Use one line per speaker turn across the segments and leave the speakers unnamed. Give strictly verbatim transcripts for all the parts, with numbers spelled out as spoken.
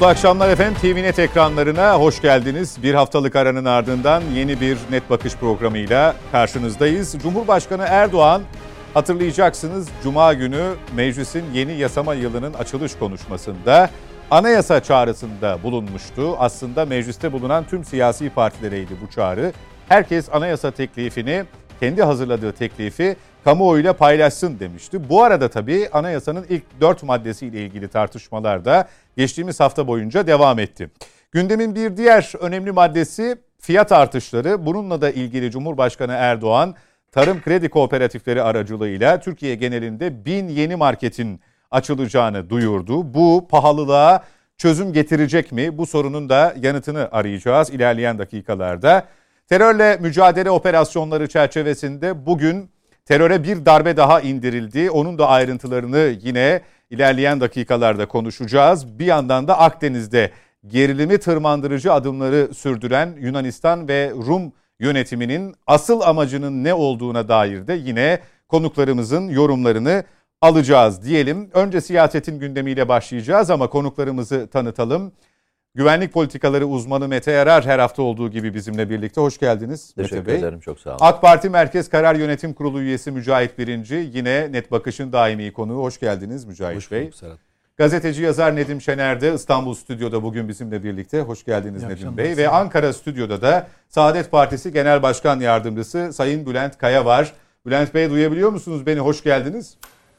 Mutlu akşamlar efendim. T V Net ekranlarına hoş geldiniz. Bir haftalık aranın ardından yeni bir Net Bakış programıyla karşınızdayız. Cumhurbaşkanı Erdoğan, hatırlayacaksınız, Cuma günü meclisin yeni yasama yılının açılış konuşmasında anayasa çağrısında bulunmuştu. Aslında mecliste bulunan tüm siyasi partilereydi bu çağrı. Herkes anayasa teklifini, kendi hazırladığı teklifi kamuoyuyla paylaşsın demişti. Bu arada tabii anayasanın ilk dört maddesiyle ilgili tartışmalar da geçtiğimiz hafta boyunca devam etti. Gündemin bir diğer önemli maddesi fiyat artışları. Bununla da ilgili Cumhurbaşkanı Erdoğan, tarım kredi kooperatifleri aracılığıyla Türkiye genelinde bin yeni marketin açılacağını duyurdu. Bu pahalılığa çözüm getirecek mi? Bu sorunun da yanıtını arayacağız ilerleyen dakikalarda. Terörle mücadele operasyonları çerçevesinde bugün teröre bir darbe daha indirildi. Onun da ayrıntılarını yine ilerleyen dakikalarda konuşacağız. Bir yandan da Akdeniz'de gerilimi tırmandırıcı adımları sürdüren Yunanistan ve Rum yönetiminin asıl amacının ne olduğuna dair de yine konuklarımızın yorumlarını alacağız diyelim. Önce siyasetin gündemiyle başlayacağız ama konuklarımızı tanıtalım. Güvenlik politikaları uzmanı Mete Yarar her hafta olduğu gibi bizimle birlikte. Hoş geldiniz Mete Bey.
Teşekkür ederim, çok sağ olun.
AK Parti Merkez Karar Yönetim Kurulu üyesi Mücahit Birinci, yine Net Bakış'ın daimi konuğu. Hoş geldiniz Mücahit Hoş Bey. Serhat. Gazeteci yazar Nedim Şener de İstanbul stüdyoda bugün bizimle birlikte. Hoş geldiniz Nedim Bey. Ve Ankara stüdyoda da Saadet Partisi Genel Başkan Yardımcısı Sayın Bülent Kaya var. Bülent Bey, duyabiliyor musunuz beni? Hoş geldiniz.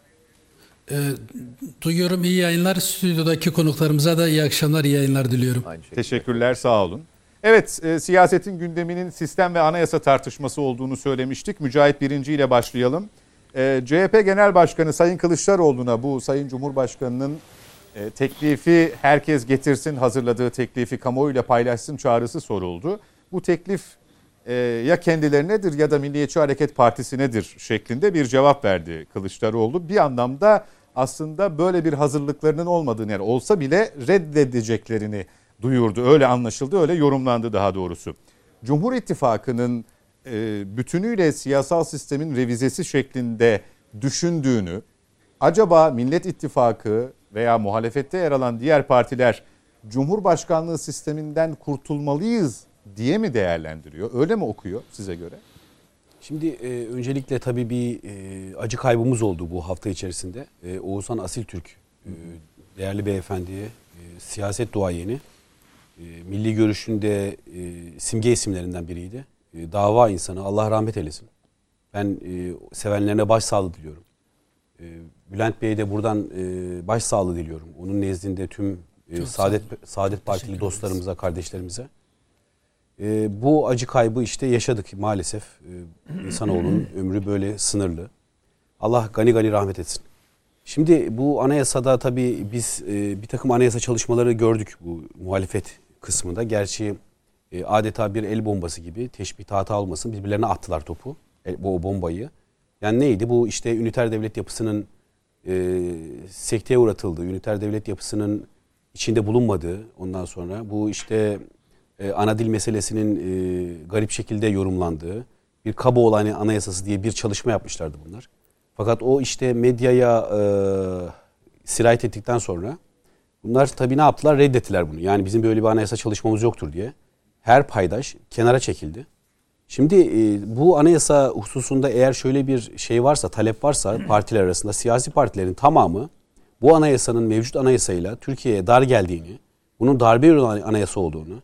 E, duyuyorum, iyi yayınlar. Stüdyodaki konuklarımıza da iyi akşamlar, iyi yayınlar diliyorum.
Teşekkürler, sağ olun. Evet, e, siyasetin gündeminin sistem ve anayasa tartışması olduğunu söylemiştik. Mücahit Birinci ile başlayalım. E, C H P Genel Başkanı Sayın Kılıçdaroğlu'na bu Sayın Cumhurbaşkanı'nın e, teklifi herkes getirsin, hazırladığı teklifi kamuoyuyla paylaşsın çağrısı soruldu. Bu teklif e, ya kendilerinedir ya da Milliyetçi Hareket Partisi'nedir şeklinde bir cevap verdi Kılıçdaroğlu. Bir anlamda aslında böyle bir hazırlıklarının olmadığını, yani olsa bile reddedeceklerini duyurdu. Öyle anlaşıldı, öyle yorumlandı daha doğrusu. Cumhur İttifakı'nın e, bütünüyle siyasal sistemin revizesi şeklinde düşündüğünü, acaba Millet İttifakı veya muhalefette yer alan diğer partiler Cumhurbaşkanlığı sisteminden kurtulmalıyız diye mi değerlendiriyor? Öyle mi okuyor size göre?
Şimdi e, öncelikle tabii bir e, acı kaybımız oldu bu hafta içerisinde. E, Oğuzhan Asiltürk, e, değerli beyefendiye, e, siyaset duayeni, e, milli görüşünde e, simge isimlerinden biriydi. E, dava insanı, Allah rahmet eylesin. Ben e, sevenlerine başsağlığı diliyorum. E, Bülent Bey'e de buradan e, başsağlığı diliyorum. Onun nezdinde tüm e, Saadet Saadet Partili dostlarımıza, kardeşlerimize. E, bu acı kaybı işte yaşadık maalesef. E, insanoğlunun ömrü böyle sınırlı. Allah gani gani rahmet etsin. Şimdi bu anayasada tabii biz e, bir takım anayasa çalışmaları gördük bu muhalefet kısmında. Gerçi e, adeta bir el bombası gibi, teşbih hata olmasın, birbirlerine attılar topu, el, bu bombayı. Yani neydi? Bu işte üniter devlet yapısının e, sekteye uğratıldığı, üniter devlet yapısının içinde bulunmadığı, ondan sonra bu işte e, ana dil meselesinin e, garip şekilde yorumlandığı bir Kaboğlu Anayasası diye bir çalışma yapmışlardı bunlar. Fakat o işte medyaya e, sirayet ettikten sonra bunlar tabii ne yaptılar? Reddettiler bunu. Yani bizim böyle bir anayasa çalışmamız yoktur diye. Her paydaş kenara çekildi. Şimdi e, bu anayasa hususunda eğer şöyle bir şey varsa, talep varsa partiler arasında, siyasi partilerin tamamı bu anayasanın mevcut anayasayla Türkiye'ye dar geldiğini, bunun darbe yolu anayasa olduğunu,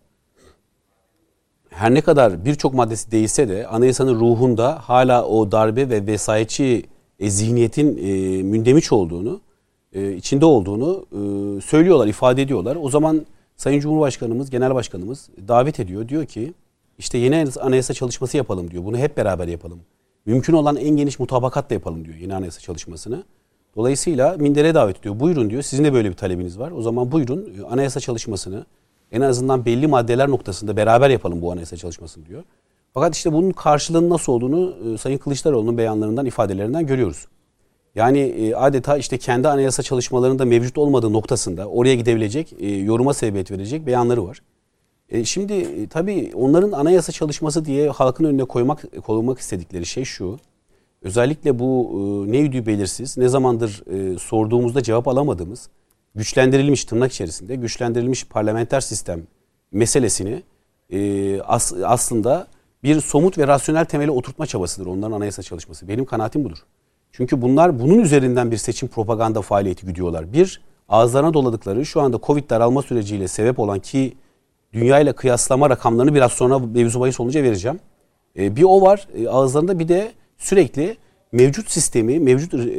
her ne kadar birçok maddesi değişse de anayasanın ruhunda hala o darbe ve vesayetçi e, zihniyetin e, mündemiş olduğunu, e, içinde olduğunu e, söylüyorlar, ifade ediyorlar. O zaman Sayın Cumhurbaşkanımız, Genel Başkanımız davet ediyor. Diyor ki işte yeni anayasa çalışması yapalım diyor. Bunu hep beraber yapalım. Mümkün olan en geniş mutabakatla yapalım diyor yeni anayasa çalışmasını. Dolayısıyla mindere davet ediyor. Buyurun diyor, sizin de böyle bir talebiniz var. O zaman buyurun anayasa çalışmasını en azından belli maddeler noktasında beraber yapalım bu anayasa çalışmasını diyor. Fakat işte bunun karşılığının nasıl olduğunu e, Sayın Kılıçdaroğlu'nun beyanlarından, ifadelerinden görüyoruz. Yani e, adeta işte kendi anayasa çalışmalarında mevcut olmadığı noktasında oraya gidebilecek, e, yoruma sebebiyet verecek beyanları var. E, şimdi e, tabii onların anayasa çalışması diye halkın önüne koymak koymak istedikleri şey şu. Özellikle bu e, neydi belirsiz, ne zamandır e, sorduğumuzda cevap alamadığımız güçlendirilmiş tırnak içerisinde güçlendirilmiş parlamenter sistem meselesini e, as, aslında bir somut ve rasyonel temele oturtma çabasıdır onların anayasa çalışması. Benim kanaatim budur. Çünkü bunlar bunun üzerinden bir seçim propaganda faaliyeti güdüyorlar. Bir, ağızlarına doladıkları şu anda Covid daralma süreciyle sebep olan ki dünya ile kıyaslama rakamlarını biraz sonra mevzu bahis olunca vereceğim. E, bir o var. E, ağızlarında bir de sürekli mevcut sistemi, mevcut e,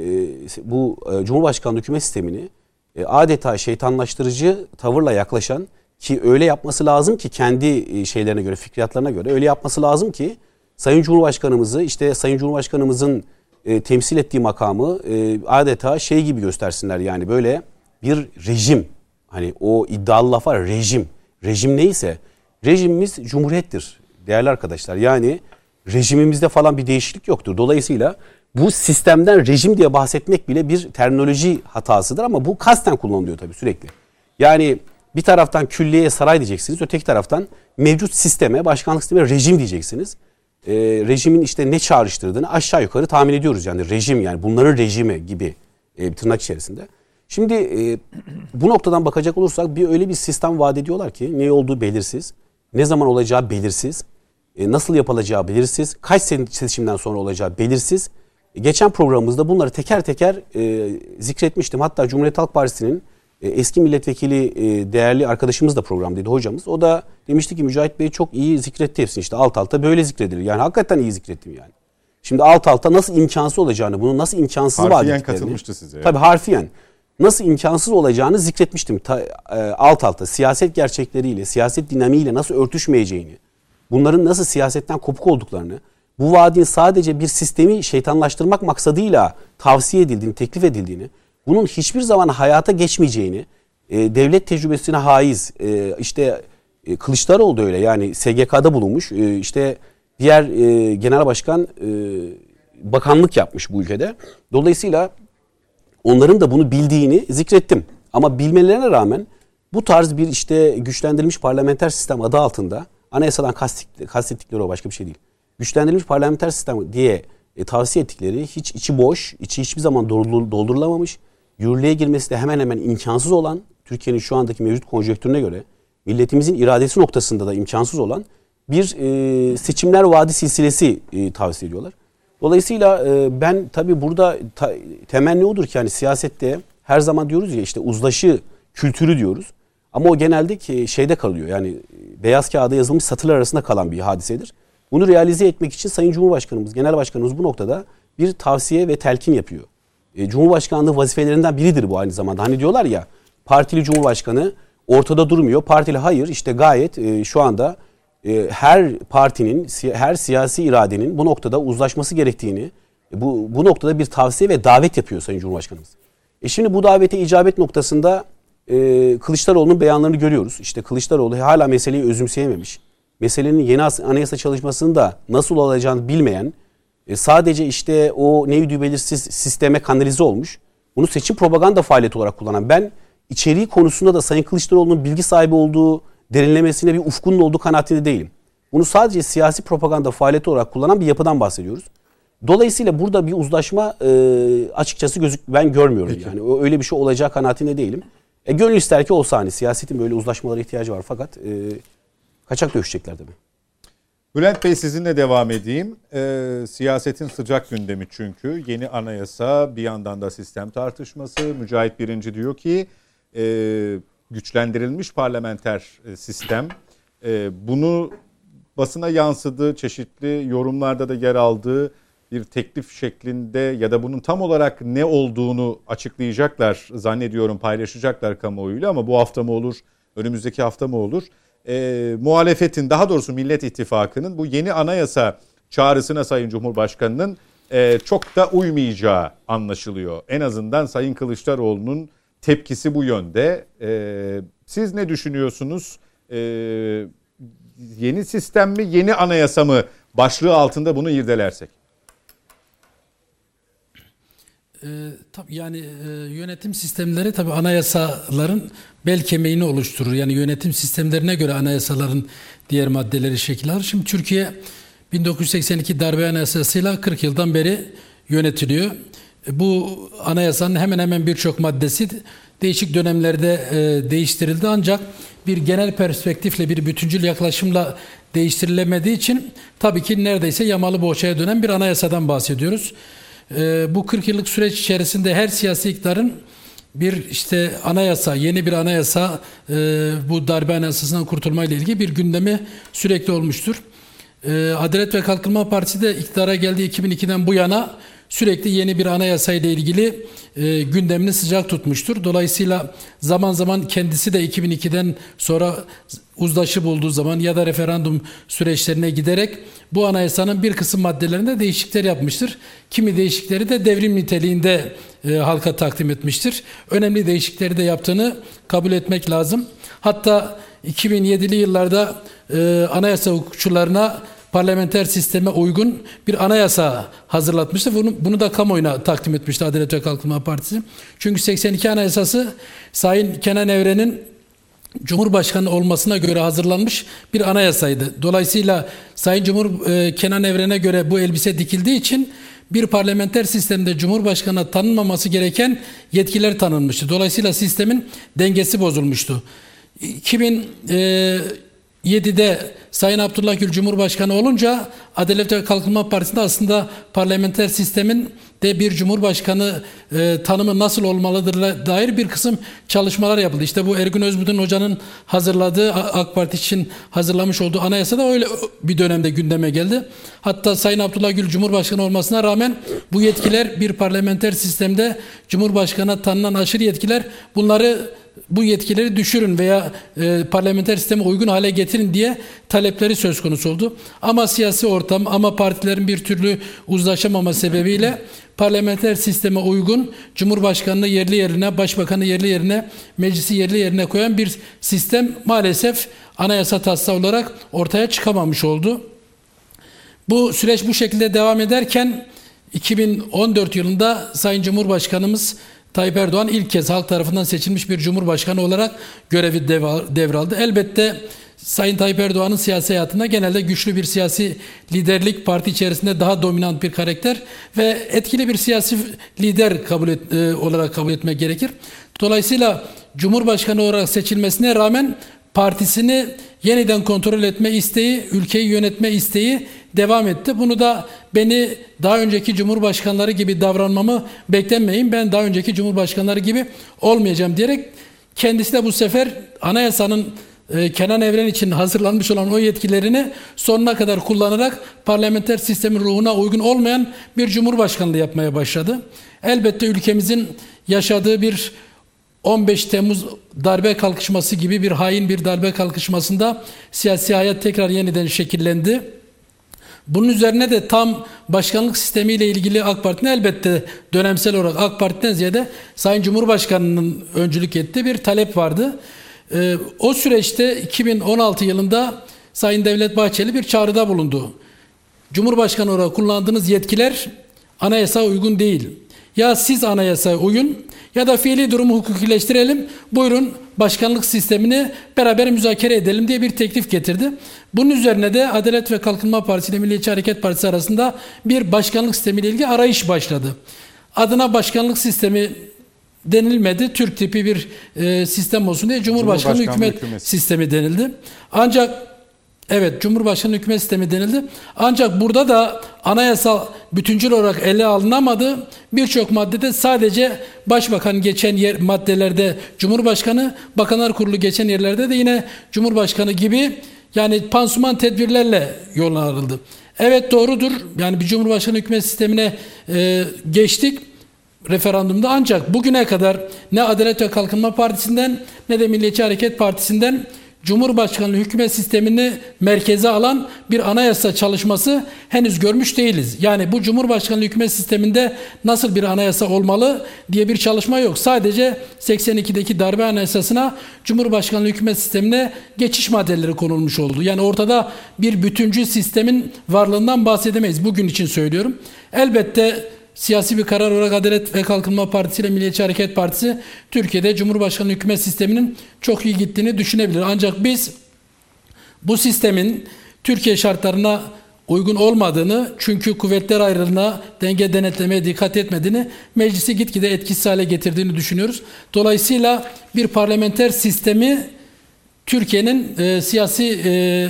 bu e, Cumhurbaşkanlığı hükümet sistemini e, adeta şeytanlaştırıcı tavırla yaklaşan ki öyle yapması lazım ki kendi şeylerine göre, fikriyatlarına göre öyle yapması lazım ki Sayın Cumhurbaşkanımızı işte Sayın Cumhurbaşkanımızın e, temsil ettiği makamı e, adeta şey gibi göstersinler yani böyle bir rejim. Hani o iddialı laf var rejim. Rejim neyse rejimimiz cumhuriyettir değerli arkadaşlar. Yani rejimimizde falan bir değişiklik yoktur. Dolayısıyla bu sistemden rejim diye bahsetmek bile bir terminoloji hatasıdır ama bu kasten kullanılıyor tabii sürekli. Yani bir taraftan külliyeye saray diyeceksiniz, öteki taraftan mevcut sisteme, başkanlık sistemine rejim diyeceksiniz. Ee, rejimin işte ne çağrıştırdığını aşağı yukarı tahmin ediyoruz yani rejim yani bunların rejimi gibi e, tırnak içerisinde. Şimdi e, bu noktadan bakacak olursak bir öyle bir sistem vaat ediyorlar ki ne olduğu belirsiz, ne zaman olacağı belirsiz, e, nasıl yapılacağı belirsiz, kaç seçimden sonra olacağı belirsiz. E, geçen programımızda bunları teker teker e, zikretmiştim. Hatta Cumhuriyet Halk Partisi'nin e, eski milletvekili e, değerli arkadaşımız da programdaydı hocamız. O da demişti ki Mücahit Bey çok iyi zikretti hepsini işte alt alta böyle zikredilir. Yani hakikaten iyi zikrettim yani. Şimdi alt alta nasıl imkansız olacağını, bunun nasıl imkansız vaat ettiklerini.
Harfiyen katılmıştı size.
Tabii harfiyen. Nasıl imkansız olacağını zikretmiştim. Ta, e, alt alta siyaset gerçekleriyle, siyaset dinamiğiyle nasıl örtüşmeyeceğini, bunların nasıl siyasetten kopuk olduklarını, bu vaadin sadece bir sistemi şeytanlaştırmak maksadıyla tavsiye edildiğini, teklif edildiğini, bunun hiçbir zaman hayata geçmeyeceğini, e, devlet tecrübesine haiz, e, işte e, Kılıçdaroğlu da öyle yani S G K'da bulunmuş, e, işte diğer e, genel başkan e, bakanlık yapmış bu ülkede. Dolayısıyla onların da bunu bildiğini zikrettim. Ama bilmelerine rağmen bu tarz bir işte güçlendirilmiş parlamenter sistem adı altında anayasadan kastettikleri o başka bir şey değil. Güçlendirilmiş parlamenter sistem diye e, tavsiye ettikleri hiç içi boş, içi hiçbir zaman doldurulamamış, yürürlüğe girmesi de hemen hemen imkansız olan, Türkiye'nin şu andaki mevcut konjonktürüne göre milletimizin iradesi noktasında da imkansız olan bir e, seçimler vaadi silsilesi e, tavsiye ediyorlar. Dolayısıyla e, ben tabii burada ta, temenni odur ki hani siyasette her zaman diyoruz ya işte uzlaşı kültürü diyoruz. Ama o genelde ki şeyde kalıyor yani beyaz kağıda yazılmış satırlar arasında kalan bir hadisedir. Bunu realize etmek için Sayın Cumhurbaşkanımız, Genel Başkanımız bu noktada bir tavsiye ve telkin yapıyor. E, Cumhurbaşkanlığı vazifelerinden biridir bu aynı zamanda. Hani diyorlar ya partili Cumhurbaşkanı ortada durmuyor. Partili hayır işte gayet e, şu anda e, her partinin, her siyasi iradenin bu noktada uzlaşması gerektiğini, e, bu, bu noktada bir tavsiye ve davet yapıyor Sayın Cumhurbaşkanımız. E şimdi bu davete icabet noktasında e, Kılıçdaroğlu'nun beyanlarını görüyoruz. İşte Kılıçdaroğlu hala meseleyi özümseyememiş. Meselenin yeni anayasa çalışmasının da nasıl olacağını bilmeyen, e, sadece işte o neydi belirsiz sisteme kanalize olmuş. Bunu seçim propaganda faaliyeti olarak kullanan ben içeriği konusunda da Sayın Kılıçdaroğlu'nun bilgi sahibi olduğu, derinlemesine bir ufkunun olduğu kanaatinde değilim. Bunu sadece siyasi propaganda faaliyeti olarak kullanan bir yapıdan bahsediyoruz. Dolayısıyla burada bir uzlaşma e, açıkçası gözük ben görmüyorum. Peki. Yani öyle bir şey olacağı kanaatinde değilim. E, gönül ister ki olsa hani siyasetin böyle uzlaşmalara ihtiyacı var fakat e, kaçak dövüşecekler tabii.
Bülent Bey sizinle devam edeyim. Ee, siyasetin sıcak gündemi çünkü. Yeni anayasa bir yandan da sistem tartışması. Mücahit Birinci diyor ki e, güçlendirilmiş parlamenter e, sistem. E, bunu basına yansıdı, çeşitli yorumlarda da yer aldığı bir teklif şeklinde ya da bunun tam olarak ne olduğunu açıklayacaklar zannediyorum, paylaşacaklar kamuoyuyla ama bu hafta mı olur, önümüzdeki hafta mı olur? E, muhalefetin daha doğrusu Millet İttifakı'nın bu yeni anayasa çağrısına Sayın Cumhurbaşkanı'nın e, çok da uymayacağı anlaşılıyor. En azından Sayın Kılıçdaroğlu'nun tepkisi bu yönde. E, siz ne düşünüyorsunuz? E, yeni sistem mi, yeni anayasa mı başlığı altında bunu irdelersek?
Ee, tabii yani e, yönetim sistemleri tabii anayasaların bel kemiğini oluşturur. Yani yönetim sistemlerine göre anayasaların diğer maddeleri şekil alır. Şimdi Türkiye bin dokuz yüz seksen iki darbe anayasasıyla kırk yıldan beri yönetiliyor. Bu anayasanın hemen hemen birçok maddesi değişik dönemlerde e, değiştirildi. Ancak bir genel perspektifle, bir bütüncül yaklaşımla değiştirilemediği için tabii ki neredeyse yamalı bohçaya dönen bir anayasadan bahsediyoruz. E, bu kırk yıllık süreç içerisinde her siyasi iktidarın bir işte anayasa, yeni bir anayasa, e, bu darbe anayasasından kurtulma ile ilgili bir gündemi sürekli olmuştur. E, Adalet ve Kalkınma Partisi de iktidara geldiği iki bin ikiden bu yana sürekli yeni bir anayasa ile ilgili e, gündemini sıcak tutmuştur. Dolayısıyla zaman zaman kendisi de iki bin ikiden sonra uzlaşı bulduğu zaman ya da referandum süreçlerine giderek bu anayasanın bir kısım maddelerinde değişiklikler yapmıştır. Kimi değişiklikleri de devrim niteliğinde e, halka takdim etmiştir. Önemli değişiklikleri de yaptığını kabul etmek lazım. Hatta iki bin yedili yıllarda e, anayasa hukukçularına parlamenter sisteme uygun bir anayasa hazırlatmıştı. Bunu, bunu da kamuoyuna takdim etmişti Adalet ve Kalkınma Partisi. Çünkü seksen iki Anayasası Sayın Kenan Evren'in Cumhurbaşkanı olmasına göre hazırlanmış bir anayasaydı. Dolayısıyla Sayın Cumhur e, Kenan Evren'e göre bu elbise dikildiği için bir parlamenter sistemde Cumhurbaşkanı'na tanınmaması gereken yetkiler tanınmıştı. Dolayısıyla sistemin dengesi bozulmuştu. iki bin yedide Sayın Abdullah Gül Cumhurbaşkanı olunca Adalet ve Kalkınma Partisi'nde aslında parlamenter sistemin de bir cumhurbaşkanı e, tanımı nasıl olmalıdır dair bir kısım çalışmalar yapıldı. İşte bu Ergün Özbudun Hoca'nın hazırladığı, AK Parti için hazırlamış olduğu anayasa da öyle bir dönemde gündeme geldi. Hatta Sayın Abdullah Gül Cumhurbaşkanı olmasına rağmen bu yetkiler bir parlamenter sistemde Cumhurbaşkanı'na tanınan aşırı yetkiler, bunları bu yetkileri düşürün veya e, parlamenter sisteme uygun hale getirin diye talepleri söz konusu oldu. Ama siyasi ortam, ama partilerin bir türlü uzlaşamama sebebiyle parlamenter sisteme uygun, Cumhurbaşkanı'nı yerli yerine, Başbakan'ı yerli yerine, meclisi yerli yerine koyan bir sistem maalesef anayasa taslağı olarak ortaya çıkamamış oldu. Bu süreç bu şekilde devam ederken iki bin on dört yılında Sayın Cumhurbaşkanımız Tayyip Erdoğan ilk kez halk tarafından seçilmiş bir cumhurbaşkanı olarak görevi devraldı. Elbette Sayın Tayyip Erdoğan'ın siyasi hayatında genelde güçlü bir siyasi liderlik, parti içerisinde daha dominant bir karakter ve etkili bir siyasi lider kabul et, e, olarak kabul etmek gerekir. Dolayısıyla Cumhurbaşkanı olarak seçilmesine rağmen partisini yeniden kontrol etme isteği, ülkeyi yönetme isteği devam etti. Bunu da beni daha önceki cumhurbaşkanları gibi davranmamı beklemeyin, ben daha önceki cumhurbaşkanları gibi olmayacağım diyerek kendisi de bu sefer anayasanın e, Kenan Evren için hazırlanmış olan o yetkilerini sonuna kadar kullanarak parlamenter sistemin ruhuna uygun olmayan bir cumhurbaşkanlığı yapmaya başladı. Elbette ülkemizin yaşadığı bir on beş Temmuz darbe kalkışması gibi bir hain bir darbe kalkışmasında siyasi hayat tekrar yeniden şekillendi. Bunun üzerine de tam başkanlık sistemiyle ilgili AK Parti'nin elbette dönemsel olarak AK Parti'den ziyade Sayın Cumhurbaşkanı'nın öncülük ettiği bir talep vardı. Ee, o süreçte iki bin on altı yılında Sayın Devlet Bahçeli bir çağrıda bulundu. Cumhurbaşkanı olarak kullandığınız yetkiler anayasaya uygun değil. Ya siz anayasaya uyun ya da fiili durumu hukukileştirelim. Buyurun başkanlık sistemini beraber müzakere edelim diye bir teklif getirdi. Bunun üzerine de Adalet ve Kalkınma Partisi ile Milliyetçi Hareket Partisi arasında bir başkanlık sistemiyle ilgili arayış başladı. Adına başkanlık sistemi denilmedi. Türk tipi bir e, sistem olsun diye Cumhurbaşkanı, Cumhurbaşkanı hükümet, hükümet sistemi denildi. Ancak evet, Cumhurbaşkanı hükümet sistemi denildi. Ancak burada da anayasal bütüncül olarak ele alınamadı. Birçok maddede sadece Başbakan geçen yer maddelerde Cumhurbaşkanı, Bakanlar Kurulu geçen yerlerde de yine Cumhurbaşkanı gibi, yani pansuman tedbirlerle yoluna ayrıldı. Evet, doğrudur. Yani bir Cumhurbaşkanı hükümet sistemine e, geçtik referandumda, ancak bugüne kadar ne Adalet ve Kalkınma Partisi'nden ne de Milliyetçi Hareket Partisi'nden Cumhurbaşkanlığı hükümet sistemini merkeze alan bir anayasa çalışması henüz görmüş değiliz. Yani bu Cumhurbaşkanlığı hükümet sisteminde nasıl bir anayasa olmalı diye bir çalışma yok. Sadece seksen ikideki darbe anayasasına Cumhurbaşkanlığı hükümet sistemine geçiş maddeleri konulmuş oldu. Yani ortada bir bütüncül sistemin varlığından bahsedemeyiz. Bugün için söylüyorum. Elbette siyasi bir karar olarak Adalet ve Kalkınma Partisi ile Milliyetçi Hareket Partisi Türkiye'de Cumhurbaşkanlığı hükümet sisteminin çok iyi gittiğini düşünebilir. Ancak biz bu sistemin Türkiye şartlarına uygun olmadığını, çünkü kuvvetler ayrılığına, denge denetlemeye dikkat etmediğini, meclisi gitgide etkisiz hale getirdiğini düşünüyoruz. Dolayısıyla bir parlamenter sistemi Türkiye'nin e, siyasi e,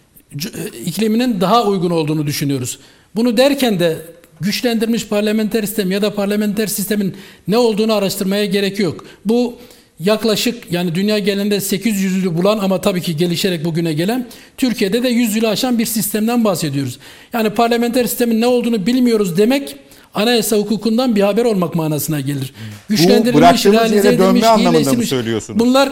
ikliminin daha uygun olduğunu düşünüyoruz. Bunu derken de güçlendirilmiş parlamenter sistem ya da parlamenter sistemin ne olduğunu araştırmaya gerek yok. Bu yaklaşık, yani dünya genelinde sekiz yüzü bulan ama tabii ki gelişerek bugüne gelen, Türkiye'de de yüz yılı aşan bir sistemden bahsediyoruz. Yani parlamenter sistemin ne olduğunu bilmiyoruz demek, anayasa hukukundan bir haber olmak manasına gelir.
Bu bıraktığımız yere dönme anlamında mı söylüyorsunuz?
Bunlar,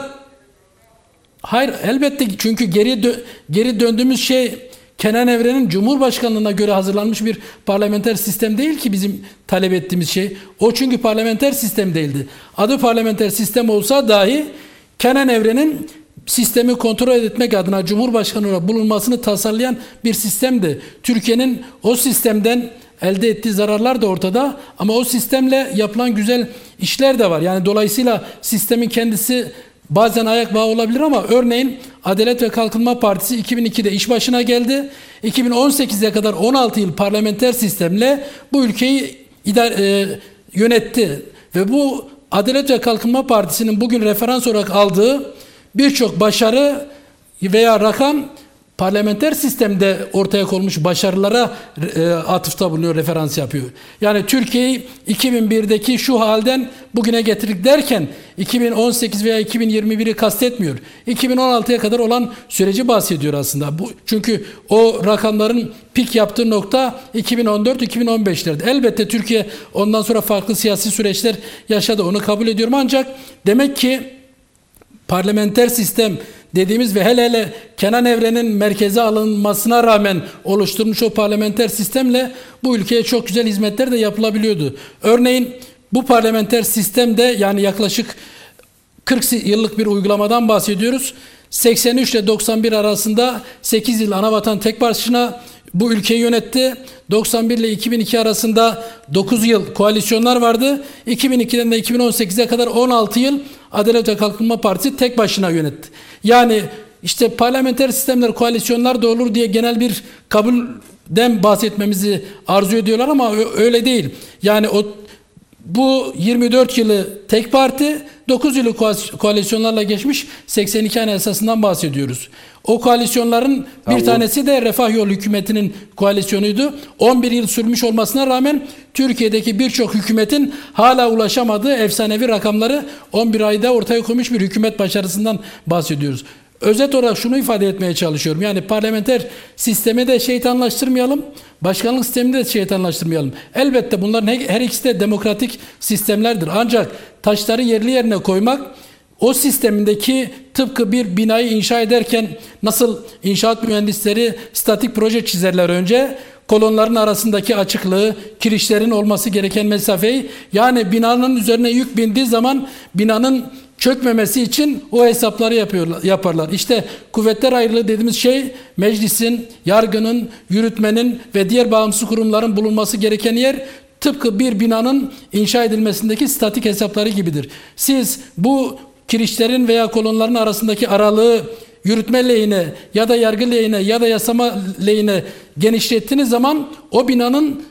hayır elbette, çünkü geri dö- geri döndüğümüz şey Kenan Evren'in Cumhurbaşkanlığına göre hazırlanmış bir parlamenter sistem değil ki bizim talep ettiğimiz şey. O çünkü parlamenter sistem değildi. Adı parlamenter sistem olsa dahi Kenan Evren'in sistemi kontrol etmek adına Cumhurbaşkanı olarak bulunmasını tasarlayan bir sistemdi. Türkiye'nin o sistemden elde ettiği zararlar da ortada ama o sistemle yapılan güzel işler de var. Yani dolayısıyla sistemin kendisi bazen ayak bağı olabilir ama örneğin Adalet ve Kalkınma Partisi iki bin ikide iş başına geldi. iki bin on sekize kadar on altı yıl parlamenter sistemle bu ülkeyi idare, e, yönetti. Ve bu Adalet ve Kalkınma Partisi'nin bugün referans olarak aldığı birçok başarı veya rakam parlamenter sistemde ortaya konmuş başarılara e, atıfta bulunuyor, referans yapıyor. Yani Türkiye'yi iki bin birdeki şu halden bugüne getirdik derken iki bin on sekiz veya iki bin yirmi biri kastetmiyor. iki bin on altıya kadar olan süreci bahsediyor aslında. Bu, çünkü o rakamların pik yaptığı nokta iki bin on dört iki bin on beşlerdi. Elbette Türkiye ondan sonra farklı siyasi süreçler yaşadı. Onu kabul ediyorum, ancak demek ki parlamenter sistem dediğimiz ve hele hele Kenan Evren'in merkeze alınmasına rağmen oluşturmuş o parlamenter sistemle bu ülkeye çok güzel hizmetler de yapılabiliyordu. Örneğin bu parlamenter sistemde, yani yaklaşık kırk yıllık bir uygulamadan bahsediyoruz. seksen üç ile doksan bir arasında sekiz yıl anavatan tek başına bu ülkeyi yönetti. doksan bir ile iki bin iki arasında dokuz yıl koalisyonlar vardı. iki bin ikiden de iki bin on sekize kadar on altı yıl Adalet ve Kalkınma Partisi tek başına yönetti. Yani işte parlamenter sistemler, koalisyonlar da olur diye genel bir kabulden bahsetmemizi arzu ediyorlar ama öyle değil. Yani o bu yirmi dört yılı tek parti, dokuz yılı koalisyonlarla geçmiş seksen iki Anayasası'ndan bahsediyoruz. O koalisyonların bir ya tanesi de Refah Yolu hükümetinin koalisyonuydu. on bir yıl sürmüş olmasına rağmen Türkiye'deki birçok hükümetin hala ulaşamadığı efsanevi rakamları on bir ayda ortaya koymuş bir hükümet başarısından bahsediyoruz. Özet olarak şunu ifade etmeye çalışıyorum. Yani parlamenter sistemi de şeytanlaştırmayalım, başkanlık sistemini de şeytanlaştırmayalım. Elbette bunların her ikisi de demokratik sistemlerdir. Ancak taşları yerli yerine koymak, o sistemindeki tıpkı bir binayı inşa ederken nasıl inşaat mühendisleri statik proje çizerler önce, kolonların arasındaki açıklığı, kirişlerin olması gereken mesafeyi, yani binanın üzerine yük bindiği zaman binanın çökmemesi için o hesapları yapıyorlar, yaparlar. İşte kuvvetler ayrılığı dediğimiz şey, meclisin, yargının, yürütmenin ve diğer bağımsız kurumların bulunması gereken yer, tıpkı bir binanın inşa edilmesindeki statik hesapları gibidir. Siz bu kirişlerin veya kolonların arasındaki aralığı yürütme lehine ya da yargı lehine ya da yasama lehine genişlettiğiniz zaman o binanın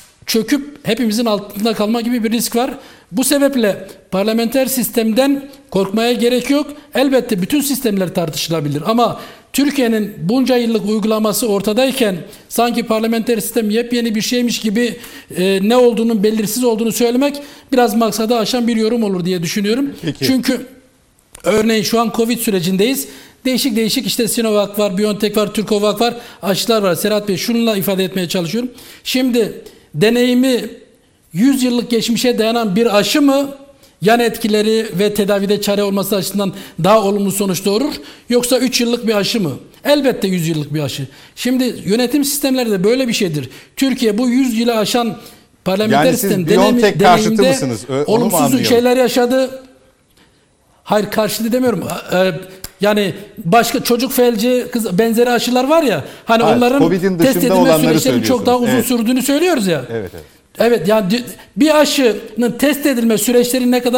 çöküp hepimizin altında kalma gibi bir risk var. Bu sebeple parlamenter sistemden korkmaya gerek yok. Elbette bütün sistemler tartışılabilir ama Türkiye'nin bunca yıllık uygulaması ortadayken sanki parlamenter sistem yepyeni bir şeymiş gibi e, ne olduğunun belirsiz olduğunu söylemek biraz maksadı aşan bir yorum olur diye düşünüyorum. Peki. Çünkü örneğin şu an Covid sürecindeyiz. Değişik değişik işte Sinovac var, BioNTech var, Türkovac var, aşılar var. Serhat Bey, şununla ifade etmeye çalışıyorum. Şimdi deneyimi yüz yıllık geçmişe dayanan bir aşı mı yan etkileri ve tedavide çare olması açısından daha olumlu sonuç doğurur, yoksa üç yıllık bir aşı mı? Elbette yüz yıllık bir aşı. Şimdi yönetim sistemleri de böyle bir şeydir. Türkiye bu yüz yılı aşan parlamenter
yani
sistem
deneyimi, deneyimde
olumsuz şeyler yaşadı. Hayır, karşıtı demiyorum. Ee, yani başka çocuk felci, kız benzeri aşılar var ya. Hani Hayır, onların test edilme süreçlerinin çok daha uzun evet. sürdüğünü söylüyoruz ya.
Evet, evet.
Evet, yani bir aşının test edilme süreçleri ne kadar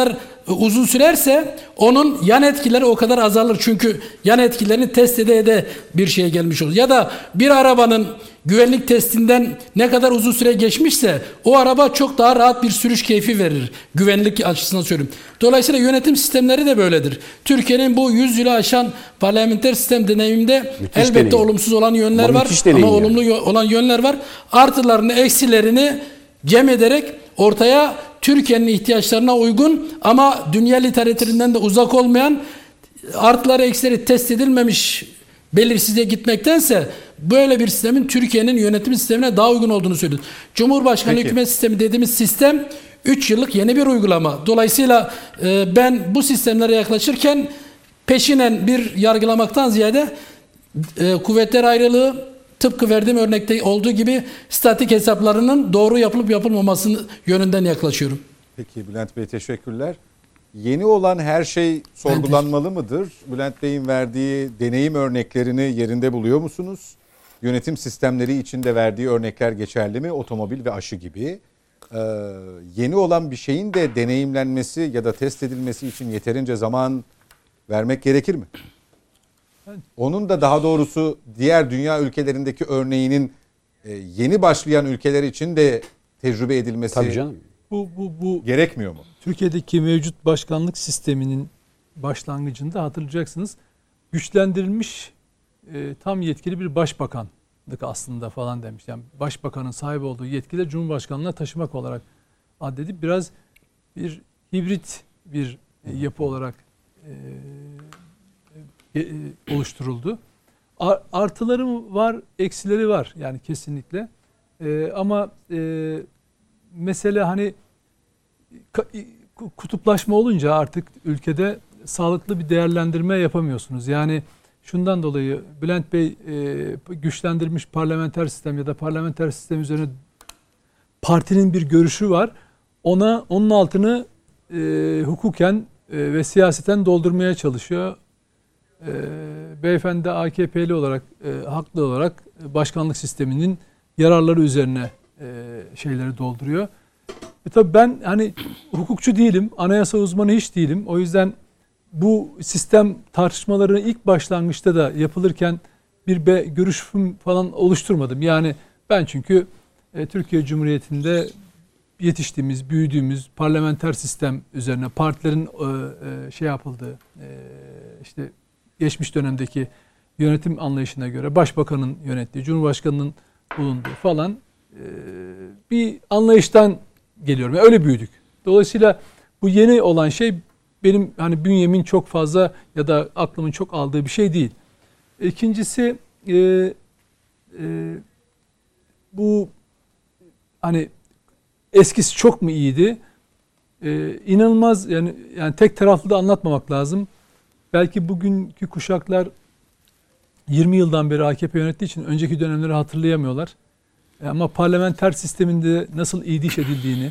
uzun sürerse onun yan etkileri o kadar azalır. Çünkü yan etkilerini test ede ede bir şeye gelmiş olur. Ya da bir arabanın güvenlik testinden ne kadar uzun süre geçmişse o araba çok daha rahat bir sürüş keyfi verir. Güvenlik açısından söylüyorum. Dolayısıyla yönetim sistemleri de böyledir. Türkiye'nin bu yüz yılı aşan parlamenter sistem deneyiminde müthiş elbette deneyim. Olumsuz olan yönler ama var ama yani. Olumlu olan yönler var. Artılarını, eksilerini cem ederek ortaya Türkiye'nin ihtiyaçlarına uygun ama dünya literatüründen de uzak olmayan, artıları eksileri test edilmemiş belirsizliğe gitmektense böyle bir sistemin Türkiye'nin yönetim sistemine daha uygun olduğunu söylüyor. Cumhurbaşkanı Peki. Hükümet sistemi dediğimiz sistem üç yıllık yeni bir uygulama. Dolayısıyla e, ben bu sistemlere yaklaşırken peşinen bir yargılamaktan ziyade e, kuvvetler ayrılığı, tıpkı verdiğim örnekte olduğu gibi statik hesaplarının doğru yapılıp yapılmaması yönünden yaklaşıyorum.
Peki Bülent Bey, teşekkürler. Yeni olan her şey sorgulanmalı mıdır? Bülent Bey'in verdiği deneyim örneklerini yerinde buluyor musunuz? Yönetim sistemleri içinde verdiği örnekler geçerli mi? Otomobil ve aşı gibi. Ee, yeni olan bir şeyin de deneyimlenmesi ya da test edilmesi için yeterince zaman vermek gerekir mi? Onun da daha doğrusu diğer dünya ülkelerindeki örneğinin e, yeni başlayan ülkeler için de tecrübe edilmesi
Tabii canım.
Bu, bu, bu
gerekmiyor mu?
Türkiye'deki mevcut başkanlık sisteminin başlangıcında hatırlayacaksınız, güçlendirilmiş e, tam yetkili bir başbakanlık aslında falan demiş. Yani başbakanın sahip olduğu yetkileri Cumhurbaşkanlığına taşımak olarak addedip biraz bir hibrit bir e, yapı olarak e, e, oluşturuldu. Ar, artıları var, eksileri var yani kesinlikle. E, ama e, mesele hani kutuplaşma olunca artık ülkede sağlıklı bir değerlendirme yapamıyorsunuz. Yani şundan dolayı Bülent Bey e, güçlendirilmiş parlamenter sistem ya da parlamenter sistem üzerine partinin bir görüşü var. Ona onun altını e, hukuken e, ve siyaseten doldurmaya çalışıyor. E, beyefendi A K P'li olarak e, haklı olarak başkanlık sisteminin yararları üzerine e, şeyleri dolduruyor. E tabii ben hani hukukçu değilim, anayasa uzmanı hiç değilim. O yüzden bu sistem tartışmaları ilk başlangıçta da yapılırken bir be, görüşüm falan oluşturmadım. Yani ben çünkü e, Türkiye Cumhuriyeti'nde yetiştiğimiz, büyüdüğümüz parlamenter sistem üzerine partilerin e, e, şey yapıldığı, e, işte geçmiş dönemdeki yönetim anlayışına göre başbakanın yönettiği, cumhurbaşkanının bulunduğu falan e, bir anlayıştan geliyorum. Yani öyle büyüdük. Dolayısıyla bu yeni olan şey benim hani bünyemin çok fazla ya da aklımın çok aldığı bir şey değil. İkincisi e, e, bu hani eskisi çok mu iyiydi? E, inanılmaz yani yani tek taraflı da anlatmamak lazım. Belki bugünkü kuşaklar yirmi yıldan beri A K P yönettiği için önceki dönemleri hatırlayamıyorlar. Ama parlamenter sisteminde nasıl iyiliş edildiğini,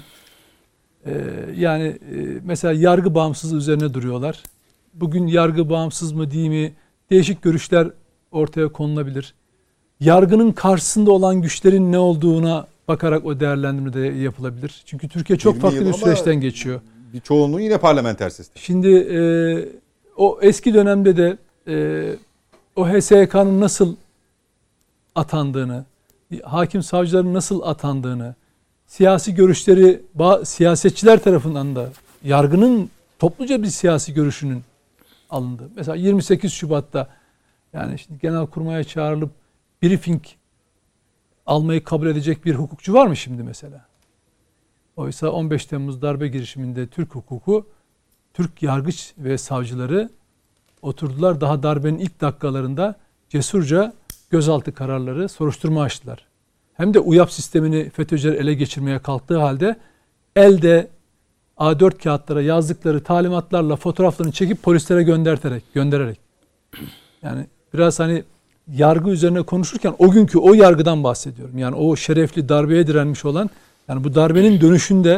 yani mesela yargı bağımsızlığı üzerine duruyorlar. Bugün yargı bağımsız mı değil mi? Değişik görüşler ortaya konulabilir. Yargının karşısında olan güçlerin ne olduğuna bakarak o değerlendirme de yapılabilir. Çünkü Türkiye çok farklı bir süreçten geçiyor.
Bir çoğunluğu yine parlamenter sistem.
Şimdi e, o eski dönemde de e, o H S Y K'nın nasıl atandığını, hakim savcıların nasıl atandığını, siyasi görüşleri siyasetçiler tarafından da yargının topluca bir siyasi görüşünün alındı. Mesela yirmi sekiz Şubat'ta yani şimdi Genelkurmay'a çağrılıp briefing almayı kabul edecek bir hukukçu var mı şimdi mesela? Oysa on beş Temmuz darbe girişiminde Türk hukuku, Türk yargıç ve savcıları oturdular. Daha darbenin ilk dakikalarında cesurca gözaltı kararları, soruşturma açtılar. Hem de U Y A P sistemini FETÖ'cüler ele geçirmeye kalktığı halde elde A dört kağıtlara yazdıkları talimatlarla fotoğraflarını çekip polislere gönderterek, göndererek. Yani biraz hani yargı üzerine konuşurken o günkü o yargıdan bahsediyorum. Yani o şerefli darbeye direnmiş olan, yani bu darbenin dönüşünde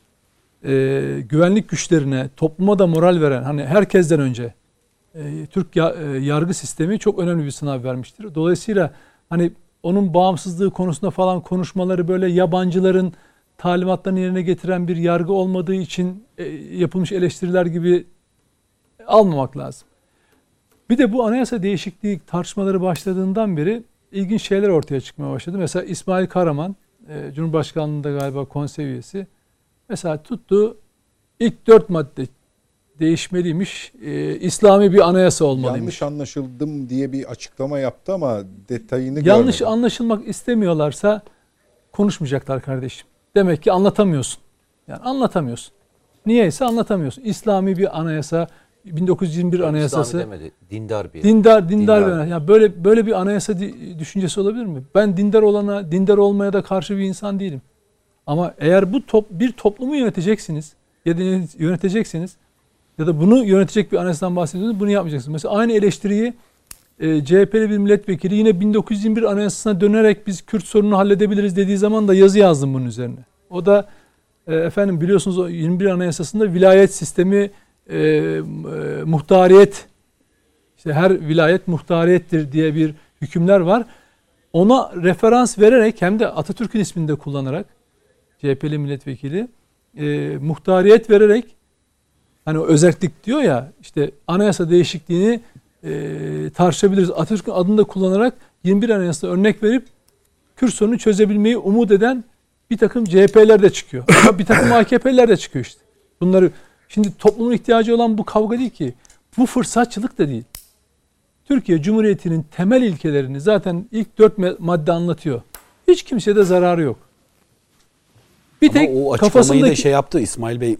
e, güvenlik güçlerine, topluma da moral veren, hani herkesten önce e, Türk ya, e, yargı sistemi çok önemli bir sınav vermiştir. Dolayısıyla hani onun bağımsızlığı konusunda falan konuşmaları böyle yabancıların talimatlarını yerine getiren bir yargı olmadığı için e, yapılmış eleştiriler gibi almamak lazım. Bir de bu anayasa değişikliği tartışmaları başladığından beri ilginç şeyler ortaya çıkmaya başladı. Mesela İsmail Karaman, e, Cumhurbaşkanlığında galiba konsey üyesi, mesela tuttu ilk dört madde değişmeliymiş, e, İslami bir anayasa olmalıymış.
Yanlış anlaşıldım diye bir açıklama yaptı ama detayını
Yanlış
görmedim.
anlaşılmak istemiyorlarsa konuşmayacaklar kardeşim. Demek ki anlatamıyorsun. Yani anlatamıyorsun. Niyeyse anlatamıyorsun. İslami bir anayasa, bin dokuz yüz yirmi bir anayasası.
İslami demedi, dindar bir.
Dindar, dindar,
Dindar.
bir anayasa. Ya böyle böyle bir anayasa düşüncesi olabilir mi? Ben dindar olana, dindar olmaya da karşı bir insan değilim. Ama eğer bu top, bir toplumu yöneteceksiniz ya da yöneteceksiniz ya da bunu yönetecek bir anayasadan bahsediyorsunuz, bunu yapmayacaksınız. Mesela aynı eleştiriyi e, C H P'li bir milletvekili yine bin dokuz yüz yirmi bir anayasasına dönerek biz Kürt sorununu halledebiliriz dediği zaman da yazı yazdım bunun üzerine. O da e, efendim biliyorsunuz o yirmi bir anayasasında vilayet sistemi, e, e, muhtariyet, işte her vilayet muhtariyettir diye bir hükümler var. Ona referans vererek hem de Atatürk'ün ismini de kullanarak C H P'li milletvekili e, muhtariyet vererek, hani o özellik diyor ya, işte anayasa değişikliğini e, tartışabiliriz. Atatürk'ün adını da kullanarak yirmi bir anayasasına örnek verip Kürt sorununu çözebilmeyi umut eden bir takım C H P'ler de çıkıyor. Ama bir takım A K P'ler de çıkıyor işte. Bunları şimdi toplumun ihtiyacı olan bu kavga değil ki. Bu fırsatçılık da değil. Türkiye Cumhuriyeti'nin temel ilkelerini zaten ilk dört madde anlatıyor. Hiç kimseye de zararı yok. Bir
Ama
tek
o açıklamayı
kafasındaki...
da şey yaptı İsmail Bey.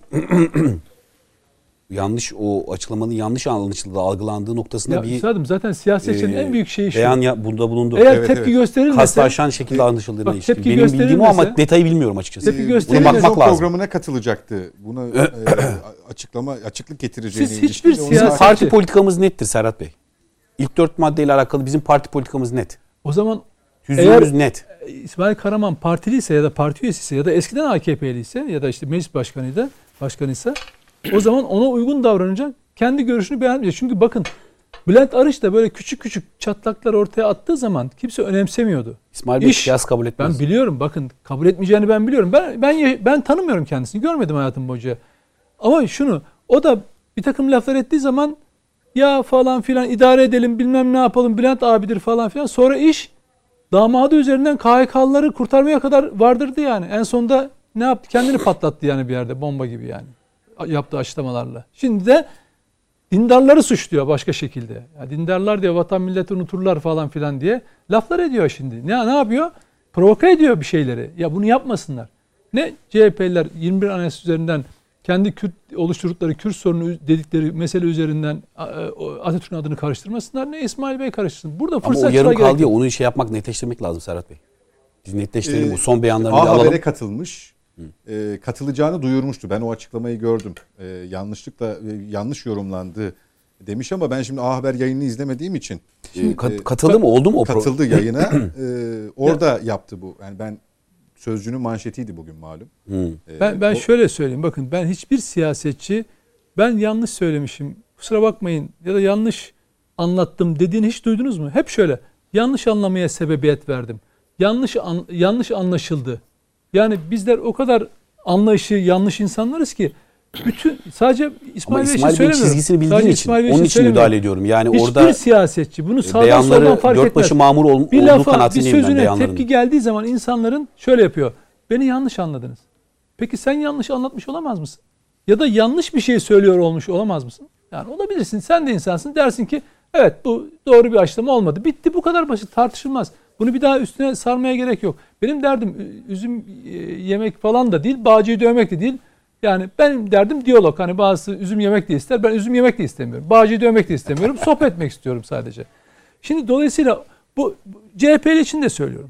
yanlış, o açıklamanın yanlış anlaşıldığı, algılandığı noktasında
Ya
bir
üstadım zaten siyasetçinin
e,
en büyük şeyi şu.
beyan ya, bunda bulundu.
Eğer
Evet,
tepki
evet.
gösterilmese,
Kaslaşan şekilde anlaşıldığına
bak,
ilişkin.
tepki
Benim bildiğim o ama
gösterilmese-
detayı bilmiyorum açıkçası.
Tepki
Ee,
gösterilmesi-
Buna bakmak
televizyon
lazım.
programına katılacaktı. Bunu e, açıklama açıklık getireceğini
Siz hiçbir
ilişkin. Onu
siyasi-
takip-
Parti politikamız nettir Serhat Bey. İlk dört maddeyle alakalı bizim parti politikamız net.
o zaman
Yüzde
Eğer-
yüz net.
İsmail Karaman partiliyse ya da parti üyesiyse ya da eskiden A K P'liyse ya da işte meclis başkanıydı, başkanıysa o zaman ona uygun davranacak, kendi görüşünü beyan edecek. Çünkü bakın Bülent Arınç da böyle küçük küçük çatlaklar ortaya attığı zaman kimse önemsemiyordu.
İsmail Bey
İş-
kıyas kabul etmez.
Ben biliyorum, bakın kabul etmeyeceğini ben biliyorum. Ben ben ben tanımıyorum kendisini. Görmedim hayatım boyunca. Ama şunu, o da bir takım laflar ettiği zaman ya falan filan idare edelim, bilmem ne yapalım, Bülent abidir falan filan. Sonra iş damadı üzerinden K H K'lıları kurtarmaya kadar vardırdı yani. En sonunda ne yaptı? Kendini patlattı yani bir yerde, bomba gibi yani. Yaptığı açıklamalarla. Şimdi de dindarları suçluyor başka şekilde. Ya dindarlar diyor vatan milleti unuturlar falan filan diye laflar ediyor şimdi. Ne ne yapıyor? Provoke ediyor bir şeyleri. Ya bunu yapmasınlar. Ne C H P'liler yirmi bir anayasa üzerinden kendi Kürt oluşturdukları Kürt sorunu dedikleri mesele üzerinden Atatürk'ün adını karıştırmasınlar, ne İsmail Bey karıştırsın. Burada
Ama o
fırsatçılığa
yarım
gerek
kaldı ya,
yok.
onu şey yapmak, netleştirmek lazım Serhat Bey. Biz netleştirelim
Ee,
bu son beyanlarını
A
bir alalım.
Haber'e katılmış. E, katılacağını duyurmuştu. Ben o açıklamayı gördüm. E, yanlışlıkla e, yanlış yorumlandı demiş ama ben şimdi A Haber yayınını izlemediğim için
Ee, kat-
e,
katıldı mı? Oldu mu o program?
katıldı yayına. E, orada yaptı bu. Yani ben Sözcü'nün manşetiydi bugün malum.
Hı.
E,
Ben ben
o-
şöyle söyleyeyim. Bakın ben hiçbir siyasetçi ben yanlış söylemişim, kusura bakmayın ya da yanlış anlattım dediğini hiç duydunuz mu? Hep şöyle. Yanlış anlamaya sebebiyet verdim. Yanlış an, yanlış anlaşıldı. Yani bizler o kadar anlayışı yanlış insanlarız ki bütün sadece
Ama
İsmail Bey için
İsmail Bey
söylemiyorum.
çizgisini bildiğim
Sadece
için,
İsmail Bey
onun için
söylemiyorum.
müdahale ediyorum. Yani
Hiçbir
orada
siyasetçi bunu sağdan soldan
beyanları
fark
dört
etmez.
başı mamur ol,
Bir
olduğu
lafa, bir
kanaatindeyim ben
sözüne
beyanların.
tepki geldiği zaman insanların şöyle yapıyor. Beni yanlış anladınız. Peki sen yanlış anlatmış olamaz mısın? Ya da yanlış bir şey söylüyor olmuş olamaz mısın? Yani olabilirsin. Sen de insansın. Dersin ki evet bu doğru bir açıklama olmadı. Bitti, bu kadar basit, tartışılmaz. Bunu bir daha üstüne sarmaya gerek yok. Benim derdim üzüm yemek falan da değil, bağcıyı dövmek de değil. Yani benim derdim diyalog. Hani bazısı üzüm yemek de ister. Ben üzüm yemek de istemiyorum. Bağcıyı dövmek de istemiyorum. Sohbet etmek istiyorum sadece. Şimdi dolayısıyla bu C H P için de söylüyorum.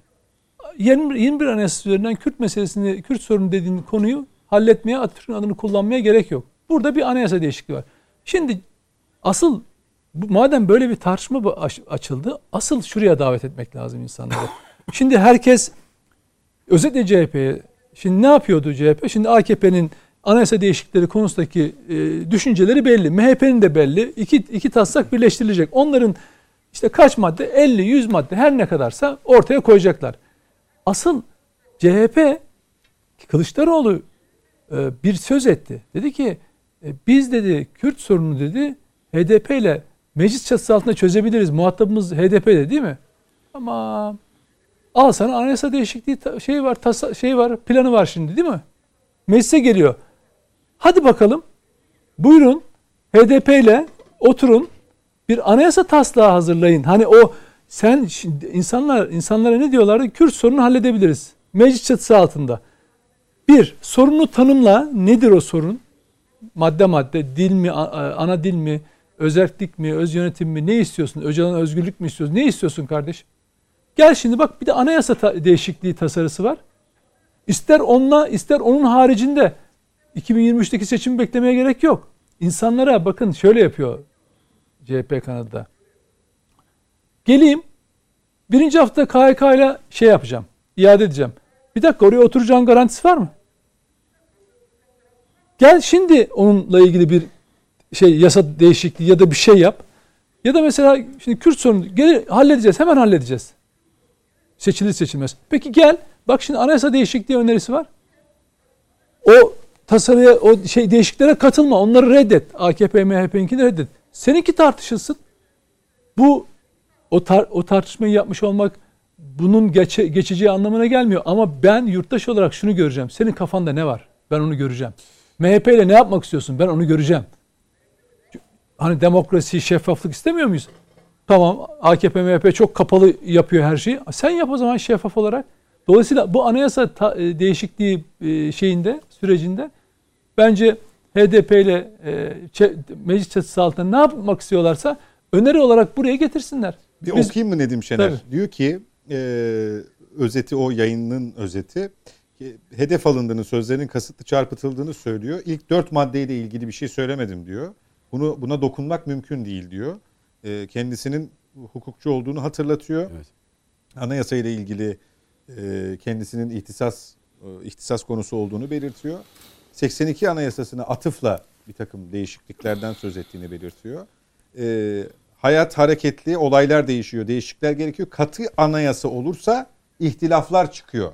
yirmi bir Anayasası üzerinden Kürt meselesini, Kürt sorunu dediğin konuyu halletmeye, Atatürk'ün adını kullanmaya gerek yok. Burada bir anayasa değişikliği var. Şimdi asıl bu, madem böyle bir tartışma açıldı, asıl şuraya davet etmek lazım insanları. Şimdi herkes özellikle C H P'ye, şimdi ne yapıyordu C H P? Şimdi A K P'nin anayasa değişiklikleri konusundaki e, düşünceleri belli. M H P'nin de belli. İki, iki taslak birleştirilecek. Onların işte kaç madde? elli yüz madde her ne kadarsa ortaya koyacaklar. Asıl C H P Kılıçdaroğlu e, bir söz etti. Dedi ki e, biz dedi Kürt sorununu dedi H D P ile meclis çatısı altında çözebiliriz. Muhatabımız H D P'de değil mi? Ama al sana anayasa değişikliği ta- şey var, tasa- şey var, planı var şimdi değil mi? Meclise geliyor. Hadi bakalım. Buyurun H D P ile oturun. Bir anayasa taslağı hazırlayın. Hani o sen şimdi insanlar insanlara ne diyorlardı? Kürt sorununu halledebiliriz. Meclis çatısı altında. Bir, sorunu tanımla. Nedir o sorun? Madde madde, dil mi, ana dil mi, özerklik mi, öz yönetim mi, ne istiyorsun? Öcalan özgürlük mü istiyorsun? Ne istiyorsun kardeşim? Gel şimdi bak bir de anayasa ta- değişikliği tasarısı var. İster onunla, ister onun haricinde iki bin yirmi üçteki seçimi beklemeye gerek yok. İnsanlara bakın şöyle yapıyor C H P kanadı da. Geleyim, birinci hafta K H K ile şey yapacağım, iade edeceğim. Bir dakika oraya oturacağın garantisi var mı? Gel şimdi onunla ilgili bir şey yasa değişikliği ya da bir şey yap. Ya da mesela şimdi Kürt sorunu gelir halledeceğiz, hemen halledeceğiz. Seçilir seçilmez. Peki gel, bak şimdi anayasa değişikliği önerisi var. O tasarıya, o şey değişikliklere katılma, onları reddet. A K P, M H P'ninkini reddet. Seninki tartışılsın. Bu o, tar- o tartışmayı yapmış olmak bunun geçe- geçeceği anlamına gelmiyor. Ama ben yurttaş olarak şunu göreceğim. Senin kafanda ne var? Ben onu göreceğim. M H P ile ne yapmak istiyorsun? Ben onu göreceğim. Hani demokrasi, şeffaflık istemiyor muyuz? Tamam, A K P, M H P çok kapalı yapıyor her şeyi. Sen yap o zaman şeffaf olarak. Dolayısıyla bu anayasa ta- değişikliği şeyinde, sürecinde bence H D P ile e, ç- meclis çatısı altında ne yapmak istiyorlarsa öneri olarak buraya getirsinler.
Bir
Biz,
okuyayım mı Nedim Şener?
Tabii.
Diyor ki e, özeti, o yayının özeti, ki, hedef alındığını, sözlerinin kasıtlı çarpıtıldığını söylüyor. İlk dört maddeyle ilgili bir şey söylemedim diyor. Bunu buna dokunmak mümkün değil diyor. E, kendisinin hukukçu olduğunu hatırlatıyor.
Evet.
Anayasa ile ilgili e, kendisinin ihtisas e, ihtisas konusu olduğunu belirtiyor. seksen iki Anayasasına atıfla bir takım değişikliklerden söz ettiğini belirtiyor. E, hayat hareketli, olaylar değişiyor, değişiklikler gerekiyor. Katı anayasa olursa ihtilaflar çıkıyor.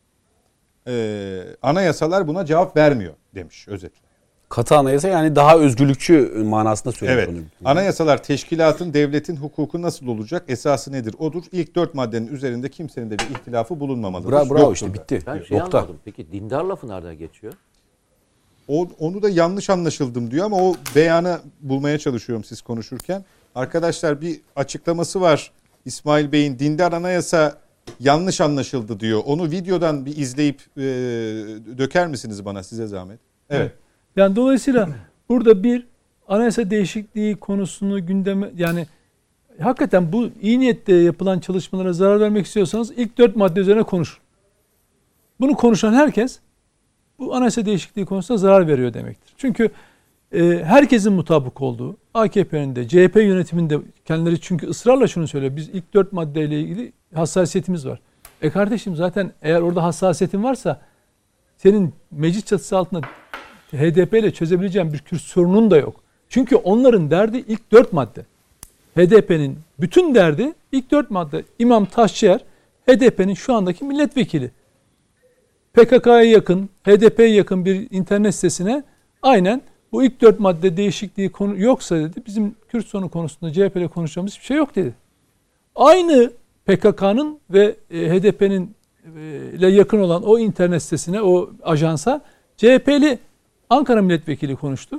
E, anayasalar buna cevap vermiyor demiş özetle.
Katı anayasa yani daha özgürlükçü manasında söylüyor.
Evet. Anayasalar teşkilatın, devletin hukuku nasıl olacak? Esası nedir? Odur. İlk dört maddenin üzerinde kimsenin de bir ihtilafı bulunmamalıdır.
Bravo, bravo
Yoktur
işte
da.
bitti.
Ben şey
Nokta.
anlamadım. Peki dindar lafı nereden geçiyor?
O, onu da yanlış anlaşıldım diyor ama o beyanı bulmaya çalışıyorum siz konuşurken. Arkadaşlar bir açıklaması var İsmail Bey'in, dindar anayasa yanlış anlaşıldı diyor. Onu videodan bir izleyip e, döker misiniz bana, size zahmet? Evet.
Yani dolayısıyla burada bir anayasa değişikliği konusunu gündeme, yani hakikaten bu iyi niyetle yapılan çalışmalara zarar vermek istiyorsanız ilk dört madde üzerine konuşun. Bunu konuşan herkes bu anayasa değişikliği konusunda zarar veriyor demektir. Çünkü e, herkesin mutabık olduğu, A K P'nin de C H P yönetiminde kendileri çünkü ısrarla şunu söylüyor. Biz ilk dört maddeyle ilgili hassasiyetimiz var. E kardeşim zaten eğer orada hassasiyetin varsa senin meclis çatısı altında H D P ile çözebileceğin bir Kürt sorunun da yok. Çünkü onların derdi ilk dört madde. H D P'nin bütün derdi ilk dört madde. İmam Taşçıyer H D P'nin şu andaki milletvekili. P K K'ya yakın, H D P'ye yakın bir internet sitesine aynen bu ilk dört madde değişikliği konu yoksa dedi, bizim Kürt sorunu konusunda C H P ile konuşacağımız hiçbir şey yok dedi. Aynı P K K'nın ve H D P'nin ile yakın olan o internet sitesine, o ajansa C H P'li Ankara milletvekili konuştu.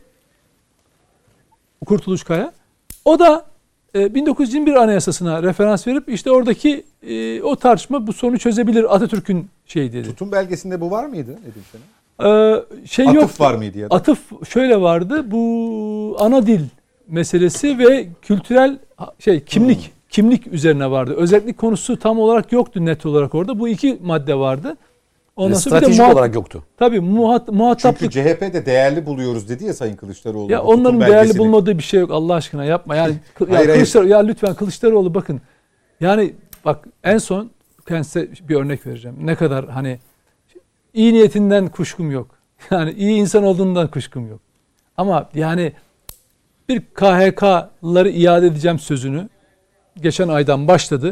Kurtuluş Kaya. O da bin dokuz yüz yirmi bir Anayasası'na referans verip işte oradaki e, o tartışma bu sorunu çözebilir Atatürk'ün şeyi dedi.
Tutum belgesinde bu var mıydı Nedim Şener?
Ee, şey
Atıf
yoktu.
var mıydı ya da?
Atıf şöyle vardı. Bu ana dil meselesi ve kültürel şey kimlik hmm. kimlik üzerine vardı. Özellik konusu tam olarak yoktu net olarak orada. Bu iki madde vardı.
Ondan sonra stratejik muhat- olarak yoktu.
Tabii muhat- muhataplık.
Çünkü C H P'de değerli buluyoruz dedi ya Sayın Kılıçdaroğlu.
Ya onların değerli bulmadığı bir şey yok Allah aşkına yapma. Yani ya, hayır, Kılıçdaroğlu, ya lütfen Kılıçdaroğlu bakın. Yani bak en son ben size bir örnek vereceğim. Ne kadar hani iyi niyetinden kuşkum yok. Yani iyi insan olduğundan kuşkum yok. Ama yani bir K H K'ları iade edeceğim sözünü geçen aydan başladı.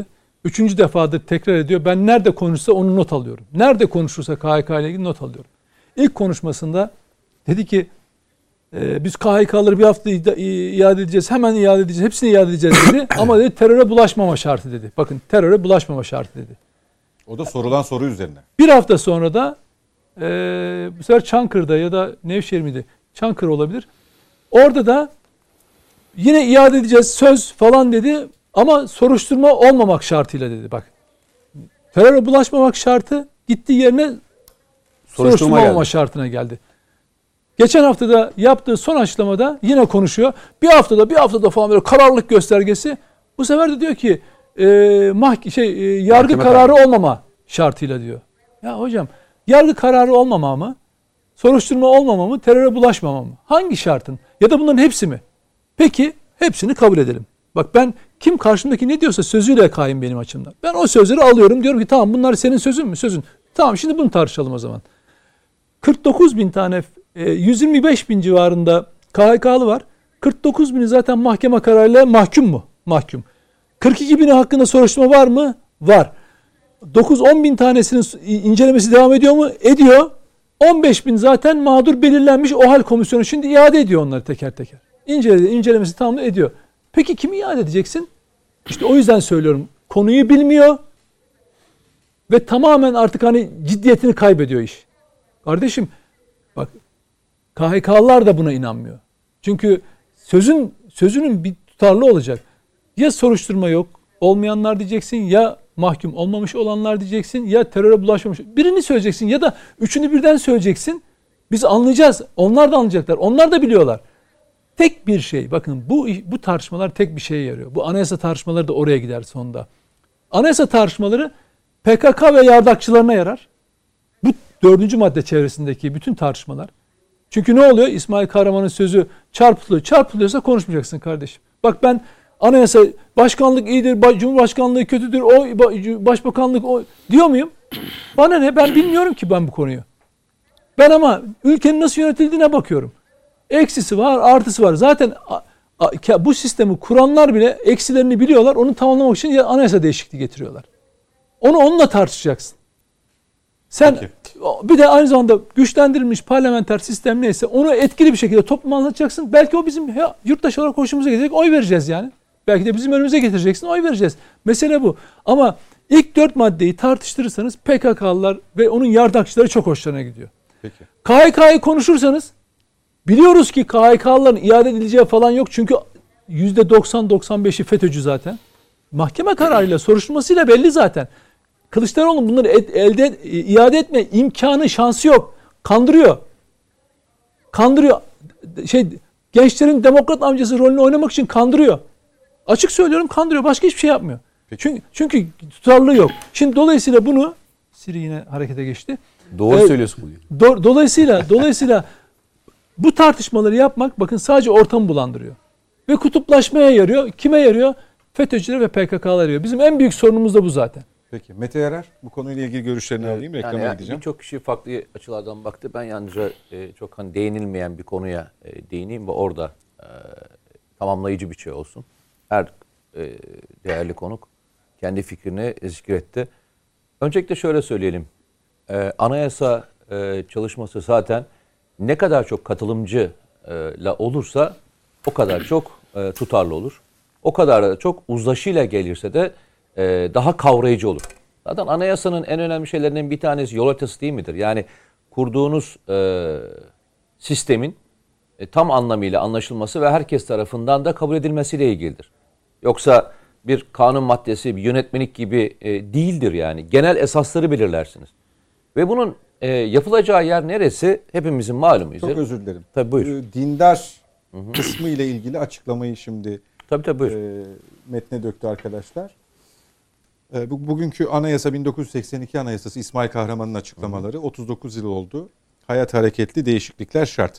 Üçüncü defadır tekrar ediyor. Ben nerede konuşsa onu not alıyorum. Nerede konuşursa K H K ile ilgili not alıyorum. İlk konuşmasında dedi ki e, biz K H K'ları bir hafta iade edeceğiz. Hemen iade edeceğiz. Hepsini iade edeceğiz dedi. Ama dedi teröre bulaşmama şartı dedi. Bakın teröre bulaşmama şartı dedi.
O da sorulan soru üzerine.
Bir hafta sonra da e, bu sefer Çankırı'da ya da Nevşehir miydi? Çankırı olabilir. Orada da yine iade edeceğiz söz falan dedi. Ama soruşturma olmamak şartıyla dedi. Bak teröre bulaşmamak şartı gittiği yerine soruşturma olmama şartına geldi. Geçen haftada yaptığı son açıklamada yine konuşuyor. Bir haftada bir haftada falan böyle kararlılık göstergesi. Bu sefer de diyor ki e, mah şey e, yargı Mahkeme kararı kararı olmama şartıyla diyor. Ya hocam yargı kararı olmama mı? Soruşturma olmama mı? Teröre bulaşmama mı? Hangi şartın? Ya da bunların hepsi mi? Peki hepsini kabul edelim. Bak ben kim karşımdaki ne diyorsa sözüyle kaim benim açımdan. Ben o sözleri alıyorum. Diyorum ki tamam bunlar senin sözün mü? Sözün. Tamam şimdi bunu tartışalım o zaman. kırk dokuz bin tane yüz yirmi beş bin civarında K H K'lı var. kırk dokuz bini zaten mahkeme kararıyla mahkum mu? Mahkum. kırk iki bini hakkında soruşturma var mı? Var. dokuz on bin tanesinin incelemesi devam ediyor mu? Ediyor. on beş bin zaten mağdur belirlenmiş O H A L komisyonu şimdi iade ediyor onları teker teker. İncele, incelemesi tamam ediyor. Peki kimi iade edeceksin? İşte o yüzden söylüyorum. Konuyu bilmiyor ve tamamen artık hani ciddiyetini kaybediyor iş. Kardeşim bak K H K'lılar da buna inanmıyor. Çünkü sözün sözünün bir tutarlı olacak. Ya soruşturma yok, olmayanlar diyeceksin, ya mahkum olmamış olanlar diyeceksin, ya teröre bulaşmamış. Birini söyleyeceksin ya da üçünü birden söyleyeceksin. Biz anlayacağız. Onlar da anlayacaklar. Onlar da biliyorlar. Tek bir şey, bakın bu bu tartışmalar tek bir şeye yarıyor. Bu anayasa tartışmaları da oraya gider sonunda. Anayasa tartışmaları P K K ve yardakçılarına yarar. Bu dördüncü madde çevresindeki bütün tartışmalar. Çünkü ne oluyor? İsmail Kahraman'ın sözü çarpıtılıyor. Çarpıtılıyorsa konuşmayacaksın kardeşim. Bak ben anayasa, başkanlık iyidir, cumhurbaşkanlığı kötüdür, o başbakanlık o diyor muyum? Bana ne? Ben bilmiyorum ki ben bu konuyu. Ben ama ülkenin nasıl yönetildiğine bakıyorum. Eksisi var, artısı var. Zaten bu sistemi kuranlar bile eksilerini biliyorlar. Onu tamamlamak için anayasa değişikliği getiriyorlar. Onu onunla tartışacaksın. Sen Peki. Bir de aynı zamanda güçlendirilmiş parlamenter sistem neyse onu etkili bir şekilde topluma anlatacaksın. Belki o bizim ya, yurttaş olarak hoşumuza gidecek, oy vereceğiz yani. Belki de bizim önümüze getireceksin, oy vereceğiz. Mesele bu. Ama ilk dört maddeyi tartıştırırsanız P K K'lılar ve onun yardakçıları çok hoşlarına gidiyor. Peki. K H K'yı konuşursanız biliyoruz ki K H K'lıların iade edileceği falan yok. Çünkü yüzde doksan doksan beşi FETÖ'cü zaten. Mahkeme kararıyla, soruşturmasıyla belli zaten. Kılıçdaroğlu bunları et, elde et, iade etme imkanı, şansı yok. Kandırıyor. Kandırıyor. Şey, gençlerin demokrat amcası rolünü oynamak için kandırıyor. Açık söylüyorum, kandırıyor. Başka hiçbir şey yapmıyor. Peki. Çünkü çünkü tutarlılığı yok. Şimdi dolayısıyla bunu Siri yine harekete geçti.
Doğru ee, söylüyorsun bugün.
Do, dolayısıyla dolayısıyla bu tartışmaları yapmak bakın sadece ortamı bulandırıyor. Ve kutuplaşmaya yarıyor. Kime yarıyor? FETÖ'cülere ve P K K'lara yarıyor. Bizim en büyük sorunumuz da bu zaten.
Peki Mete Yarar bu konuyla ilgili görüşlerini evet, alayım. Reklama
yani
gideceğim.
Birçok kişi farklı açılardan baktı. Ben yalnızca e, çok hani değinilmeyen bir konuya e, değineyim ve orada e, tamamlayıcı bir şey olsun. Her e, değerli konuk kendi fikrini zikretti. Öncelikle şöyle söyleyelim. E, anayasa e, çalışması zaten ne kadar çok katılımcıyla olursa o kadar çok e, tutarlı olur. O kadar da çok uzlaşıyla gelirse de e, daha kavrayıcı olur. Zaten anayasanın en önemli şeylerinden bir tanesi yol haritası değil midir? Yani kurduğunuz e, sistemin e, tam anlamıyla anlaşılması ve herkes tarafından da kabul edilmesiyle ilgilidir. Yoksa bir kanun maddesi, bir yönetmelik gibi e, değildir yani. Genel esasları belirlersiniz. Ve bunun e, yapılacağı yer neresi? Hepimizin malumuydu.
Çok özür dilerim.
Tabii buyur.
Ee, dindar Hı-hı. kısmı ile ilgili açıklamayı şimdi
tabii, tabii, buyur.
E, metne döktü arkadaşlar. E, bu, bugünkü anayasa bin dokuz yüz seksen iki anayasası İsmail Kahraman'ın açıklamaları. Hı-hı. otuz dokuz yıl oldu. Hayat hareketli, değişiklikler şart.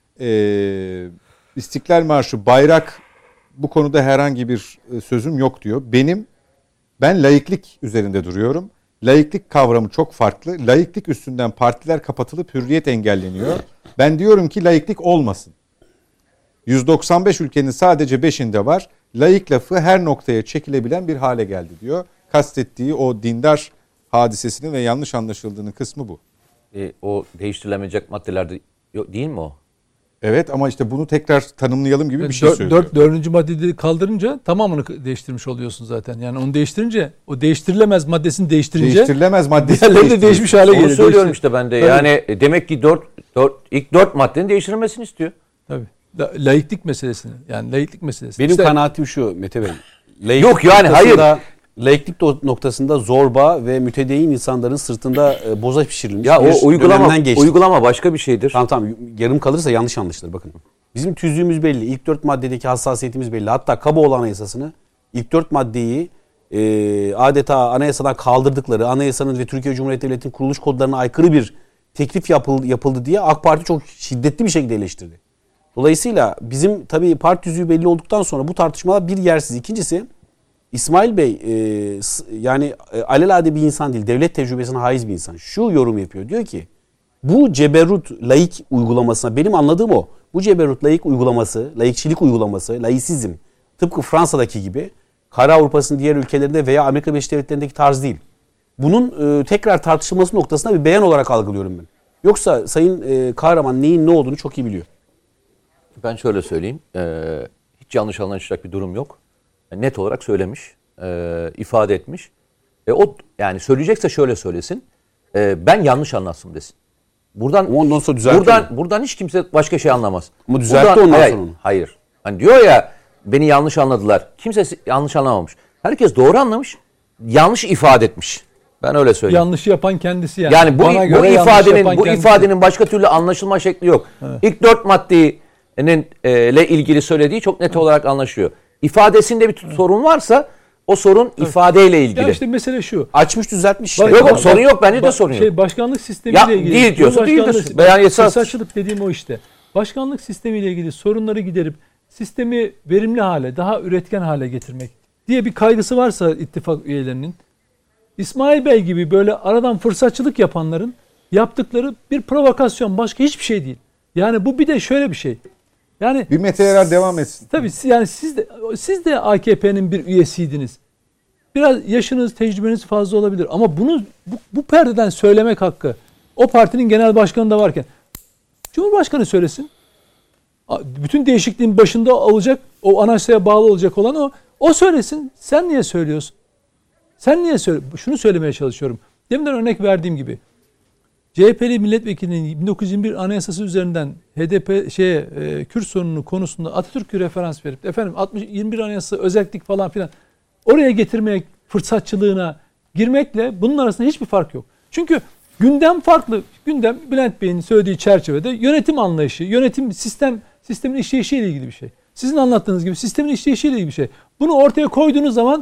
E, İstiklal Marşı, bayrak, bu konuda herhangi bir sözüm yok diyor. Benim, ben laiklik üzerinde duruyorum. Laiklik kavramı çok farklı. Laiklik üstünden partiler kapatılıp hürriyet engelleniyor. Ben diyorum ki laiklik olmasın. yüz doksan beş ülkenin sadece beşinde var. Laik lafı her noktaya çekilebilen bir hale geldi diyor. kastettiği o dindar hadisesinin ve yanlış anlaşıldığının kısmı bu.
E, o değiştirilemeyecek maddelerde yok, değil mi o?
Evet ama işte bunu tekrar tanımlayalım gibi bir şey
Dört,
söylüyor.
dört, dördüncü maddeyi kaldırınca tamamını değiştirmiş oluyorsun zaten. Yani onu değiştirince, o değiştirilemez maddesini değiştirince
Değiştirilemez maddesi
diğerleri de değişmiş hale
Onu
geliyor.
söylüyorum
Değiştir-
işte ben de.
Tabii.
Yani e, demek ki dört, dört, ilk dört maddenin değiştirilmesini istiyor.
Tabii. La- laiklik meselesini. Yani laiklik meselesi.
Benim
İşte-
kanaatim şu Mete Bey. Laiklik
Yok yani,
noktasında-
hayır.
Laiklik do- noktasında zorba ve mütedeyyin insanların sırtında e, boza pişirilmiş
Ya
bir
o uygulama
dönemden geçtik.
uygulama başka bir şeydir.
Tamam tamam yarım kalırsa yanlış anlaşılır bakın. Bizim tüzüğümüz belli. İlk dört maddedeki hassasiyetimiz belli. Hatta Kaboğlu Anayasası'nı ilk dört maddeyi e, adeta anayasadan kaldırdıkları, anayasanın ve Türkiye Cumhuriyeti Devleti'nin kuruluş kodlarına aykırı bir teklif yapıldı, yapıldı diye AK Parti çok şiddetli bir şekilde eleştirdi. Dolayısıyla bizim tabii parti tüzüğü belli olduktan sonra bu tartışmalar bir yersiz. İkincisi İsmail Bey e, s- yani e, alelade bir insan değil. Devlet tecrübesine haiz bir insan. Şu yorum yapıyor. Diyor ki bu ceberrut laik uygulamasına benim anladığım o. Bu ceberrut laik uygulaması, laikçilik uygulaması, laisizm tıpkı Fransa'daki gibi Kara Avrupa'sının diğer ülkelerinde veya Amerika Birleşik Devletleri'ndeki tarz değil. Bunun e, tekrar tartışılması noktasında bir beyan olarak algılıyorum ben. Yoksa Sayın e, Kahraman neyin ne olduğunu çok iyi biliyor.
Ben şöyle söyleyeyim. E, hiç yanlış anlaşılacak bir durum yok. Net olarak söylemiş, e, ifade etmiş. E, o yani söyleyecekse şöyle söylesin. E, ben yanlış anlatsın desin. Buradan
Ondan sonra düzeltiyor.
buradan buradan hiç kimse başka şey anlamaz.
Ama düzeltti
Buradan-
ondan
hayır,
sonra onu.
Hayır. Hani diyor ya beni yanlış anladılar. Kimse yanlış anlamamış. Herkes doğru anlamış. Yanlış ifade etmiş. Ben öyle söyleyeyim.
yanlışı yapan kendisi yani.
Yani bu,
Bana
bu
göre yanlış
ifadenin
yapan
bu
kendisi.
ifadenin başka türlü anlaşılma şekli yok. İlk dört maddenin e, ile ilgili söylediği çok net olarak anlaşılıyor. İfadesinde bir sorun varsa o sorun ifadeyle ilgili.
Ya işte mesele şu.
Açmış düzeltmiş.
Bak-
işte.
Yok yok
bak-
sorun yok, bence de
Bak-
sorun yok.
Şey, başkanlık sistemiyle
Ya,
ilgili.
değil diyorsa
Cumhurbaşkanlığı-
değildir. Beyaniyesi az.
Fırsatçılık dediğim o işte. Başkanlık sistemiyle ilgili sorunları giderip sistemi verimli hale, daha üretken hale getirmek diye bir kaygısı varsa ittifak üyelerinin, İsmail Bey gibi böyle aradan fırsatçılık yapanların yaptıkları bir provokasyon, başka hiçbir şey değil. Yani bu bir de şöyle bir şey. Yani
Bir Mete Erer devam etsin.
tabii yani siz de siz de A K P'nin bir üyesiydiniz. Biraz yaşınız, tecrübeniz fazla olabilir ama bunu bu, bu perdeden söylemek hakkı o partinin genel başkanı da varken Cumhurbaşkanı söylesin. A- Bütün değişikliğin başında olacak, o anayasaya bağlı olacak olan o. O söylesin. Sen niye söylüyorsun? Sen niye söyle? Şunu söylemeye çalışıyorum. Deminden örnek verdiğim gibi C H P'li milletvekilinin bin dokuz yüz yirmi bir anayasası üzerinden H D P şeye e, Kürt sorunu konusunda Atatürk'ü referans verip efendim altmış yirmi bir anayasası özellik falan filan oraya getirmeye fırsatçılığına girmekle bunun arasında hiçbir fark yok. Çünkü gündem farklı. Gündem Bülent Bey'in söylediği çerçevede yönetim anlayışı, yönetim sistem sistemin işleyişiyle ilgili bir şey. Sizin anlattığınız gibi sistemin işleyişiyle ilgili bir şey. Bunu ortaya koyduğunuz zaman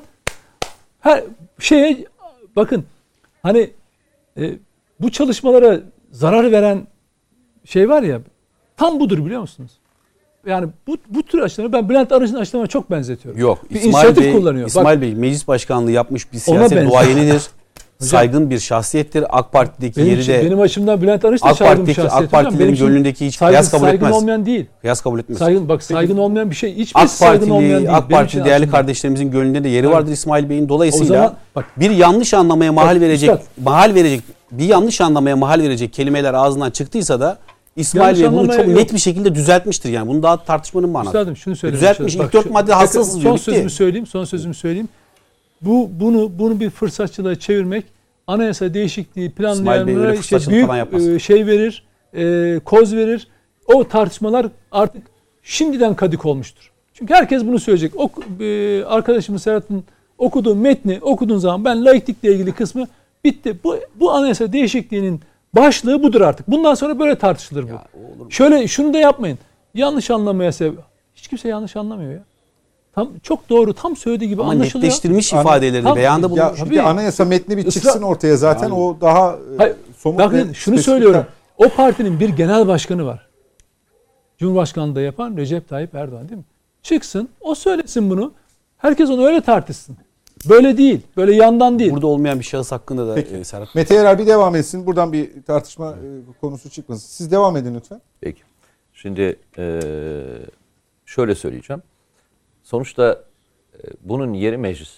her şeye bakın hani e, bu çalışmalara zarar veren şey var ya tam budur biliyor musunuz? Yani bu bu tür açıklamaları ben Bülent Arınç'ın açıklamalarına çok benzetiyorum.
Yok.
Bir
İsmail
inisiyatif
Bey,
kullanıyor.
İsmail
Bak,
Bey meclis başkanlığı yapmış bir
Ona
siyaset
benziyor.
duayenidir. Saygın bir şahsiyettir. AK Parti'deki
benim,
yeri
için-
de
benim açımdan Bülent Arınç da
AK
saygın bir
Parti'deki
şahsiyet.
AK Partilerin
Benim için
gönlündeki hiç
saygın,
kıyas kabul
saygın
etmez.
olmayan değil.
Kıyas kabul etmez.
Saygın bak saygın olmayan bir şey. Hiçbir
AK
saygın olmayan
Partili,
değil.
AK
Benim
Parti
için
değerli
aslında.
kardeşlerimizin gönlünde de yeri
Evet.
vardır İsmail Bey'in. Dolayısıyla
O zaman bak-
bir yanlış anlamaya mahal
Bak,
verecek,
üstad.
mahal verecek, bir yanlış anlamaya mahal verecek kelimeler ağzından çıktıysa da İsmail
Yanlış
Bey bunu
anlamaya
çok
yok.
net bir şekilde düzeltmiştir yani. Bunu daha tartışmanın manası.
Üstadım şunu söyleyeyim.
Düzeltmiş.
Bak
İlk dört
şu-
madde
bakın,
hassasız diyor.
Son
Bitti.
sözümü söyleyeyim. Son sözümü söyleyeyim. Bu bunu bunu bir fırsatçılığa çevirmek, anayasa değişikliği
İsmail Bey
planlayanlara
öyle
işte
fırsatçılık
büyük
falan yapmaz.
e, şey verir, e, koz verir. O tartışmalar artık şimdiden kadık olmuştur. Çünkü herkes bunu söyleyecek. O e, arkadaşımız Serhat'ın okuduğu metni okuduğun zaman ben laiklikle ilgili kısmı bitti. Bu bu anayasa değişikliğinin başlığı budur artık. Bundan sonra böyle tartışılır bu. Şöyle şunu da yapmayın. Yanlış anlamaya sebep. Hiç kimse yanlış anlamıyor ya. Tam çok doğru, tam söylediği gibi
Ama
anlaşılıyor.
netleştirilmiş
An-
ifadelerini
Tam-
beyanda
Ya
bulunmuş.
bir
Tabii.
de anayasa metni bir
Israr-
çıksın ortaya zaten
Yani.
o daha e,
Hayır,
somut
bakın
ve
şunu
spesifik.
söylüyorum. O partinin bir genel başkanı var. Cumhurbaşkanlığı da yapan Recep Tayyip Erdoğan değil mi? Çıksın, o söylesin bunu. Herkes onu öyle tartışsın. Böyle değil, böyle yandan değil.
Burada olmayan bir şahıs hakkında da
Peki.
e, Serhat.
Mete Erer bir devam etsin. Buradan bir tartışma e, konusu çıkmasın. Siz devam edin lütfen.
Peki. Şimdi eee, şöyle söyleyeceğim. Sonuçta e, bunun yeri meclis.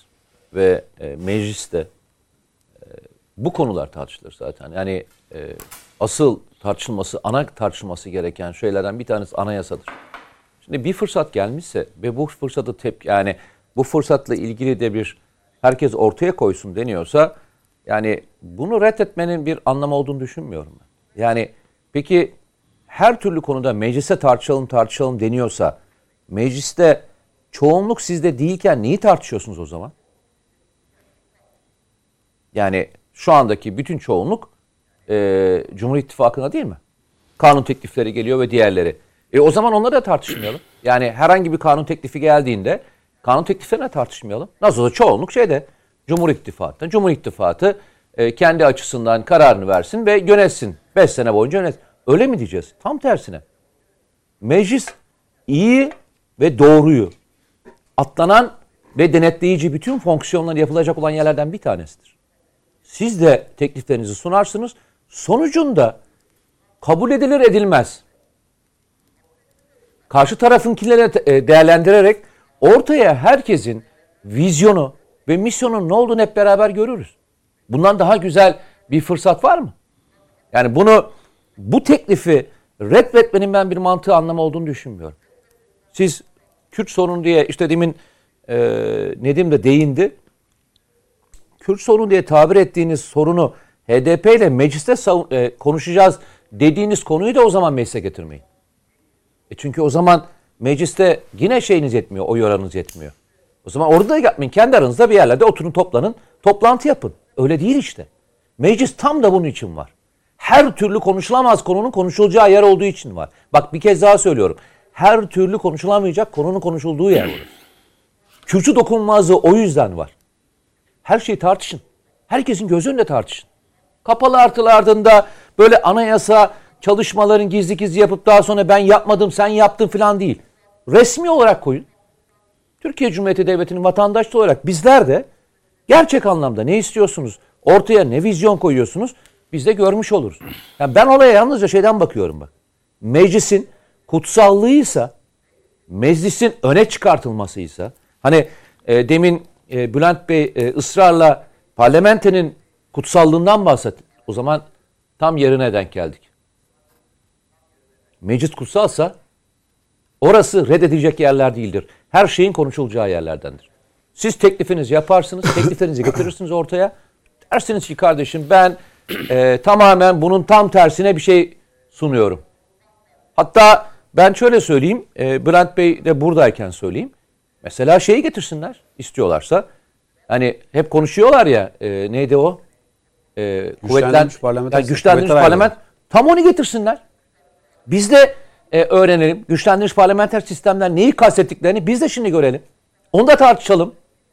ve e, mecliste e, bu konular tartışılır zaten. Yani e, asıl tartışılması, ana tartışılması gereken şeylerden bir tanesi anayasadır. Şimdi bir fırsat gelmişse ve bu fırsatı tepki, yani bu fırsatla ilgili de bir herkes ortaya koysun deniyorsa, yani bunu reddetmenin bir anlamı olduğunu düşünmüyorum ben. Yani peki her türlü konuda meclise tartışalım tartışalım deniyorsa, mecliste çoğunluk sizde değilken neyi tartışıyorsunuz o zaman? Yani şu andaki bütün çoğunluk e, Cumhur İttifakı'na değil mi? Kanun teklifleri geliyor ve diğerleri. E o zaman onları da tartışmayalım. Yani herhangi bir kanun teklifi geldiğinde kanun tekliflerine tartışmayalım. Nasıl olsa çoğunluk şeyde Cumhur İttifakı'nda. Cumhur İttifakı e, kendi açısından kararını versin ve yönetsin. Beş sene boyunca yönetsin. Öyle mi diyeceğiz? Tam tersine. Meclis iyi ve doğruyu atlanan ve denetleyici bütün fonksiyonları yapılacak olan yerlerden bir tanesidir. Siz de tekliflerinizi sunarsınız. Sonucunda kabul edilir edilmez. Karşı tarafınkileri değerlendirerek ortaya herkesin vizyonu ve misyonun ne olduğunu hep beraber görürüz. Bundan daha güzel bir fırsat var mı? Yani bunu, bu teklifi reddetmenin ben bir mantığı anlamı olduğunu düşünmüyorum. Siz Kürt sorunu diye işte demin e, Nedim de değindi. Kürt sorunu diye tabir ettiğiniz sorunu H D P ile mecliste savun, e, konuşacağız dediğiniz konuyu da o zaman meclise getirmeyin. E çünkü o zaman mecliste yine şeyiniz yetmiyor, oy oranınız yetmiyor. O zaman orada da yapmayın. Kendi aranızda bir yerlerde oturun, toplanın, toplantı yapın. Öyle değil işte. Meclis tam da bunun için var. Her türlü konuşulamaz konunun konuşulacağı yer olduğu için var. Bak bir kez daha söylüyorum. Her türlü konuşulamayacak konunun konuşulduğu yer burası. Kürtçü dokunulmazlığı o yüzden var. Her şeyi tartışın. Herkesin göz önünde tartışın. Kapalı artılı ardında böyle anayasa çalışmaların gizli gizli yapıp daha sonra ben yapmadım sen yaptın falan değil. Resmi olarak koyun. Türkiye Cumhuriyeti Devleti'nin vatandaşı olarak bizler de gerçek anlamda ne istiyorsunuz, ortaya ne vizyon koyuyorsunuz biz de görmüş oluruz. Yani ben olaya yalnızca şeyden bakıyorum bak. Meclisin kutsallığıysa, meclisin öne çıkartılmasıysa, hani e, demin e, Bülent Bey e, ısrarla parlamentenin kutsallığından bahsetti. O zaman tam yerine denk geldik. Meclis kutsalsa orası reddedilecek yerler değildir. Her şeyin konuşulacağı yerlerdendir. Siz teklifinizi yaparsınız, tekliflerinizi getirirsiniz ortaya. Dersiniz ki kardeşim ben e, tamamen bunun tam tersine bir şey sunuyorum. Hatta ben şöyle söyleyeyim, e, Bülent Bey de buradayken söyleyeyim. Mesela şeyi getirsinler istiyorlarsa. Hani hep konuşuyorlar ya, e, neydi o? E,
güçlendirilmiş parlamenter
yani güçlendirilmiş parlament. Tam onu getirsinler. Biz de e, öğrenelim. Güçlendirilmiş parlamenter sistemden neyi kastettiklerini biz de şimdi görelim. Onu da tartışalım.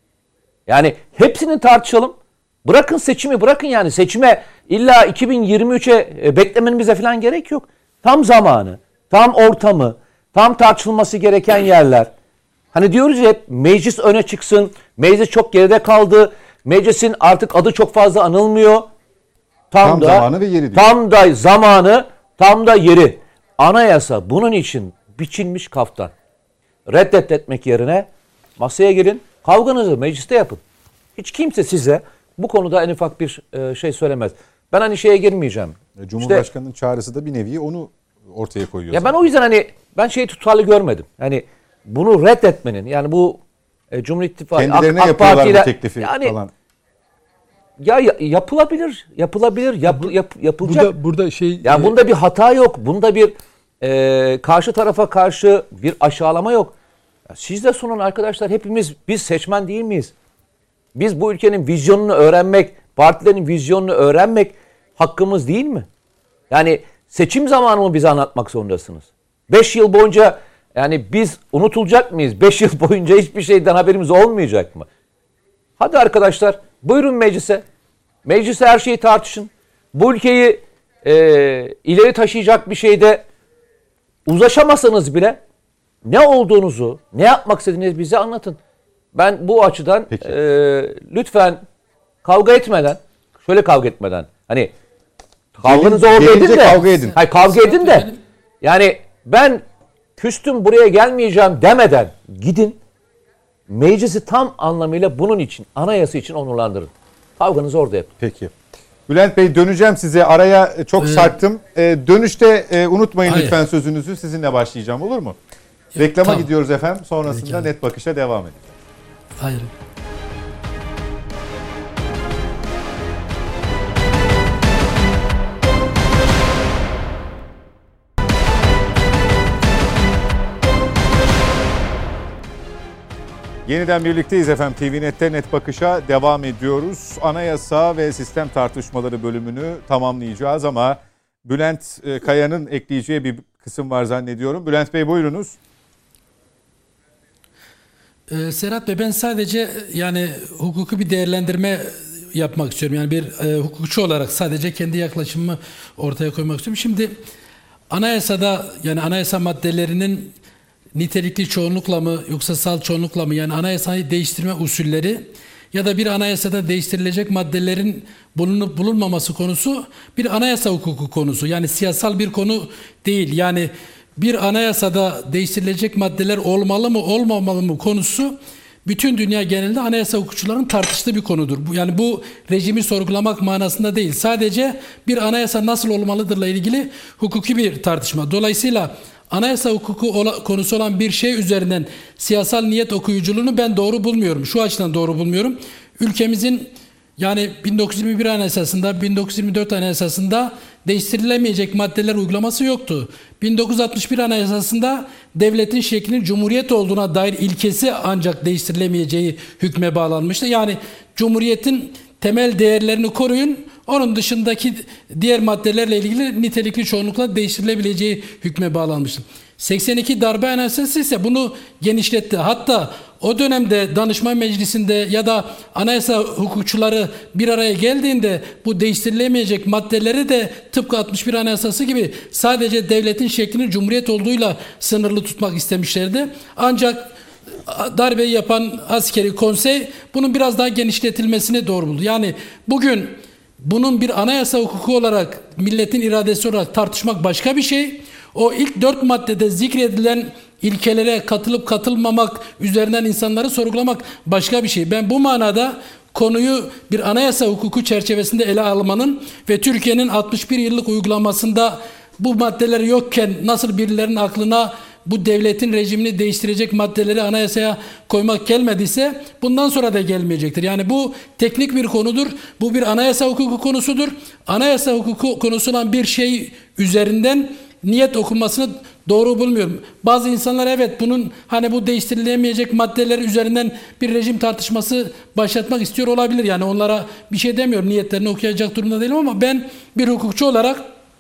Yani hepsini tartışalım. Bırakın seçimi, bırakın yani seçime illa iki bin yirmi üçe e, beklememize falan gerek yok. Tam zamanı, tam ortamı, tam tartışılması gereken yerler. Hani diyoruz ya hep meclis öne çıksın, meclis çok geride kaldı, meclisin artık adı çok fazla anılmıyor. Tam,
Tam
da,
zamanı ve yeri değil.
Tam da zamanı, tam da yeri. Anayasa bunun için biçilmiş kaftan. Reddetmek yerine masaya gelin, kavganızı mecliste yapın. Hiç kimse size bu konuda en ufak bir e, şey söylemez. Ben hani şeye girmeyeceğim.
Cumhurbaşkanının işte, çağrısı da bir nevi onu ortaya koyuyor.
Ya
zaten.
ben o yüzden hani ben şeyi tutarlı görmedim. Yani bunu reddetmenin, yani bu e, Cumhur İttifakı
kendilerine
AK, AK
yapıyorlar
Parti'yle,
bu teklifi
yani,
falan.
Ya, ya yapılabilir, yapılabilir, yap, yap, yapılacak.
Burada, burada şey.
Yani
e,
bunda bir hata yok. Bunda bir e, karşı tarafa karşı bir aşağılama yok. Ya siz de sunun arkadaşlar. Hepimiz biz seçmen değil miyiz? Biz bu ülkenin vizyonunu öğrenmek, partilerin vizyonunu öğrenmek hakkımız değil mi? Yani seçim zamanı mı bize anlatmak zorundasınız? Beş yıl boyunca yani biz unutulacak mıyız? Beş yıl boyunca hiçbir şeyden haberimiz olmayacak mı? Hadi arkadaşlar buyurun meclise. Meclise her şeyi tartışın. Bu ülkeyi e, ileri taşıyacak bir şeyde uzlaşamasanız bile ne olduğunuzu, ne yapmak istediğinizi bize anlatın. Ben bu açıdan e, lütfen kavga etmeden, şöyle kavga etmeden, hani kavganızı orada edin de,
kavga edin.
Hayır, kavga edin de, yani ben küstüm buraya gelmeyeceğim demeden gidin, Meclisi tam anlamıyla bunun için, anayasa için onurlandırın. Kavganızı orada yapın.
Peki. Bülent Bey, döneceğim size. Araya çok
Ee,
sarktım. Ee, dönüşte e, unutmayın
hayır.
lütfen sözünüzü. Sizinle başlayacağım, olur mu? Reklama
tamam.
gidiyoruz efendim. Sonrasında
Peki abi.
Net Bakış'a devam edeceğiz.
Hayır.
Yeniden birlikteyiz efendim. T V Net'te Net Bakış'a devam ediyoruz. Anayasa ve sistem tartışmaları bölümünü tamamlayacağız ama Bülent Kaya'nın ekleyeceği bir kısım var zannediyorum. Bülent Bey, buyurunuz.
Ee, Serhat Bey, ben sadece yani hukuki bir değerlendirme yapmak istiyorum. Yani bir e, hukukçu olarak sadece kendi yaklaşımımı ortaya koymak istiyorum. Şimdi anayasada, yani anayasa maddelerinin nitelikli çoğunlukla mı yoksa salt çoğunlukla mı, yani anayasayı değiştirme usulleri ya da bir anayasada değiştirilecek maddelerin bulunup bulunmaması konusu bir anayasa hukuku konusu. Yani siyasal bir konu değil. Yani bir anayasada değiştirilecek maddeler olmalı mı olmamalı mı konusu bütün dünya genelinde anayasa hukukçuların tartıştığı bir konudur. Yani bu rejimi sorgulamak manasında değil. Sadece bir anayasa nasıl olmalıdırla ilgili hukuki bir tartışma. Dolayısıyla anayasa hukuku konusu olan bir şey üzerinden siyasal niyet okuyuculuğunu ben doğru bulmuyorum. Şu açıdan doğru bulmuyorum. Ülkemizin yani bin dokuz yüz yirmi bir Anayasası'nda, bin dokuz yüz yirmi dört Anayasası'nda değiştirilemeyecek maddeler uygulaması yoktu. bin dokuz yüz altmış bir Anayasası'nda devletin şeklinin cumhuriyet olduğuna dair ilkesi ancak değiştirilemeyeceği hükme bağlanmıştı. Yani cumhuriyetin temel değerlerini koruyun, onun dışındaki diğer maddelerle ilgili nitelikli çoğunlukla değiştirilebileceği hükme bağlanmıştı. seksen iki darbe anayasası ise bunu genişletti. Hatta o dönemde danışman meclisinde ya da anayasa hukukçuları bir araya geldiğinde bu değiştirilemeyecek maddeleri de tıpkı altmış bir Anayasası gibi sadece devletin şeklinin cumhuriyet olduğuyla sınırlı tutmak istemişlerdi. Ancak darbeyi yapan askeri konsey bunun biraz daha genişletilmesini doğru buldu. Yani bugün bunun bir anayasa hukuku olarak, milletin iradesi olarak tartışmak başka bir şey. O ilk dört maddede zikredilen ilkelere katılıp katılmamak üzerinden insanları sorgulamak başka bir şey. Ben bu manada konuyu bir anayasa hukuku çerçevesinde ele almanın ve Türkiye'nin altmış bir yıllık uygulamasında bu maddeler yokken nasıl birilerinin aklına bu devletin rejimini değiştirecek maddeleri anayasaya koymak gelmediyse bundan sonra da gelmeyecektir. Yani bu teknik bir konudur. Bu bir anayasa hukuku konusudur. Anayasa hukuku konusu olan bir şey üzerinden niyet okunmasını doğru bulmuyorum. Bazı insanlar evet bunun hani bu değiştirilemeyecek maddeler üzerinden bir rejim tartışması başlatmak istiyor olabilir. Yani onlara bir şey demiyorum. Niyetlerini okuyacak durumda değilim ama ben bir hukukçu olarak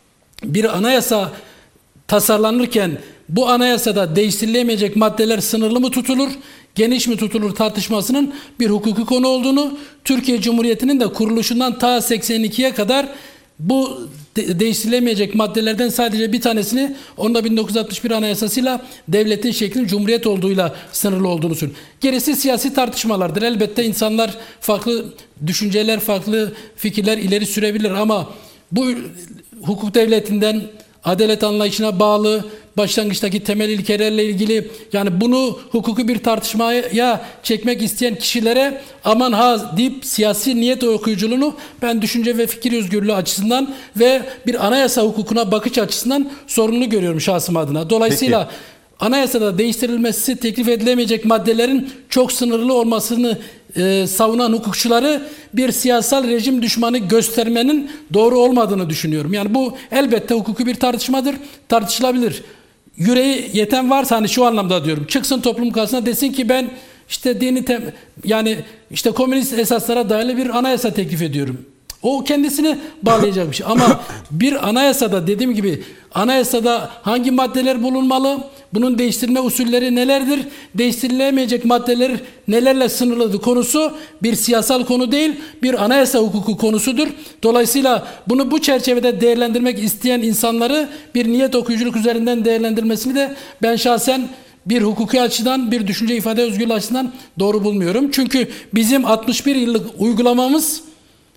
bir anayasa tasarlanırken bu anayasada değiştirilemeyecek maddeler sınırlı mı tutulur, geniş mi tutulur tartışmasının bir hukuki konu olduğunu, Türkiye Cumhuriyeti'nin de kuruluşundan ta seksen ikiye kadar bu de- değiştirilemeyecek maddelerden sadece bir tanesini, onda bin dokuz yüz altmış bir Anayasası'yla devletin şeklinin cumhuriyet olduğuyla sınırlı olduğunu söylüyor. Gerisi siyasi tartışmalardır. Elbette insanlar farklı düşünceler, farklı fikirler ileri sürebilir ama bu hukuk devletinden, adalet anlayışına bağlı, başlangıçtaki temel ilkelerle ilgili, yani bunu hukuki bir tartışmaya çekmek isteyen kişilere aman ha deyip siyasi niyet okuyuculuğunu ben düşünce ve fikir özgürlüğü açısından ve bir anayasa hukukuna bakış açısından sorunlu görüyorum şahsım adına. Dolayısıyla Peki. Anayasada değiştirilmesi teklif edilemeyecek maddelerin çok sınırlı olmasını e, savunan hukukçuları bir siyasal rejim düşmanı göstermenin doğru olmadığını düşünüyorum. Yani bu elbette hukuki bir tartışmadır, tartışılabilir. Yüreği yeten varsa, hani şu anlamda diyorum, çıksın toplum karşısına desin ki ben işte dini tem yani işte komünist esaslara dayalı bir anayasa teklif ediyorum. O kendisini bağlayacak bir şey. Ama bir anayasada, dediğim gibi, anayasada hangi maddeler bulunmalı? Bunun değiştirme usulleri nelerdir? Değiştirilemeyecek maddeler nelerle sınırlıdır konusu bir siyasal konu değil, bir anayasa hukuku konusudur. Dolayısıyla bunu bu çerçevede değerlendirmek isteyen insanları bir niyet okuyuculuk üzerinden değerlendirmesini de ben şahsen bir hukuki açıdan, bir düşünce ifade özgürlüğü açısından doğru bulmuyorum. Çünkü bizim altmış bir yıllık uygulamamız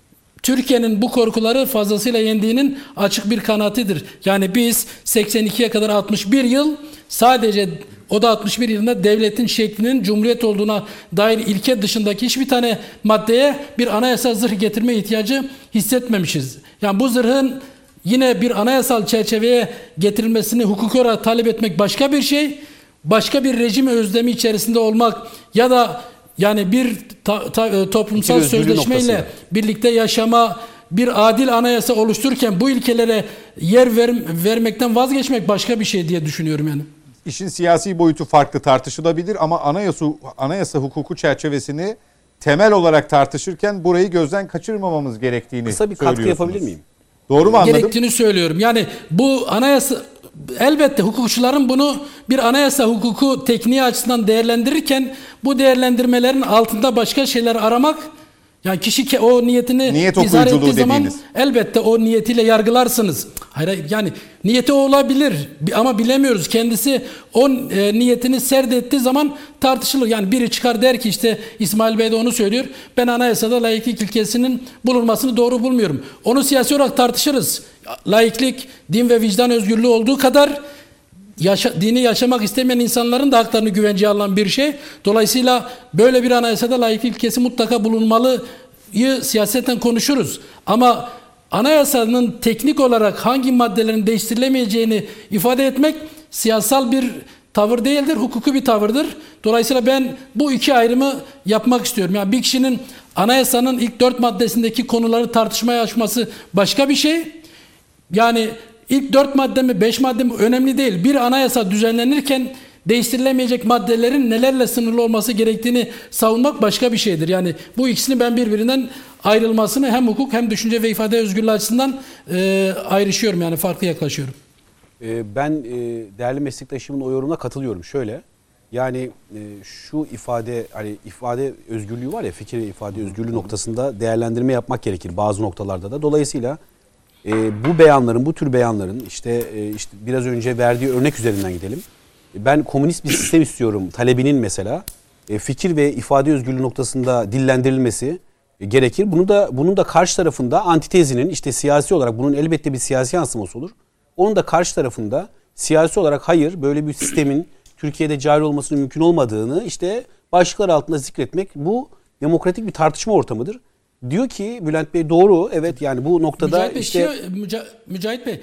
Türkiye'nin bu korkuları fazlasıyla yendiğinin açık bir kanaatidir. Yani biz seksen ikiye kadar altmış bir yıl sadece o da altmış bir yılında devletin şeklinin cumhuriyet olduğuna dair ilke dışındaki hiçbir tane maddeye bir anayasa zırh getirme ihtiyacı hissetmemişiz. Yani bu zırhın yine bir anayasal çerçeveye getirilmesini hukuki olarak talep etmek başka bir şey. Başka bir rejim özlemi içerisinde olmak ya da yani bir ta, ta, toplumsal sözleşmeyle birlikte yaşama, bir adil anayasa oluştururken bu ilkelere yer ver, vermekten vazgeçmek başka bir şey diye düşünüyorum yani.
İşin siyasi boyutu farklı tartışılabilir ama anayasa anayasa hukuku çerçevesini temel olarak tartışırken burayı gözden kaçırmamamız gerektiğini
Kısa bir katkı yapabilir miyim?
Doğru mu anladım?
Gerektiğini söylüyorum. Yani bu anayasa elbette hukukçuların bunu bir anayasa hukuku tekniği açısından değerlendirirken bu değerlendirmelerin altında başka şeyler aramak, yani kişi o niyetini
Niyet
izah ettiği
dediğiniz.
zaman elbette o niyetiyle yargılarsınız. Hayır, yani niyeti olabilir ama bilemiyoruz. Kendisi o e, niyetini serdettiği zaman tartışılır. Yani biri çıkar der ki işte İsmail Bey de onu söylüyor. Ben anayasada laiklik ilkesinin bulunmasını doğru bulmuyorum. Onu siyasi olarak tartışırız. Laiklik, din ve vicdan özgürlüğü olduğu kadar Yaşa, dini yaşamak istemeyen insanların da haklarını güvenceye alınan bir şey. Dolayısıyla böyle bir anayasada laiklik ilkesi mutlaka bulunmalıyı siyasetten konuşuruz. Ama anayasanın teknik olarak hangi maddelerin değiştirilemeyeceğini ifade etmek siyasal bir tavır değildir, hukuki bir tavırdır. Dolayısıyla ben bu iki ayrımı yapmak istiyorum. Yani bir kişinin anayasanın ilk dört maddesindeki konuları tartışmaya açması başka bir şey. Yani İlk dört madde mi beş madde mi önemli değil. Bir anayasa düzenlenirken değiştirilemeyecek maddelerin nelerle sınırlı olması gerektiğini savunmak başka bir şeydir. Yani bu ikisini ben birbirinden ayrılmasını hem hukuk hem düşünce ve ifade özgürlüğü açısından e, ayrışıyorum, yani farklı yaklaşıyorum.
E, ben e, değerli meslektaşımın o yorumuna katılıyorum. Şöyle, yani e, şu ifade, hani ifade özgürlüğü var ya, fikir ve ifade özgürlüğü noktasında değerlendirme yapmak gerekir bazı noktalarda da. Dolayısıyla E, bu beyanların, bu tür beyanların işte, e, işte biraz önce verdiği örnek üzerinden gidelim. E, ben komünist bir sistem istiyorum talebinin mesela e, fikir ve ifade özgürlüğü noktasında dillendirilmesi e, gerekir. Bunu da bunun da karşı tarafında antitezinin işte siyasi olarak bunun elbette bir siyasi yansıması olur. Onun da karşı tarafında siyasi olarak hayır, böyle bir sistemin Türkiye'de cari olmasının mümkün olmadığını işte başlıklar altında zikretmek, bu demokratik bir tartışma ortamıdır. Diyor ki Bülent Bey doğru, evet, yani bu noktada
Mücahit Bey,
işte...
Şey, Müca, Mücahit Bey,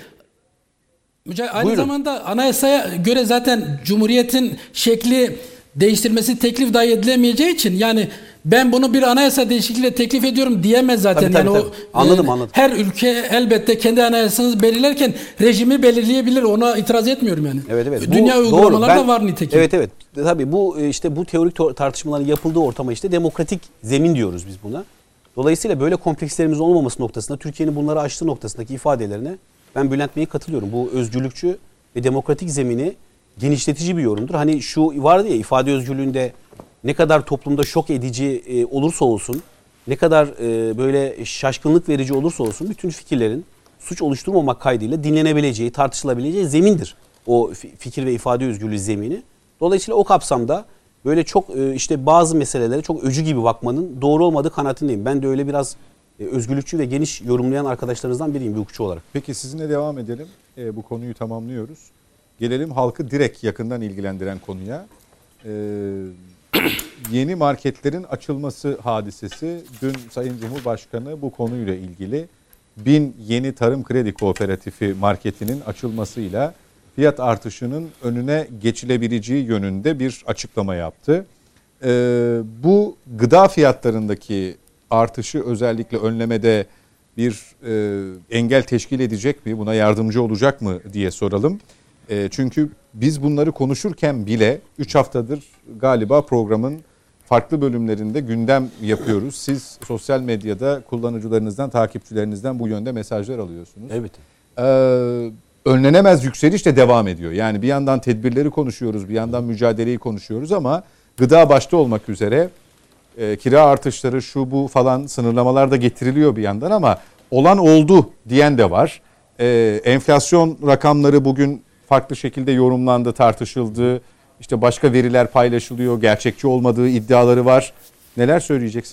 Mücahit, aynı
Buyurun.
zamanda anayasaya göre zaten Cumhuriyet'in şekli değiştirmesi teklif dahi edilemeyeceği için, yani ben bunu bir anayasa değişikliğiyle teklif ediyorum diyemez zaten.
Tabii, tabii,
yani
tabii.
O,
anladım
e,
anladım.
Her ülke elbette kendi anayasasını belirlerken rejimi belirleyebilir. Ona itiraz etmiyorum yani.
Evet evet.
Dünya uygulamaları da var nitekim.
Evet evet. Tabii bu işte bu teorik tartışmaların yapıldığı ortama işte demokratik zemin diyoruz biz buna. Dolayısıyla böyle komplekslerimiz olmaması noktasında, Türkiye'nin bunları aştığı noktasındaki ifadelerine ben Bülent Bey'e katılıyorum. Bu özgürlükçü ve demokratik zemini genişletici bir yorumdur. Hani şu vardı ya, ifade özgürlüğünde ne kadar toplumda şok edici e, olursa olsun, ne kadar e, böyle şaşkınlık verici olursa olsun, bütün fikirlerin suç oluşturmamak kaydıyla dinlenebileceği, tartışılabileceği zemindir o fikir ve ifade özgürlüğü zemini. Dolayısıyla o kapsamda böyle çok işte bazı meselelere çok öcü gibi bakmanın doğru olmadığı kanaatindeyim. Ben de öyle biraz özgürlükçü ve geniş yorumlayan arkadaşlarınızdan biriyim bir hukukçu olarak.
Peki sizinle devam edelim. E, bu konuyu tamamlıyoruz. Gelelim halkı direkt yakından ilgilendiren konuya. E, yeni marketlerin açılması hadisesi. Dün Sayın Cumhurbaşkanı bu konuyla ilgili bin yeni tarım kredi kooperatifi marketinin açılmasıyla fiyat artışının önüne geçilebileceği yönünde bir açıklama yaptı. Ee, bu gıda fiyatlarındaki artışı özellikle önlemede bir e, engel teşkil edecek mi? Buna yardımcı olacak mı diye soralım. E, çünkü biz bunları konuşurken bile üç haftadır galiba programın farklı bölümlerinde gündem yapıyoruz. Siz sosyal medyada kullanıcılarınızdan, takipçilerinizden bu yönde mesajlar alıyorsunuz.
Evet.
Ee, önlenemez yükseliş de devam ediyor. Yani bir yandan tedbirleri konuşuyoruz, bir yandan mücadeleyi konuşuyoruz ama gıda başta olmak üzere e, kira artışları şu bu falan sınırlamalar da getiriliyor bir yandan ama olan oldu diyen de var. E, enflasyon rakamları bugün farklı şekilde yorumlandı, tartışıldı. İşte başka veriler paylaşılıyor, gerçekçi olmadığı iddiaları var. Neler söyleyeceksiniz?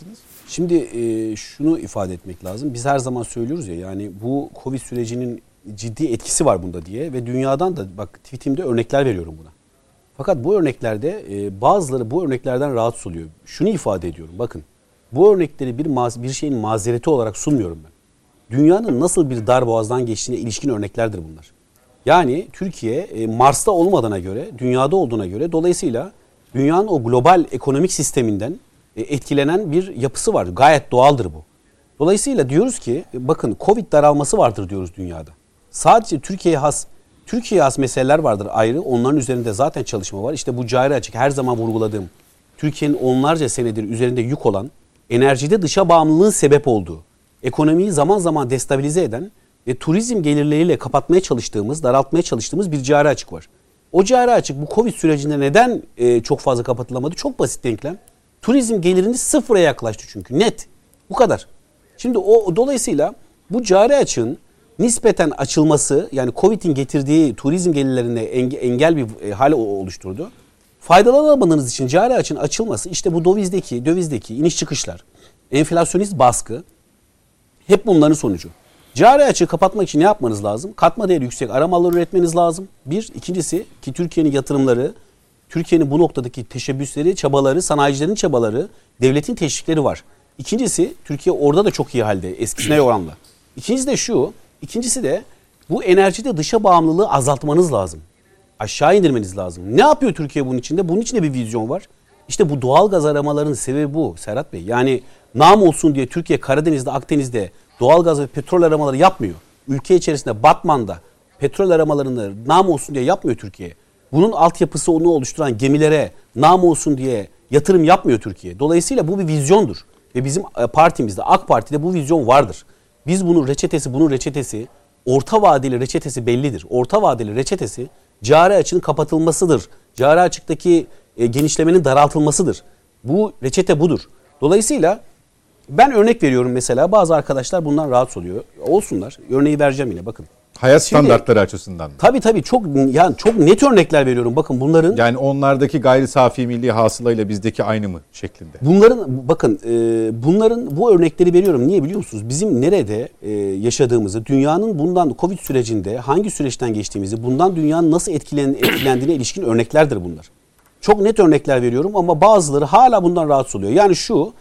Şimdi e, şunu ifade etmek lazım. Biz her zaman söylüyoruz ya, yani bu Covid sürecinin ciddi etkisi var bunda diye ve dünyadan da bak tweetimde örnekler veriyorum buna. Fakat bu örneklerde e, bazıları bu örneklerden rahatsız oluyor. Şunu ifade ediyorum, bakın bu örnekleri bir maz- bir şeyin mazereti olarak sunmuyorum ben. Dünyanın nasıl bir darboğazdan geçtiğine ilişkin örneklerdir bunlar. Yani Türkiye e, Mars'ta olmadığına göre, dünyada olduğuna göre, dolayısıyla dünyanın o global ekonomik sisteminden e, etkilenen bir yapısı var. Gayet doğaldır bu. Dolayısıyla diyoruz ki e, bakın Covid daralması vardır diyoruz dünyada. Sadece Türkiye'ye has Türkiye'ye has meseleler vardır ayrı. Onların üzerinde zaten çalışma var. İşte bu cari açık, her zaman vurguladığım, Türkiye'nin onlarca senedir üzerinde yük olan, enerjide dışa bağımlılığın sebep olduğu, ekonomiyi zaman zaman destabilize eden ve turizm gelirleriyle kapatmaya çalıştığımız, daraltmaya çalıştığımız bir cari açık var. O cari açık bu Covid sürecinde neden e, çok fazla kapatılamadı? Çok basit denklem. Turizm gelirini sıfıra yaklaştı çünkü. Net. Bu kadar. Şimdi o dolayısıyla bu cari açığın nispeten açılması, yani Covid'in getirdiği turizm gelirlerine enge, engel bir e, hal oluşturdu. Faydalanamadığınız için cari açığın açılması, işte bu dövizdeki, dövizdeki iniş çıkışlar, enflasyonist baskı, hep bunların sonucu. Cari açığı kapatmak için ne yapmanız lazım? Katma değeri yüksek aramalar üretmeniz lazım. Bir. İkincisi ki Türkiye'nin yatırımları, Türkiye'nin bu noktadaki teşebbüsleri, çabaları, sanayicilerin çabaları, devletin teşvikleri var. İkincisi Türkiye orada da çok iyi halde eskisine oranla. İkincisi de şu, ikincisi de bu enerjide dışa bağımlılığı azaltmanız lazım. Aşağı indirmeniz lazım. Ne yapıyor Türkiye bunun içinde? Bunun içinde bir vizyon var. İşte bu doğal gaz aramalarının sebebi bu Serhat Bey. Yani nam olsun diye Türkiye Karadeniz'de, Akdeniz'de doğal gaz ve petrol aramaları yapmıyor. Ülke içerisinde Batman'da petrol aramalarını nam olsun diye yapmıyor Türkiye. Bunun altyapısı onu oluşturan gemilere nam olsun diye yatırım yapmıyor Türkiye. Dolayısıyla bu bir vizyondur. Ve bizim partimizde, AK Parti'de bu vizyon vardır. Biz bunun reçetesi, bunun reçetesi, orta vadeli reçetesi bellidir. Orta vadeli reçetesi cari açığın kapatılmasıdır. Cari açıktaki e, genişlemenin daraltılmasıdır. Bu reçete budur. Dolayısıyla ben örnek veriyorum mesela, bazı arkadaşlar bundan rahatsız oluyor. Olsunlar. Örneği vereceğim yine, bakın.
Hayat
Şimdi,
standartları açısından.
Tabii tabii çok yani çok net örnekler veriyorum. Bakın bunların.
Yani onlardaki gayri safi milli hasılayla bizdeki aynı mı şeklinde?
Bunların bakın e, bunların bu örnekleri veriyorum. Niye biliyor musunuz? Bizim nerede e, yaşadığımızı, dünyanın bundan Covid sürecinde hangi süreçten geçtiğimizi, bundan dünyanın nasıl etkilen, etkilendiğine ilişkin örneklerdir bunlar. Çok net örnekler veriyorum ama bazıları hala bundan rahatsız oluyor. Yani şu,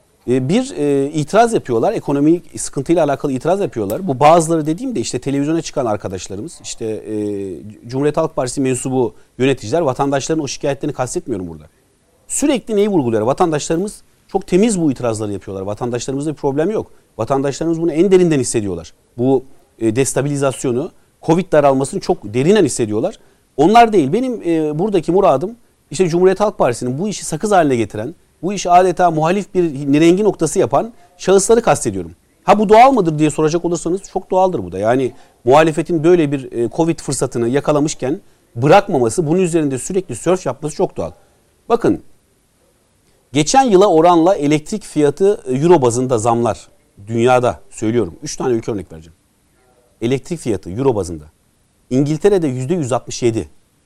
bir e, itiraz yapıyorlar, ekonomik sıkıntıyla alakalı itiraz yapıyorlar. Bu bazıları dediğimde işte televizyona çıkan arkadaşlarımız, işte e, Cumhuriyet Halk Partisi mensubu yöneticiler, vatandaşların o şikayetlerini kastetmiyorum burada. Sürekli neyi vurguluyor? Vatandaşlarımız çok temiz bu itirazları yapıyorlar. Vatandaşlarımızda bir problem yok. Vatandaşlarımız bunu en derinden hissediyorlar. Bu e, destabilizasyonu, Covid daralmasını çok derinden hissediyorlar. Onlar değil. Benim e, buradaki muradım işte Cumhuriyet Halk Partisi'nin bu işi sakız haline getiren, bu işi adeta muhalif bir nirengi noktası yapan şahısları kastediyorum. Ha bu doğal mıdır diye soracak olursanız çok doğaldır bu da. Yani muhalefetin böyle bir e, Covid fırsatını yakalamışken bırakmaması, bunun üzerinde sürekli sörf yapması çok doğal. Bakın, geçen yıla oranla elektrik fiyatı euro bazında zamlar dünyada, söylüyorum. Üç tane ülke örnek vereceğim. Elektrik fiyatı euro bazında. İngiltere'de yüzde yüz altmış yedi.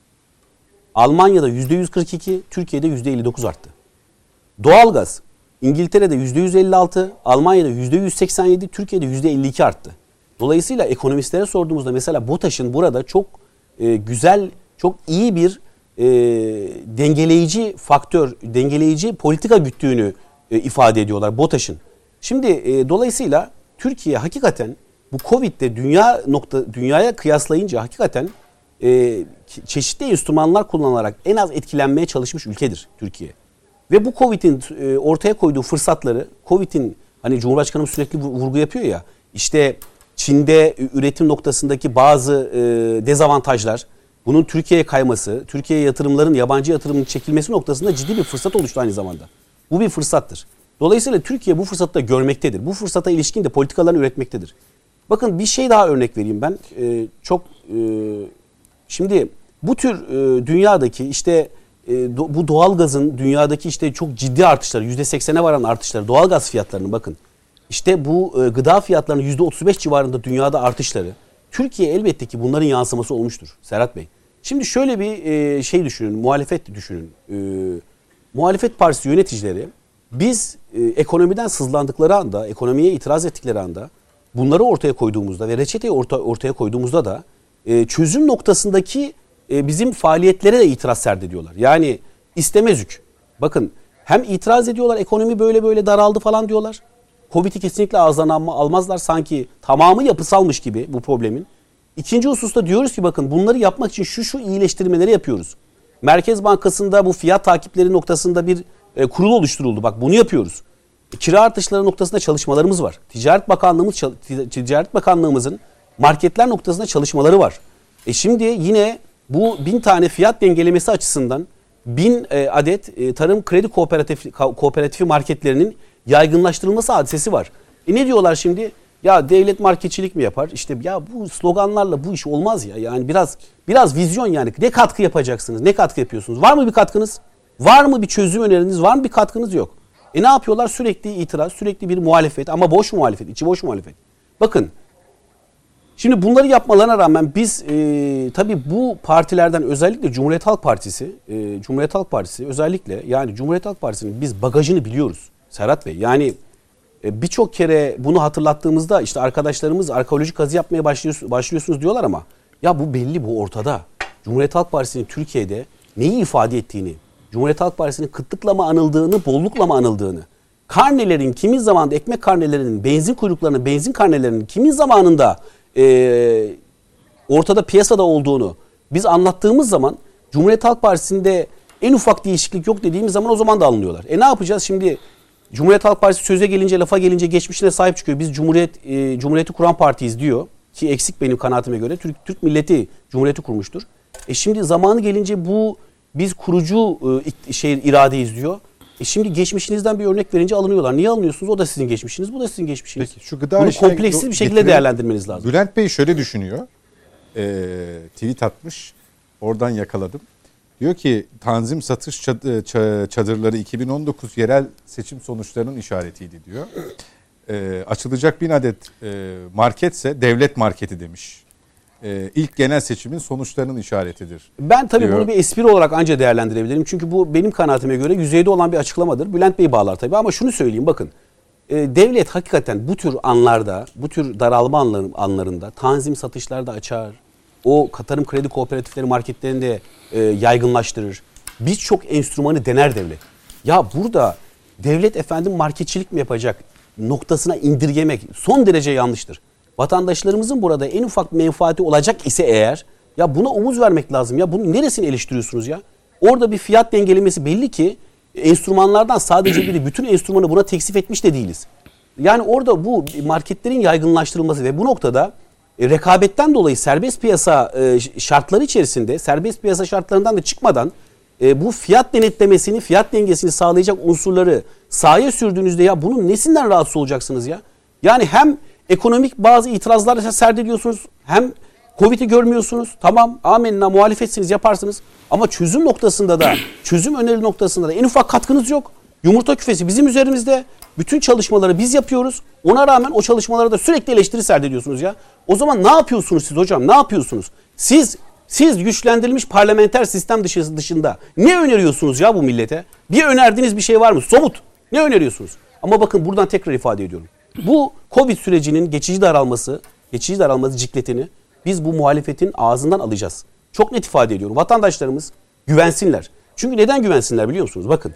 Almanya'da yüzde yüz kırk iki, Türkiye'de yüzde elli dokuz arttı. Doğalgaz İngiltere'de yüzde yüz elli altı, Almanya'da yüzde yüz seksen yedi, Türkiye'de yüzde elli iki arttı. Dolayısıyla ekonomistlere sorduğumuzda mesela BOTAŞ'ın burada çok e, güzel, çok iyi bir e, dengeleyici faktör, dengeleyici politika güttüğünü e, ifade ediyorlar BOTAŞ'ın. Şimdi e, dolayısıyla Türkiye hakikaten bu Covid'de dünya nokta dünyaya kıyaslayınca hakikaten e, çeşitli enstrümanlar kullanılarak en az etkilenmeye çalışmış ülkedir Türkiye. Ve bu Covid'in e, ortaya koyduğu fırsatları, Covid'in hani Cumhurbaşkanımız sürekli vurgu yapıyor ya, işte Çin'de üretim noktasındaki bazı e, dezavantajlar, bunun Türkiye'ye kayması, Türkiye'ye yatırımların, yabancı yatırımın çekilmesi noktasında ciddi bir fırsat oluştu aynı zamanda. Bu bir fırsattır. Dolayısıyla Türkiye bu fırsatı da görmektedir. Bu fırsata ilişkin de politikalarını üretmektedir. Bakın bir şey daha örnek vereyim ben. E, çok e, şimdi bu tür e, dünyadaki işte e, do, bu doğalgazın dünyadaki işte çok ciddi artışları, yüzde seksene varan artışları, doğalgaz fiyatlarını bakın. İşte bu e, gıda fiyatlarının yüzde otuz beş civarında dünyada artışları, Türkiye elbette ki bunların yansıması olmuştur Serhat Bey. Şimdi şöyle bir e, şey düşünün, muhalefet düşünün. E, muhalefet partisi yöneticileri biz e, ekonomiden sızlandıkları anda, ekonomiye itiraz ettikleri anda bunları ortaya koyduğumuzda ve reçeteyi orta, ortaya koyduğumuzda da e, çözüm noktasındaki e, bizim faaliyetlere de itiraz serdediyorlar. Yani istemezük. Bakın hem itiraz ediyorlar, ekonomi böyle böyle daraldı falan diyorlar. Covid'i kesinlikle ağızlarına almazlar, sanki tamamı yapısalmış gibi bu problemin. İkinci hususta diyoruz ki bakın bunları yapmak için şu şu iyileştirmeleri yapıyoruz. Merkez Bankası'nda bu fiyat takipleri noktasında bir e, kurul oluşturuldu. Bak bunu yapıyoruz. E, kira artışları noktasında çalışmalarımız var. Ticaret Bakanlığımız Ticaret Bakanlığımızın marketler noktasında çalışmaları var. E şimdi yine bu bin tane fiyat dengelemesi açısından bin e, adet e, tarım kredi kooperatif, kooperatifi marketlerinin yaygınlaştırılması hadisesi var. E ne diyorlar şimdi? Ya devlet marketçilik mi yapar? İşte ya bu sloganlarla bu iş olmaz ya. Yani biraz biraz vizyon yani. Ne katkı yapacaksınız? Ne katkı yapıyorsunuz? Var mı bir katkınız? Var mı bir çözüm öneriniz? Var mı bir katkınız? Yok. E ne yapıyorlar? Sürekli itiraz, sürekli bir muhalefet ama boş muhalefet, içi boş muhalefet. Bakın şimdi bunları yapmalarına rağmen biz e, tabii bu partilerden özellikle Cumhuriyet Halk Partisi, e, Cumhuriyet Halk Partisi özellikle yani Cumhuriyet Halk Partisi'nin biz bagajını biliyoruz Serhat Bey. Yani e, birçok kere bunu hatırlattığımızda işte arkadaşlarımız arkeolojik kazı yapmaya başlıyorsunuz, başlıyorsunuz diyorlar ama ya bu belli, bu ortada. Cumhuriyet Halk Partisi'nin Türkiye'de neyi ifade ettiğini, Cumhuriyet Halk Partisi'nin kıtlıkla mı anıldığını, bollukla mı anıldığını, karnelerin kimin zamanında ekmek karnelerinin, benzin kuyruklarının, benzin karnelerinin kimin zamanında e, ortada piyasada olduğunu biz anlattığımız zaman Cumhuriyet Halk Partisi'nde en ufak değişiklik yok dediğimiz zaman o zaman da alınıyorlar. E ne yapacağız şimdi? Cumhuriyet Halk Partisi söze gelince, lafa gelince geçmişine sahip çıkıyor. Biz Cumhuriyet e, Cumhuriyeti kuran partiyiz diyor ki eksik benim kanaatime göre. Türk, Türk milleti Cumhuriyeti kurmuştur. E şimdi zamanı gelince bu biz kurucu e, şey iradeyiz diyor. E şimdi geçmişinizden bir örnek verince alınıyorlar. Niye alınıyorsunuz? O da sizin geçmişiniz, bu da sizin geçmişiniz.
Peki şu gıda
Bunu
işine
kompleksli bir şekilde
getirelim.
değerlendirmeniz lazım.
Bülent Bey şöyle düşünüyor. Ee, tweet atmış. Oradan yakaladım. Diyor ki Tanzim satış çadırları iki bin on dokuz yerel seçim sonuçlarının işaretiydi diyor. Ee, açılacak bin adet e, marketse devlet marketi demiş. Ee, ilk genel seçimin sonuçlarının işaretidir.
Ben tabii
diyor.
bunu bir espri olarak anca değerlendirebilirim. Çünkü bu benim kanaatime göre yüzeyde olan bir açıklamadır. Bülent Bey bağlar tabii ama şunu söyleyeyim bakın. E, devlet hakikaten bu tür anlarda, bu tür daralma anları, anlarında tanzim satışlar da açar. O tarım kredi kooperatifleri marketlerinde e, yaygınlaştırır. Birçok enstrümanı dener devlet. Ya burada devlet efendim marketçilik mi yapacak noktasına indirgemek son derece yanlıştır. Vatandaşlarımızın burada en ufak menfaati olacak ise eğer ya buna omuz vermek lazım. Ya bunun neresini eleştiriyorsunuz ya? Orada bir fiyat dengelemesi belli ki enstrümanlardan sadece biri bütün enstrümanı buna teksif etmiş de değiliz. Yani orada bu marketlerin yaygınlaştırılması ve bu noktada e, rekabetten dolayı serbest piyasa e, şartları içerisinde serbest piyasa şartlarından da çıkmadan e, bu fiyat denetlemesini, fiyat dengesini sağlayacak unsurları sahaya sürdüğünüzde ya bunun nesinden rahatsız olacaksınız ya? Yani hem ekonomik bazı itirazlar serdediyorsunuz hem Covid'i görmüyorsunuz. Tamam amenna muhalefetsiniz yaparsınız ama çözüm noktasında da çözüm öneri noktasında da en ufak katkınız yok. Yumurta küfesi bizim üzerimizde. Bütün çalışmaları biz yapıyoruz. Ona rağmen o çalışmalara da sürekli eleştiri serdediyorsunuz ya. O zaman ne yapıyorsunuz siz hocam? Ne yapıyorsunuz? Siz siz güçlendirilmiş parlamenter sistem dışında ne öneriyorsunuz ya bu millete? Bir önerdiğiniz bir şey var mı? Somut. Ne öneriyorsunuz? Ama bakın buradan tekrar ifade ediyorum. Bu Covid sürecinin geçici daralması, geçici daralması cikletini biz bu muhalefetin ağzından alacağız. Çok net ifade ediyorum. Vatandaşlarımız güvensinler. Çünkü neden güvensinler biliyor musunuz? Bakın.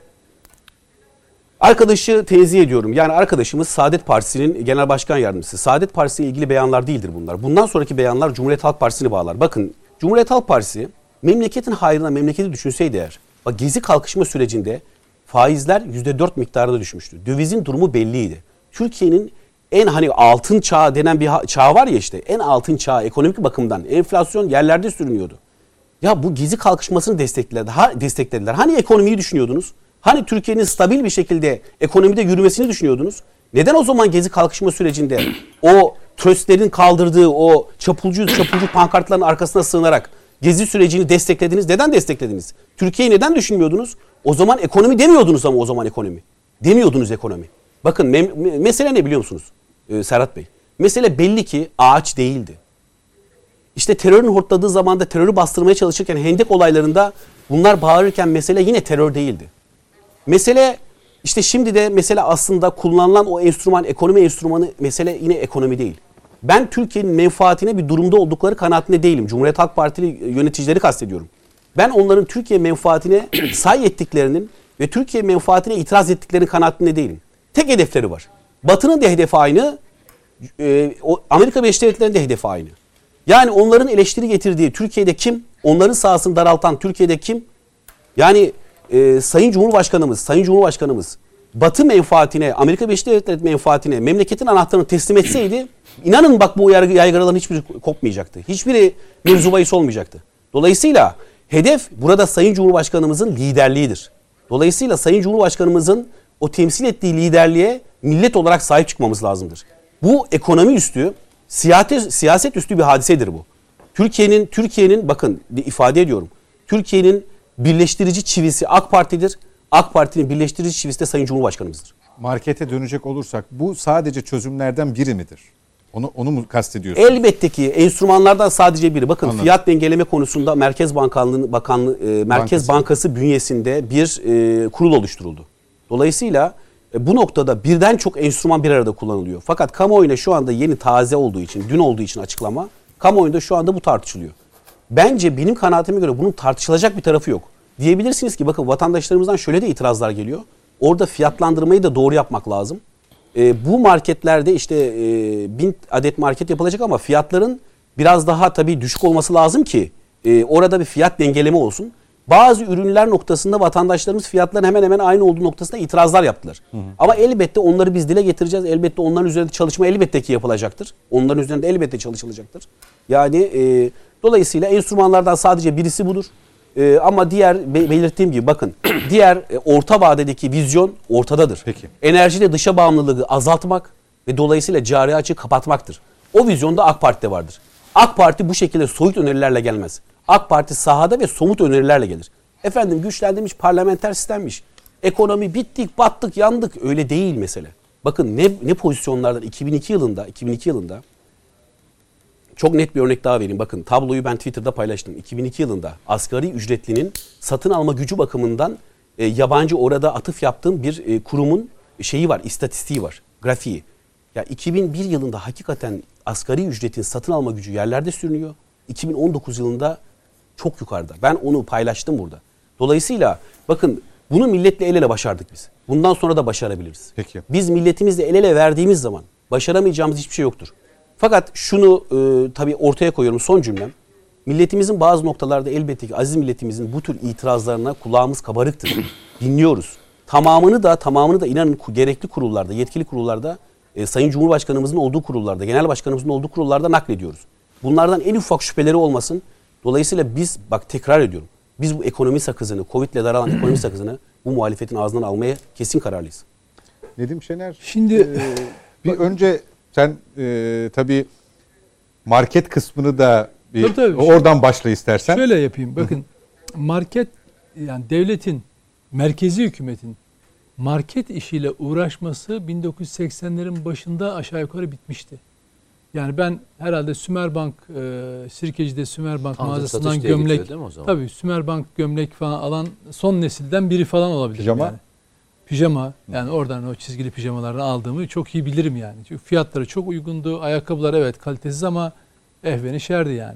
Arkadaşı tenzih ediyorum. Yani arkadaşımız Saadet Partisi'nin genel başkan yardımcısı. Saadet Partisi ile ilgili beyanlar değildir bunlar. Bundan sonraki beyanlar Cumhuriyet Halk Partisi'ni bağlar. Bakın Cumhuriyet Halk Partisi memleketin hayrına memleketi düşünseydi eğer. Bak Gezi kalkışma sürecinde faizler yüzde dört miktarında düşmüştü. Dövizin durumu belliydi. Türkiye'nin en hani altın çağı denen bir çağ var ya işte. En altın çağı ekonomik bakımdan enflasyon yerlerde sürünüyordu. Ya bu Gezi kalkışmasını desteklediler. Ha, desteklediler. Hani ekonomiyi düşünüyordunuz? Hani Türkiye'nin stabil bir şekilde ekonomide yürümesini düşünüyordunuz? Neden o zaman Gezi kalkışma sürecinde o tröstlerin kaldırdığı o çapulcu çapulcu pankartların arkasına sığınarak Gezi sürecini desteklediniz? Neden desteklediniz? Türkiye'yi neden düşünmüyordunuz? O zaman ekonomi demiyordunuz ama o zaman ekonomi. Demiyordunuz ekonomi. Bakın mem- mesele ne biliyor musunuz ee, Serhat Bey? Mesele belli ki ağaç değildi. İşte terörün hortladığı zamanda terörü bastırmaya çalışırken Hendek olaylarında bunlar bağırırken mesele yine terör değildi. Mesele İşte şimdi de mesela aslında kullanılan o enstrüman, ekonomi enstrümanı, mesele yine ekonomi değil. Ben Türkiye'nin menfaatine bir durumda oldukları kanaatinde değilim. Cumhuriyet Halk Partili yöneticileri kastediyorum. Ben onların Türkiye menfaatine say ettiklerinin ve Türkiye menfaatine itiraz ettiklerinin kanaatinde değilim. Tek hedefleri var. Batı'nın da hedefi aynı, e, o Amerika Birleşik Devletleri'nin de hedefi aynı. Yani onların eleştiri getirdiği Türkiye'de kim? Onların sahasını daraltan Türkiye'de kim? Yani e, Sayın Cumhurbaşkanımız, Sayın Cumhurbaşkanımız Batı menfaatine, Amerika Birleşik Devletleri menfaatine memleketin anahtarını teslim etseydi, inanın bak bu yaygaraların hiçbiri kopmayacaktı. Hiçbiri mevzu bahis olmayacaktı. Dolayısıyla hedef burada Sayın Cumhurbaşkanımızın liderliğidir. Dolayısıyla Sayın Cumhurbaşkanımızın o temsil ettiği liderliğe millet olarak sahip çıkmamız lazımdır. Bu ekonomi üstü, siyaset, siyaset üstü bir hadisedir bu. Türkiye'nin Türkiye'nin bakın ifade ediyorum. Türkiye'nin birleştirici çivisi AK Parti'dir. AK Parti'nin birleştirici çivisi de Sayın Cumhurbaşkanımızdır.
Markete dönecek olursak bu sadece çözümlerden biri midir? Onu onu mu kastediyorsun?
Elbette ki enstrümanlardan sadece biri. Bakın
Anladım.
fiyat dengeleme konusunda Merkez Bankanlığı Bakanlığı e, Merkez
Bankası.
Bankası bünyesinde bir e, kurul oluşturuldu. Dolayısıyla e, bu noktada birden çok enstrüman bir arada kullanılıyor. Fakat kamuoyuna şu anda yeni taze olduğu için, dün olduğu için açıklama, kamuoyunda şu anda bu tartışılıyor. Bence benim kanaatime göre bunun tartışılacak bir tarafı yok. Diyebilirsiniz ki bakın vatandaşlarımızdan şöyle de itirazlar geliyor. Orada fiyatlandırmayı da doğru yapmak lazım. E, bu marketlerde işte e, bin adet market yapılacak ama fiyatların biraz daha tabii düşük olması lazım ki e, orada bir fiyat dengeleme olsun. Bazı ürünler noktasında vatandaşlarımız fiyatların hemen hemen aynı olduğu noktasında itirazlar yaptılar. Hı hı. Ama elbette onları biz dile getireceğiz. Elbette onların üzerinde çalışma elbette ki yapılacaktır. Onların üzerinde elbette çalışılacaktır. Yani e, dolayısıyla enstrümanlardan sadece birisi budur. E, ama diğer be, belirttiğim gibi bakın diğer e, orta vadedeki vizyon ortadadır.
Peki.
Enerjide dışa bağımlılığı azaltmak ve dolayısıyla cari açığı kapatmaktır. O vizyonda AK Parti'de vardır. AK Parti bu şekilde soyut önerilerle gelmez. AK Parti sahada ve somut önerilerle gelir. Efendim güçlendirilmiş parlamenter sistemmiş. Ekonomi bittik, battık, yandık. Öyle değil mesele. Bakın ne ne pozisyonlardan iki bin iki yılında iki bin iki yılında çok net bir örnek daha vereyim. Bakın tabloyu ben Twitter'da paylaştım. iki bin iki yılında asgari ücretlinin satın alma gücü bakımından e, yabancı orada atıf yaptığım bir e, kurumun şeyi var, istatistiği var, grafiği. Ya iki bin bir yılında hakikaten asgari ücretin satın alma gücü yerlerde sürünüyor. iki bin on dokuz yılında çok yukarıda. Ben onu paylaştım burada. Dolayısıyla bakın bunu milletle el ele başardık biz. Bundan sonra da başarabiliriz.
Peki.
Biz milletimizle el ele verdiğimiz zaman başaramayacağımız hiçbir şey yoktur. Fakat şunu e, tabii ortaya koyuyorum son cümlem. Milletimizin bazı noktalarda elbette ki aziz milletimizin bu tür itirazlarına kulağımız kabarıktır. Dinliyoruz. Tamamını da tamamını da inanın gerekli kurullarda, yetkili kurullarda, e, Sayın Cumhurbaşkanımızın olduğu kurullarda, Genel Başkanımızın olduğu kurullarda naklediyoruz. Bunlardan en ufak şüpheleri olmasın. Dolayısıyla biz bak tekrar ediyorum. Biz bu ekonomi sakızını, Covid'le daralan ekonomi sakızını bu muhalefetin ağzından almaya kesin kararlıyız.
Nedim Şener,
Şimdi
e, bir önce sen e, tabii market kısmını da bir
Tabii, tabii.
oradan başla istersen.
Şöyle yapayım. Bakın market yani devletin, merkezi hükümetin market işiyle uğraşması bin dokuz yüz seksenlerin başında aşağı yukarı bitmişti. Yani ben herhalde Sümerbank, e, Sirkeci'de Sümerbank
Tanzim
mağazasından
satış diye
gömlek,
geçiyor değil mi o zaman?
tabii Sümerbank gömlek falan alan son nesilden biri falan olabilir.
Pijama?
Yani. Pijama, yani oradan o çizgili pijamalardan aldığımı çok iyi bilirim yani. Çünkü fiyatları çok uygundu, ayakkabılar evet kalitesiz ama ehveni şerdi yani.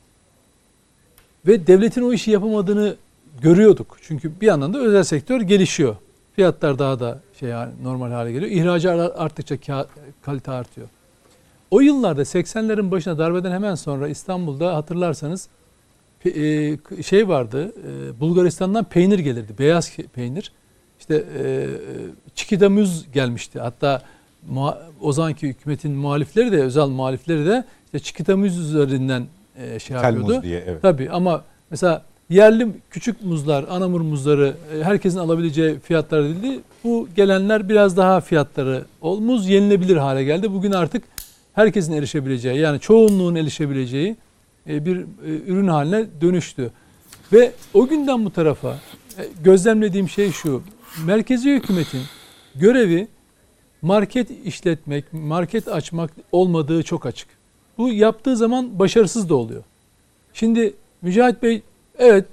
Ve devletin o işi yapamadığını görüyorduk. Çünkü bir yandan da özel sektör gelişiyor. Fiyatlar daha da şey normal hale geliyor. İhracat arttıkça kalite artıyor. O yıllarda seksenlerin başına darbeden hemen sonra İstanbul'da hatırlarsanız şey vardı. Bulgaristan'dan peynir gelirdi. Beyaz peynir. İşte çikita muz gelmişti. Hatta o zamanki hükümetin muhalifleri de özel muhalifleri de işte çikita muz üzerinden şey
Tel
yapıyordu.
muz diye, evet.
Tabii ama mesela yerli küçük muzlar, anamur muzları herkesin alabileceği fiyatlar edildi. Bu gelenler biraz daha fiyatları o muz yenilebilir hale geldi. Bugün artık herkesin erişebileceği yani çoğunluğun erişebileceği bir ürün haline dönüştü. Ve o günden bu tarafa gözlemlediğim şey şu. Merkezi hükümetin görevi market işletmek, market açmak olmadığı çok açık. Bu yaptığı zaman başarısız da oluyor. Şimdi Mücahit Bey evet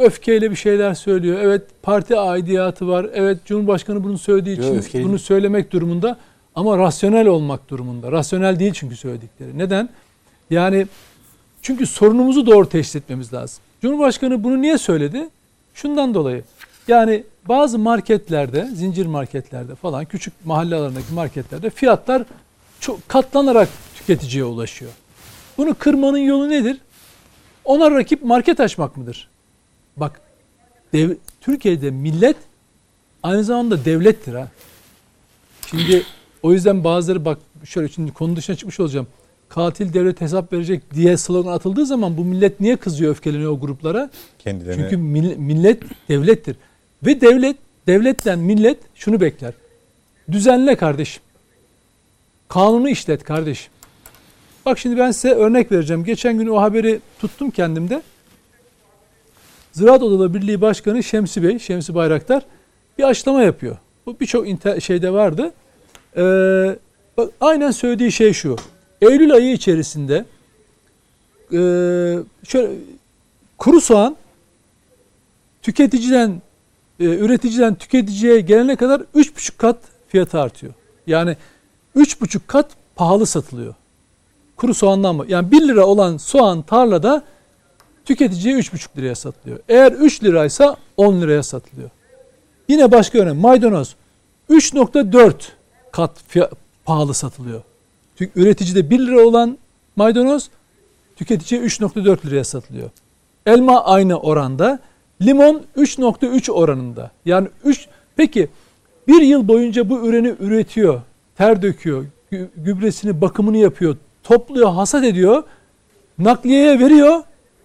öfkeyle bir şeyler söylüyor. Evet parti aidiyatı var. Evet Cumhurbaşkanı bunu söylediği için
öfkeli.
bunu söylemek durumunda. Ama rasyonel olmak durumunda. Rasyonel değil çünkü söyledikleri. Neden? Yani çünkü sorunumuzu doğru teşhis etmemiz lazım. Cumhurbaşkanı bunu niye söyledi? Şundan dolayı. Yani bazı marketlerde, zincir marketlerde falan, küçük mahalle alanındaki marketlerde fiyatlar çok katlanarak tüketiciye ulaşıyor. Bunu kırmanın yolu nedir? Ona rakip market açmak mıdır? Bak, dev, Türkiye'de millet aynı zamanda devlettir ha. Şimdi o yüzden bazıları bak şöyle şimdi konu dışına çıkmış olacağım. Katil devlet hesap verecek diye slogan atıldığı zaman bu millet niye kızıyor, öfkeleniyor o gruplara?
Kendilerine...
Çünkü millet devlettir. Ve devlet, devletten millet şunu bekler. Düzenle kardeşim. Kanunu işlet kardeşim. Bak şimdi ben size örnek vereceğim. Geçen gün o haberi tuttum kendimde. Ziraat Odaları Birliği Başkanı Şemsi Bey, Şemsi Bayraktar bir açıklama yapıyor. Bu birçok şeyde vardı. Ee, bak, aynen söylediği şey şu. Eylül ayı içerisinde e, şöyle kuru soğan tüketiciden e, üreticiden tüketiciye gelene kadar üç buçuk kat fiyatı artıyor. Yani üç buçuk kat pahalı satılıyor. Kuru soğandan mı? Yani bir lira olan soğan tarlada tüketiciye üç buçuk liraya satılıyor. Eğer üç liraysa on liraya satılıyor. Yine başka örnek maydanoz üç nokta dört kat fiyat, pahalı satılıyor. Üreticide bir lira olan maydanoz tüketiciye üç nokta dört liraya satılıyor. Elma aynı oranda. Limon üç nokta üç oranında. Yani üç peki bir yıl boyunca bu ürünü üretiyor, ter döküyor, gübresini, bakımını yapıyor, topluyor, hasat ediyor, nakliyeye veriyor.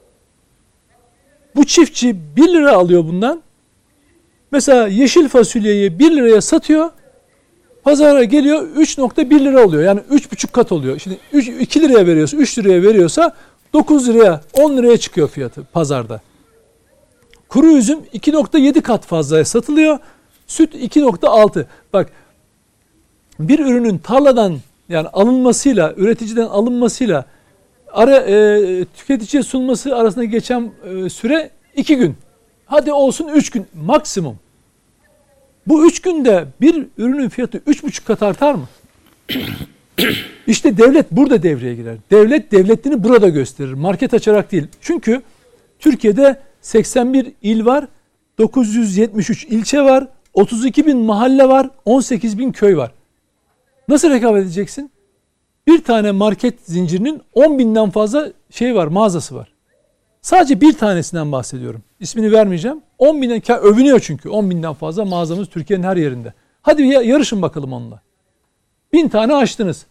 Bu çiftçi bir lira alıyor bundan. Mesela yeşil fasulyeyi bir liraya satıyor. Pazara geliyor üç nokta bir lira oluyor. Yani üç buçuk kat oluyor. Şimdi iki liraya veriyorsa, üç liraya veriyorsa dokuz liraya, on liraya çıkıyor fiyatı pazarda. Kuru üzüm iki nokta yedi kat fazlaya satılıyor. Süt iki nokta altı. Bak bir ürünün tarladan yani alınmasıyla, üreticiden alınmasıyla ara, e, tüketiciye sunması arasında geçen e, süre iki gün. Hadi olsun üç gün maksimum. Bu üç günde bir ürünün fiyatı üç buçuk kat artar mı? İşte devlet burada devreye girer. Devlet devletliğini burada gösterir. Market açarak değil. Çünkü Türkiye'de seksen bir il var, dokuz yüz yetmiş üç ilçe var, otuz iki bin mahalle var, on sekiz bin köy var. Nasıl rekabet edeceksin? Bir tane market zincirinin on binden fazla şey var, mağazası var. Sadece bir tanesinden bahsediyorum. İsmini vermeyeceğim. on binden övünüyor çünkü. on binden fazla mağazamız Türkiye'nin her yerinde. Hadi bir yarışın bakalım onunla. Bin tane açtınız.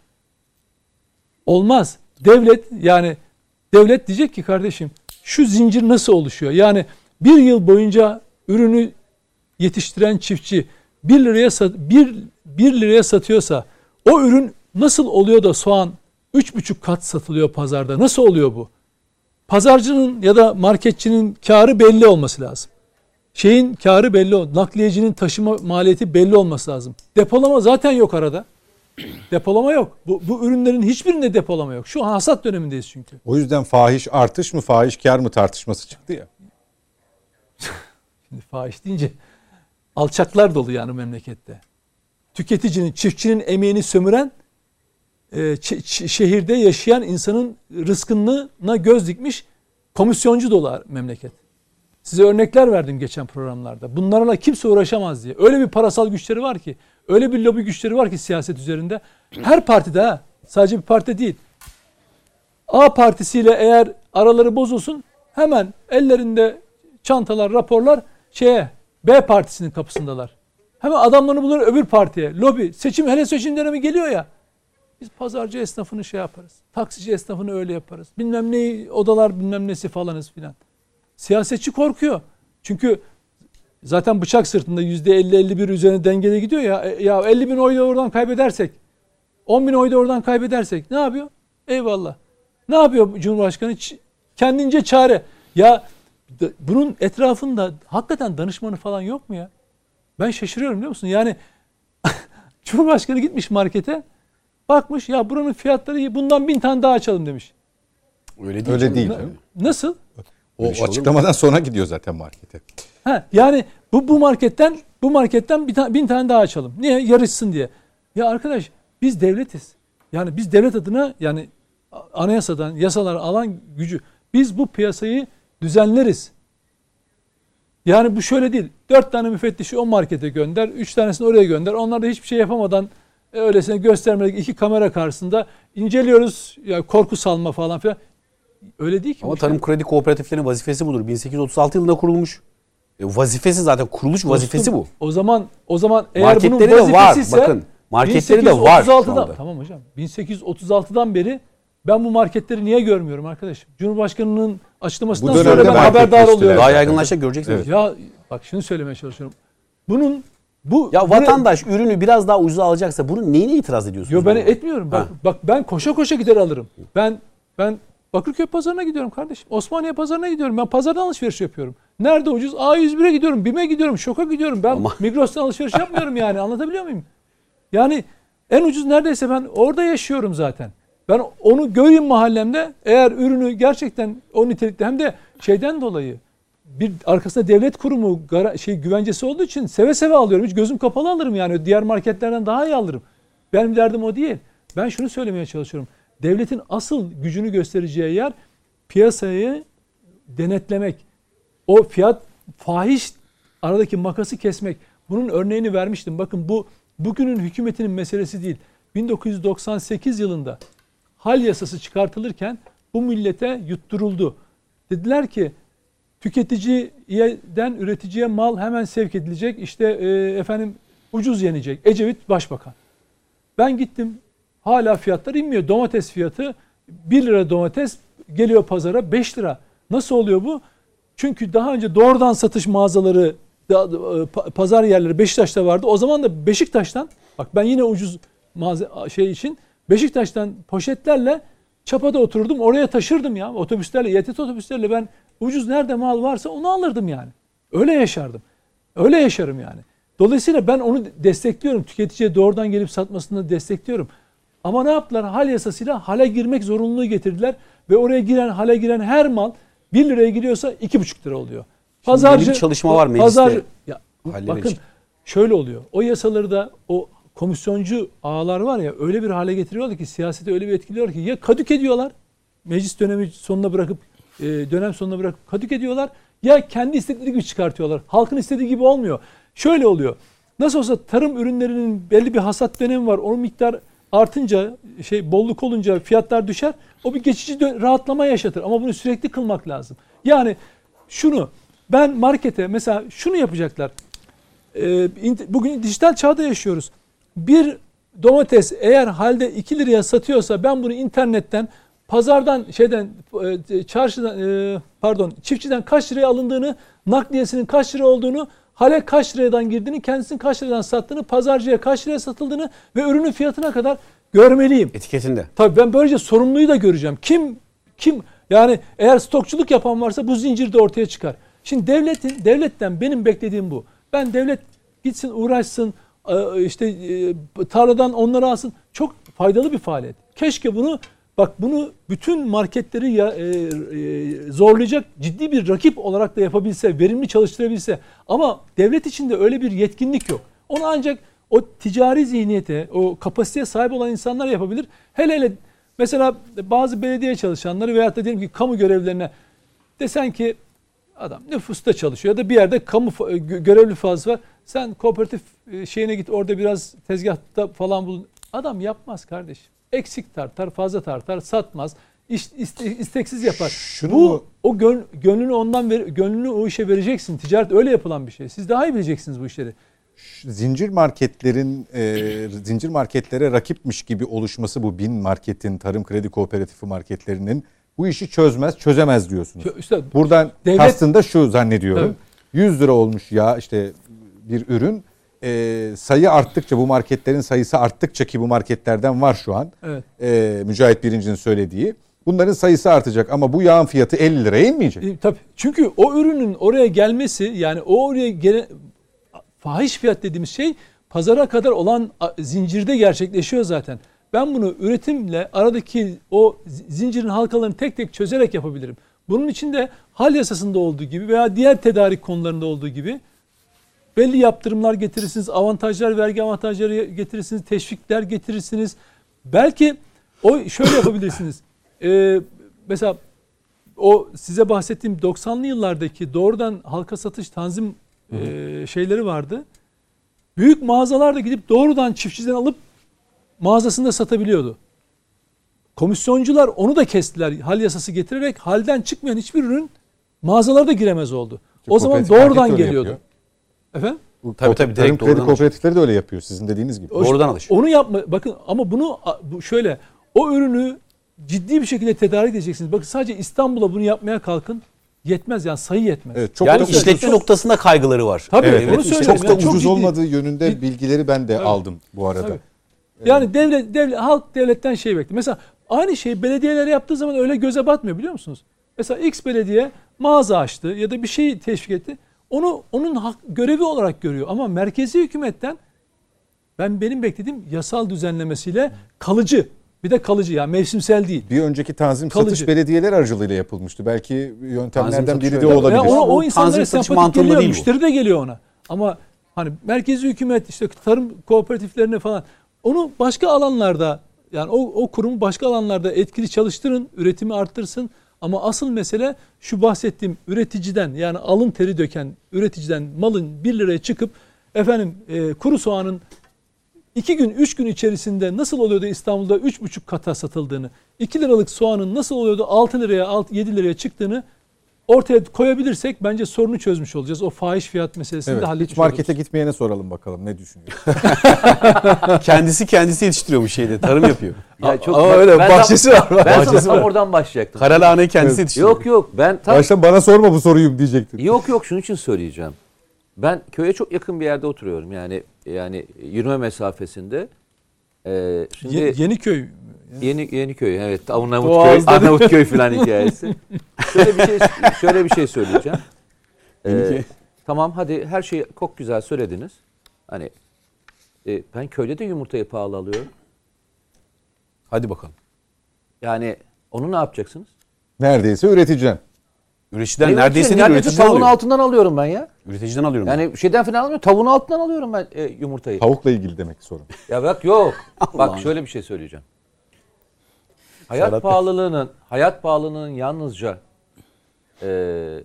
Olmaz. Devlet yani devlet diyecek ki kardeşim şu zincir nasıl oluşuyor? Yani bir yıl boyunca ürünü yetiştiren çiftçi bir liraya bir, bir liraya satıyorsa o ürün nasıl oluyor da soğan üç buçuk kat satılıyor pazarda? Nasıl oluyor bu? Pazarcının ya da marketçinin karı belli olması lazım. Şeyin karı belli olması, nakliyecinin taşıma maliyeti belli olması lazım. Depolama zaten yok arada. Depolama yok. Bu, bu ürünlerin hiçbirinde depolama yok. Şu an hasat dönemindeyiz çünkü.
O yüzden fahiş artış mı, fahiş kar mı tartışması çıktı ya.
Şimdi fahiş deyince alçaklar dolu yani memlekette. Tüketicinin, çiftçinin emeğini sömüren, şehirde yaşayan insanın rızkına göz dikmiş komisyoncu dolu memleket. Size örnekler verdim geçen programlarda. Bunlarla kimse uğraşamaz diye. Öyle bir parasal güçleri var ki, öyle bir lobi güçleri var ki siyaset üzerinde. Her partide ha, sadece bir parti değil. A partisiyle eğer araları bozulsun hemen ellerinde çantalar, raporlar şeye B partisinin kapısındalar. Hemen adamlarını bulur öbür partiye. Lobi, seçim hele seçim dönemi geliyor ya. Biz pazarcı esnafını şey yaparız. Taksici esnafını öyle yaparız. Bilmem ne odalar bilmem nesi falanız filan. Siyasetçi korkuyor. Çünkü zaten bıçak sırtında yüzde elli elli bir üzerine dengede gidiyor ya. E, ya elli bin oyu da oradan kaybedersek, on bin oyu da oradan kaybedersek ne yapıyor? Eyvallah. Ne yapıyor Cumhurbaşkanı? Kendince çare. Ya bunun etrafında hakikaten danışmanı falan yok mu ya? Ben şaşırıyorum biliyor musun? Yani Cumhurbaşkanı gitmiş markete, bakmış ya buranın fiyatları iyi, bundan bin tane daha açalım demiş.
Öyle değil.
Öyle değil.
Na, nasıl?
O
şey olur mu?
açıklamadan sonra gidiyor zaten markete.
Ha, yani bu bu marketten bu marketten bir tane bin tane daha açalım. Niye? Yarışsın diye. Ya arkadaş biz devletiz. Yani biz devlet adına yani anayasadan yasalar alan gücü biz bu piyasayı düzenleriz. Yani bu şöyle değil. Dört tane müfettişi o markete gönder. Üç tanesini oraya gönder. Onlar da hiçbir şey yapamadan öylesine göstermelik iki kamera karşısında inceliyoruz. Ya korku salma falan filan. Öyle değil ki.
Ama tarım kredi kooperatiflerinin vazifesi budur. bin sekiz yüz otuz altı yılında kurulmuş. E, vazifesi zaten kuruluş vazifesi bu.
O zaman o zaman eğer
Marketleri
bunun
de var.
vazifesi ise
Bakın marketleri de var.
bin sekiz yüz otuz altıdan,
şu anda.
tamam hocam. bin sekiz yüz otuz altıdan beri ben bu marketleri niye görmüyorum arkadaşım? Cumhurbaşkanının açıklamasından
Bu
sonra
dönemde
ben
market
haberdar
geçtiler.
oluyorum.
Daha yaygınlaşacak göreceksiniz.
Evet.
Ya bak şunu söylemeye çalışıyorum. Bunun bu
Ya vatandaş ürünü biraz daha ucuza alacaksa bunun neyine itiraz ediyorsunuz?
Yo ben
bana?
etmiyorum. Bak,
Ha.
bak ben koşa koşa gider alırım. Ben ben Bakırköy pazarına gidiyorum kardeşim. Osmaniye pazarına gidiyorum. Ben pazardan alışveriş yapıyorum. Nerede ucuz? A yüz bire gidiyorum. BİM'e gidiyorum. Şok'a gidiyorum. Ben
Ama-
Migros'tan alışveriş yapmıyorum yani. Anlatabiliyor muyum? Yani en ucuz neredeyse ben orada yaşıyorum zaten. Ben onu göreyim mahallemde. Eğer ürünü gerçekten o nitelikte hem de şeyden dolayı bir arkasında devlet kurumu gara- şey güvencesi olduğu için seve seve alıyorum. Hiç gözüm kapalı alırım yani. Diğer marketlerden daha iyi alırım. Benim derdim o değil. Ben şunu söylemeye çalışıyorum. Devletin asıl gücünü göstereceği yer piyasayı denetlemek. O fiyat fahiş aradaki makası kesmek. Bunun örneğini vermiştim. Bakın bu bugünün hükümetinin meselesi değil. bin dokuz yüz doksan sekiz yılında hal yasası çıkartılırken bu millete yutturuldu. Dediler ki tüketiciden üreticiye mal hemen sevk edilecek. İşte e, efendim ucuz yenecek. Ecevit Başbakan. Ben gittim. Hala fiyatlar inmiyor. Domates fiyatı bir lira domates geliyor pazara beş lira. Nasıl oluyor bu? Çünkü daha önce doğrudan satış mağazaları, pazar yerleri Beşiktaş'ta vardı. O zaman da Beşiktaş'tan, bak ben yine ucuz mağaza şey için Beşiktaş'tan poşetlerle çapada otururdum. Oraya taşırdım ya. Otobüslerle, Y T T otobüslerle ben ucuz nerede mal varsa onu alırdım yani. Öyle yaşardım. Öyle yaşarım yani. Dolayısıyla ben onu destekliyorum. Tüketiciye doğrudan gelip satmasını destekliyorum. Ama ne yaptılar? Hal yasasıyla hale girmek zorunluluğu getirdiler. Ve oraya giren, hale giren her mal bir liraya giriyorsa iki buçuk lira oluyor. Pazarcı,
yeni bir çalışma var mecliste.
Pazarcı, ya,
Hallemek
bakın
için.
şöyle oluyor. O yasaları da o komisyoncu ağalar var ya öyle bir hale getiriyorlar ki siyasete öyle bir etkiliyorlar ki ya kadük ediyorlar. Meclis dönemi sonuna bırakıp e, dönem sonuna bırakıp kadük ediyorlar. Ya kendi istedikleri gibi çıkartıyorlar. Halkın istediği gibi olmuyor. Şöyle oluyor. Nasıl olsa tarım ürünlerinin belli bir hasat dönemi var. Onun miktar artınca, şey bolluk olunca fiyatlar düşer. O bir geçici dön- rahatlama yaşatır. Ama bunu sürekli kılmak lazım. Yani şunu ben markete mesela şunu yapacaklar. Ee, bugün dijital çağda yaşıyoruz. Bir domates eğer halde iki liraya satıyorsa ben bunu internetten, pazardan, şeyden, çarşıdan, pardon, çiftçiden kaç liraya alındığını, nakliyesinin kaç lira olduğunu, hale kaç liradan girdiğini, kendisinin kaç liradan sattığını, pazarcıya kaç liraya satıldığını ve ürünün fiyatına kadar görmeliyim.
Etiketinde.
Tabii ben böylece sorumluluğu da göreceğim. Kim kim yani eğer stokçuluk yapan varsa bu zincir de ortaya çıkar. Şimdi devletin devletten benim beklediğim bu. Ben devlet gitsin uğraşsın işte tarladan onları alsın. Çok faydalı bir faaliyet. Keşke bunu bak bunu bütün marketleri ya, e, e, zorlayacak ciddi bir rakip olarak da yapabilse, verimli çalıştırabilse. Ama devlet içinde öyle bir yetkinlik yok. Onu ancak o ticari zihniyete, o kapasiteye sahip olan insanlar yapabilir. Hele hele mesela bazı belediye çalışanları veyahut da diyelim ki kamu görevlilerine desen ki adam nüfusta çalışıyor ya da bir yerde kamu görevli fazla var. Sen kooperatif şeyine git orada biraz tezgahta falan bulun. Adam yapmaz kardeşim. Eksik tartar, fazla tartar, satmaz. İş, iste, isteksiz yapar.
Şunu
Bu
mu?
o gön, gönlünü ondan ver, gönlünü o işe vereceksin. Ticaret öyle yapılan bir şey. Siz daha iyi bileceksiniz bu işleri.
Zincir marketlerin e, zincir marketlere rakipmiş gibi oluşması bu bin marketin, tarım kredi kooperatifi marketlerinin bu işi çözmez, çözemez diyorsunuz.
İşte
Buradan
devlet,
aslında şu zannediyorum.
Evet.
yüz lira olmuş ya işte bir ürün. E, sayı arttıkça bu marketlerin sayısı arttıkça ki bu marketlerden var şu an.
Evet.
E, Mücahit Birinci'nin söylediği. Bunların sayısı artacak ama bu yağın fiyatı elli liraya inmeyecek.
E, tabii. Çünkü o ürünün oraya gelmesi yani o oraya gelen fahiş fiyat dediğimiz şey pazara kadar olan zincirde gerçekleşiyor zaten. Ben bunu üretimle aradaki o zincirin halkalarını tek tek çözerek yapabilirim. Bunun için de hal yasasında olduğu gibi veya diğer tedarik konularında olduğu gibi belli yaptırımlar getirirsiniz, avantajlar, vergi avantajları getirirsiniz, teşvikler getirirsiniz. Belki o şöyle yapabilirsiniz. Ee, mesela o size bahsettiğim doksanlı yıllardaki doğrudan halka satış tanzim e, şeyleri vardı. Büyük mağazalar da gidip doğrudan çiftçiden alıp mağazasında satabiliyordu. Komisyoncular onu da kestiler hal yasası getirerek, halden çıkmayan hiçbir ürün mağazalara da giremez oldu.
İşte
o zaman
kooperatif
doğrudan
market de öyle
geliyordu.
yapıyor.
Efendim?
Tabii tabii, direkt
Tarım kredi
doğrudan
kooperatifleri de öyle yapıyor sizin dediğiniz gibi.
O-
Doğrudan alış.
Onu yapma. Bakın ama bunu bu şöyle, o ürünü ciddi bir şekilde tedarik edeceksiniz. Bakın sadece İstanbul'a bunu yapmaya kalkın. Yetmez yani, sayı yetmez.
Evet, çok
Yani
da
işletme
ucuz.
noktasında kaygıları var.
Tabii
Evet,
onu
evet.
söylüyorum.
Çok da
Yani çok
ucuz
ciddi.
olmadığı yönünde
Cid-
bilgileri ben de
Tabii.
aldım bu arada.
Tabii. Yani devlet, devlet, halk devletten şey bekliyor. Mesela aynı şeyi belediyeler yaptığı zaman öyle göze batmıyor, biliyor musunuz? Mesela X belediye mağaza açtı ya da bir şey teşvik etti. Onu onun hak, görevi olarak görüyor. Ama merkezi hükümetten ben benim beklediğim yasal düzenlemesiyle kalıcı, bir de kalıcı, yani mevsimsel değil.
Bir önceki tanzim
Kalıcı.
satış belediyeler aracılığıyla yapılmıştı. Belki yöntemlerden
Tanzim
biri
satışı
de
öyle.
olabilir.
Ya o, o
Bu
insanlara
tanzim satışı
sempatik
mantığında
geliyor,
değil bu.
müşteri de geliyor ona. Ama hani merkezi hükümet işte tarım kooperatiflerine falan, onu başka alanlarda, yani o, o kurumu başka alanlarda etkili çalıştırın, üretimi arttırsın. Ama asıl mesele şu bahsettiğim üreticiden, yani alın teri döken üreticiden malın bir liraya çıkıp efendim e, kuru soğanın iki gün, üç gün içerisinde nasıl oluyordu İstanbul'da üç buçuk kata satıldığını, iki liralık soğanın nasıl oluyordu altı liraya, yedi liraya çıktığını ortaya koyabilirsek bence sorunu çözmüş olacağız. O fahiş fiyat meselesini
Evet,
de halletmiş
hiç markete
oluruz.
gitmeyene soralım bakalım ne düşünüyor.
Kendisi kendisi yetiştiriyormuş şeyde, tarım yapıyor.
Ya çok,
Ama
ben-
öyle
ben
bahçesi
tam,
var.
Ben sana
bahçesi
tam
var.
oradan başlayacaktım.
Karalahanayı kendisi yetiştiriyor.
Yok yok ben tam
Baştan bana sorma bu soruyu diyecektin.
yok yok şunun için söyleyeceğim. Ben köye çok yakın bir yerde oturuyorum. Yani yani yürüme mesafesinde. Ee, şimdi
Ye- Yeniköy.
Yeni Yeniköy, evet, Arnavutköy,
Boğaz'da-
Arnavutköy falan hikayesi. Şöyle bir şey şöyle bir şey söyleyeceğim. Ee, tamam hadi her şeyi çok güzel söylediniz. Hani e, ben köyde de yumurtayı pahalı alıyorum.
Hadi bakalım.
Yani onu ne yapacaksınız?
Neredeyse üreteceksin.
Üreticiden
Benim
neredeyse
için
değil,
neredeyse
üreticiden
tavuğun
alıyorum.
altından alıyorum ben ya.
Üreticiden alıyorum.
Yani şeyden falan almıyorum. Tavuğun altından alıyorum ben e, yumurtayı.
Tavukla ilgili demek sorun.
Ya bak yok.
Allah'ım.
Bak şöyle bir şey söyleyeceğim. Hayat
Serhat Bey.
pahalılığının, hayat pahalılığının yalnızca e,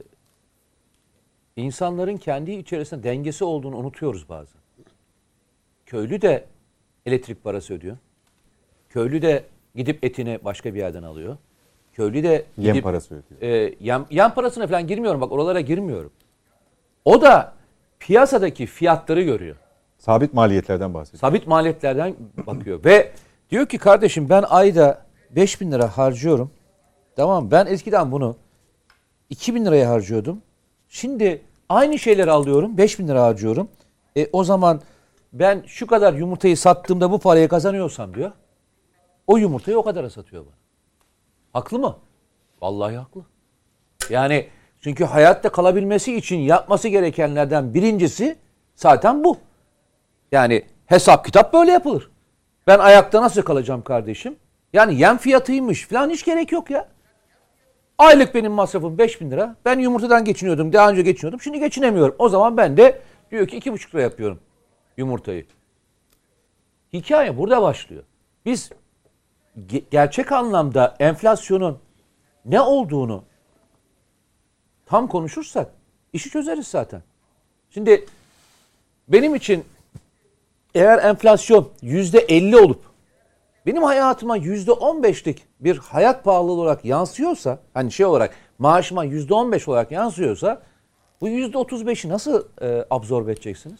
insanların kendi içerisinde dengesi olduğunu unutuyoruz bazen. Köylü de elektrik parası ödüyor. Köylü de gidip etini başka bir yerden alıyor. Köylü de gidip
Yem parası ödüyor.
e, yem, yem parasına falan girmiyorum. Bak oralara girmiyorum. O da piyasadaki fiyatları görüyor.
Sabit maliyetlerden bahsediyor.
Sabit maliyetlerden bakıyor. Ve diyor ki kardeşim ben ayda beş bin lira harcıyorum. Tamam, ben eskiden bunu iki bin liraya harcıyordum. Şimdi aynı şeyleri alıyorum. beş bin lira harcıyorum. E, o zaman ben şu kadar yumurtayı sattığımda bu parayı kazanıyorsam diyor. O yumurtayı o kadara satıyor bana. Haklı mı? Vallahi haklı. Yani çünkü hayatta kalabilmesi için yapması gerekenlerden birincisi zaten bu. Yani hesap kitap böyle yapılır. Ben ayakta nasıl kalacağım kardeşim? Yani yem fiyatıymış falan hiç gerek yok ya. Aylık benim masrafım beş bin lira. Ben yumurtadan geçiniyordum. Daha önce geçiniyordum. Şimdi geçinemiyorum. O zaman ben de diyor ki iki buçuk lira yapıyorum yumurtayı. Hikaye burada başlıyor. Biz ge- gerçek anlamda enflasyonun ne olduğunu tam konuşursak işi çözeriz zaten. Şimdi benim için eğer enflasyon yüzde elli olup benim hayatıma yüzde on beşlik bir hayat pahalılığı olarak yansıyorsa, hani şey olarak maaşıma yüzde on beş olarak yansıyorsa bu yüzde otuz beşi nasıl e, absorbe edeceksiniz?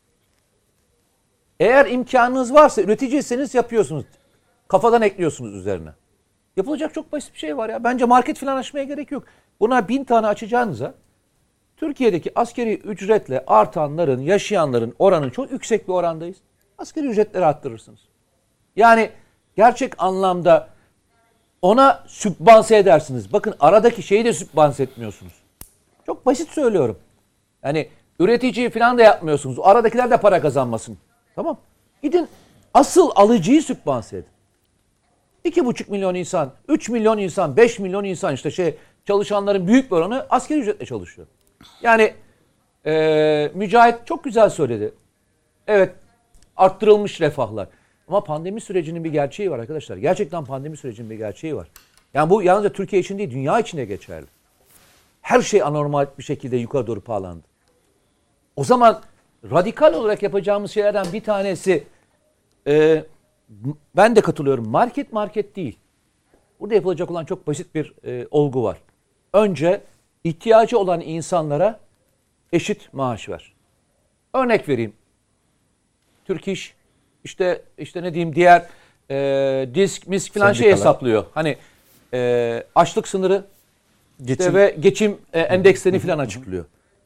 Eğer imkanınız varsa, üreticiyseniz yapıyorsunuz. Kafadan ekliyorsunuz üzerine. Yapılacak çok basit bir şey var ya. Bence market falan açmaya gerek yok. Buna bin tane açacağınıza Türkiye'deki askeri ücretle artanların, yaşayanların oranı çok yüksek bir orandayız. Asgari ücretleri arttırırsınız. Yani gerçek anlamda ona sübvanse edersiniz. Bakın aradaki şeyi de sübvanse etmiyorsunuz. Çok basit söylüyorum. Yani üreticiyi falan da yapmıyorsunuz. Aradakiler de para kazanmasın. Tamam. Gidin asıl alıcıyı sübvanse edin. İki buçuk milyon insan, üç milyon insan, beş milyon insan işte şey çalışanların büyük bir oranı asgari ücretle çalışıyor. Yani e, Mücahit çok güzel söyledi. Evet, arttırılmış refahlar. Ama pandemi sürecinin bir gerçeği var arkadaşlar. Gerçekten pandemi sürecinin bir gerçeği var. Yani bu yalnızca Türkiye için değil, dünya için de geçerli. Her şey anormal bir şekilde yukarı doğru pahalandı. O zaman radikal olarak yapacağımız şeylerden bir tanesi, e, ben de katılıyorum, market market değil. Burada yapılacak olan çok basit bir e, olgu var. Önce ihtiyacı olan insanlara eşit maaş ver. Örnek vereyim. Türk İş, işte işte ne diyeyim, diğer e, disk, misk falan şey hesaplıyor. Hani e, açlık sınırı geçim. İşte ve geçim e, endekslerini falan açıklıyor.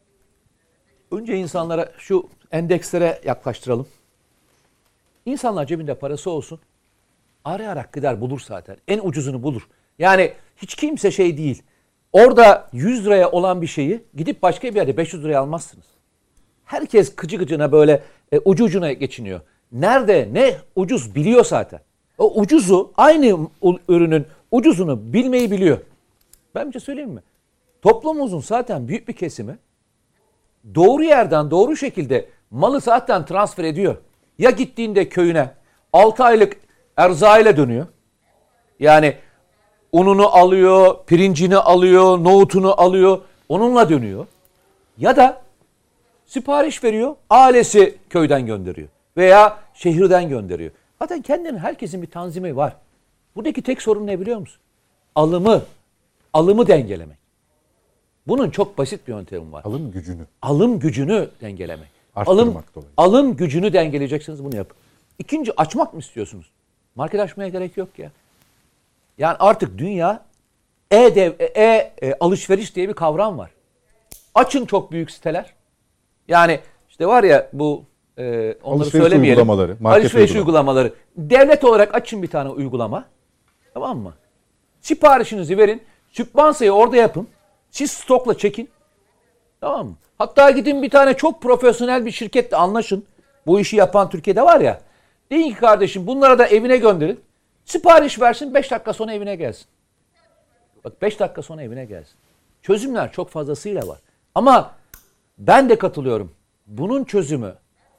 Önce insanlara şu endekslere yaklaştıralım. İnsanlar cebinde parası olsun. Arayarak gider bulur zaten. En ucuzunu bulur. Yani hiç kimse şey değil. Orada yüz liraya olan bir şeyi gidip başka bir yerde beş yüz liraya almazsınız. Herkes gıcı gıcına böyle e, ucu ucuna geçiniyor. Nerede ne ucuz biliyor zaten. O ucuzu, aynı ürünün ucuzunu bilmeyi biliyor. Ben bir şey söyleyeyim mi? Toplumumuzun zaten büyük bir kesimi doğru yerden doğru şekilde malı zaten transfer ediyor. Ya gittiğinde köyüne altı aylık erzağıyla dönüyor. Yani ununu alıyor, pirincini alıyor, nohutunu alıyor, onunla dönüyor. Ya da sipariş veriyor, ailesi köyden gönderiyor veya şehirden gönderiyor. Zaten kendinin, herkesin bir tanzimi var. Buradaki tek sorun ne biliyor musun? Alımı, alımı dengelemek. Bunun çok basit bir yöntemi var.
Alım gücünü.
Alım gücünü dengelemek.
Arttırmak
Alım,
dolayısıyla.
alım gücünü dengeleyeceksiniz, bunu yapın. İkinci, açmak mı istiyorsunuz? Market açmaya gerek yok ya. Yani artık dünya e-dev, e, e alışveriş diye bir kavram var. Açın çok büyük siteler. Yani işte var ya bu e, onları
alışveriş
söylemeyelim.
Uygulamaları, market
alışveriş
uygulamaları.
uygulamaları. Devlet olarak açın bir tane uygulama. Tamam mı? Siparişinizi verin. Sübvansayı orada yapın. Siz stokla çekin. Tamam mı? Hatta gidin bir tane çok profesyonel bir şirketle anlaşın. Bu işi yapan Türkiye'de var ya. Deyin ki kardeşim bunlara da evine gönderin. Sipariş versin, beş dakika sonra evine gelsin. Bak beş dakika sonra evine gelsin. Çözümler çok fazlasıyla var. Ama ben de katılıyorum. Bunun çözümü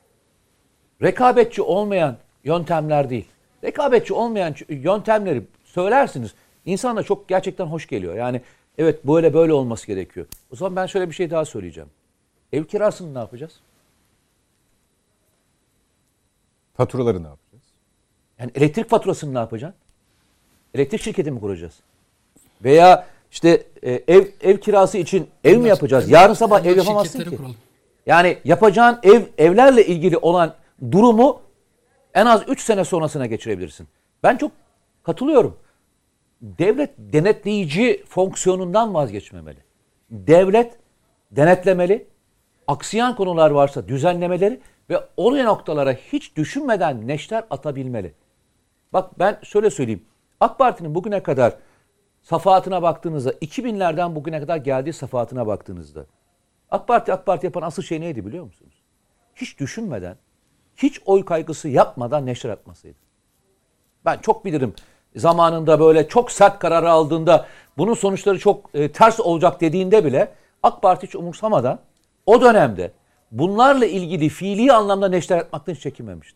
rekabetçi olmayan yöntemler değil. Rekabetçi olmayan yöntemleri söylersiniz. İnsan da çok gerçekten hoş geliyor. Yani evet böyle böyle olması gerekiyor. O zaman ben şöyle bir şey daha söyleyeceğim. Ev kirasını ne yapacağız?
Faturaları ne yapacağız?
Yani elektrik faturasını ne yapacaksın? Elektrik şirketi mi kuracağız? Veya işte e, ev ev kirası için ev mi yapacağız? Yarın sabah ev yapamazsın ki.
Kuralım.
Yani yapacağın ev evlerle ilgili olan durumu en az üç sene sonrasına geçirebilirsin. Ben çok katılıyorum. Devlet denetleyici fonksiyonundan vazgeçmemeli. Devlet denetlemeli. Aksayan konular varsa düzenlemeleri ve oraya noktalara hiç düşünmeden neşter atabilmeli. Bak ben şöyle söyleyeyim. AK Parti'nin bugüne kadar safahatına baktığınızda, iki binlerden bugüne kadar geldiği safahatına baktığınızda AK Parti AK Parti yapan asıl şey neydi biliyor musunuz? Hiç düşünmeden, hiç oy kaygısı yapmadan neşter atmasıydı. Ben çok bilirim. Zamanında böyle çok sert kararı aldığında bunun sonuçları çok e, ters olacak dediğinde bile AK Parti hiç umursamadan o dönemde bunlarla ilgili fiili anlamda neşter atmaktan hiç çekinmemişti.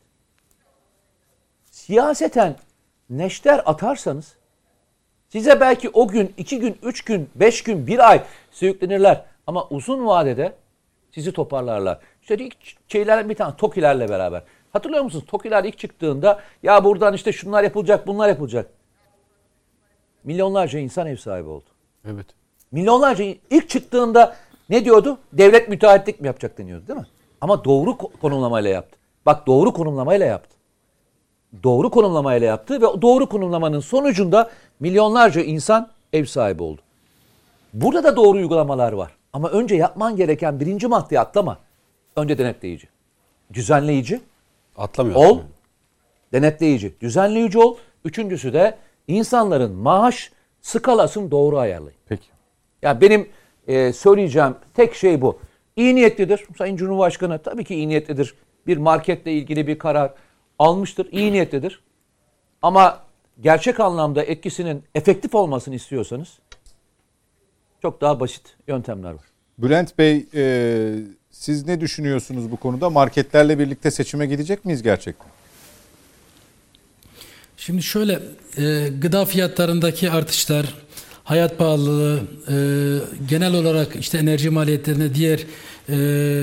Siyaseten neşter atarsanız size belki o gün, iki gün, üç gün, beş gün, bir ay sürüklenirler. Ama uzun vadede sizi toparlarlar. İşte ilk şeyler bir tane TOKİ'lerle beraber. Hatırlıyor musunuz? TOKİ'ler ilk çıktığında ya buradan işte şunlar yapılacak, bunlar yapılacak. Milyonlarca insan ev sahibi oldu.
Evet.
Milyonlarca ilk çıktığında ne diyordu? Devlet müteahhitlik mi yapacak deniyordu değil mi? Ama doğru konumlamayla yaptı. Bak doğru konumlamayla yaptı. Doğru konumlamayla yaptı ve doğru konumlamanın sonucunda milyonlarca insan ev sahibi oldu. Burada da doğru uygulamalar var. Ama önce yapman gereken birinci maddeyi atlama. Önce denetleyici. Düzenleyici.
Atlamıyor.
Ol.
Atlamıyor.
Denetleyici. Düzenleyici ol. Üçüncüsü de insanların maaş skalasını doğru ayarlayın.
Peki.
Yani benim e, söyleyeceğim tek şey bu. İyi niyetlidir. Sayın Cumhurbaşkanı tabii ki iyi niyetlidir. Bir marketle ilgili bir karar almıştır. İyi niyetlidir. Ama gerçek anlamda etkisinin efektif olmasını istiyorsanız çok daha basit yöntemler var.
Bülent Bey, e, siz ne düşünüyorsunuz bu konuda? Marketlerle birlikte seçime gidecek miyiz gerçekten?
Şimdi şöyle, e, gıda fiyatlarındaki artışlar, hayat pahalılığı, e, genel olarak işte enerji maliyetlerine, diğer e,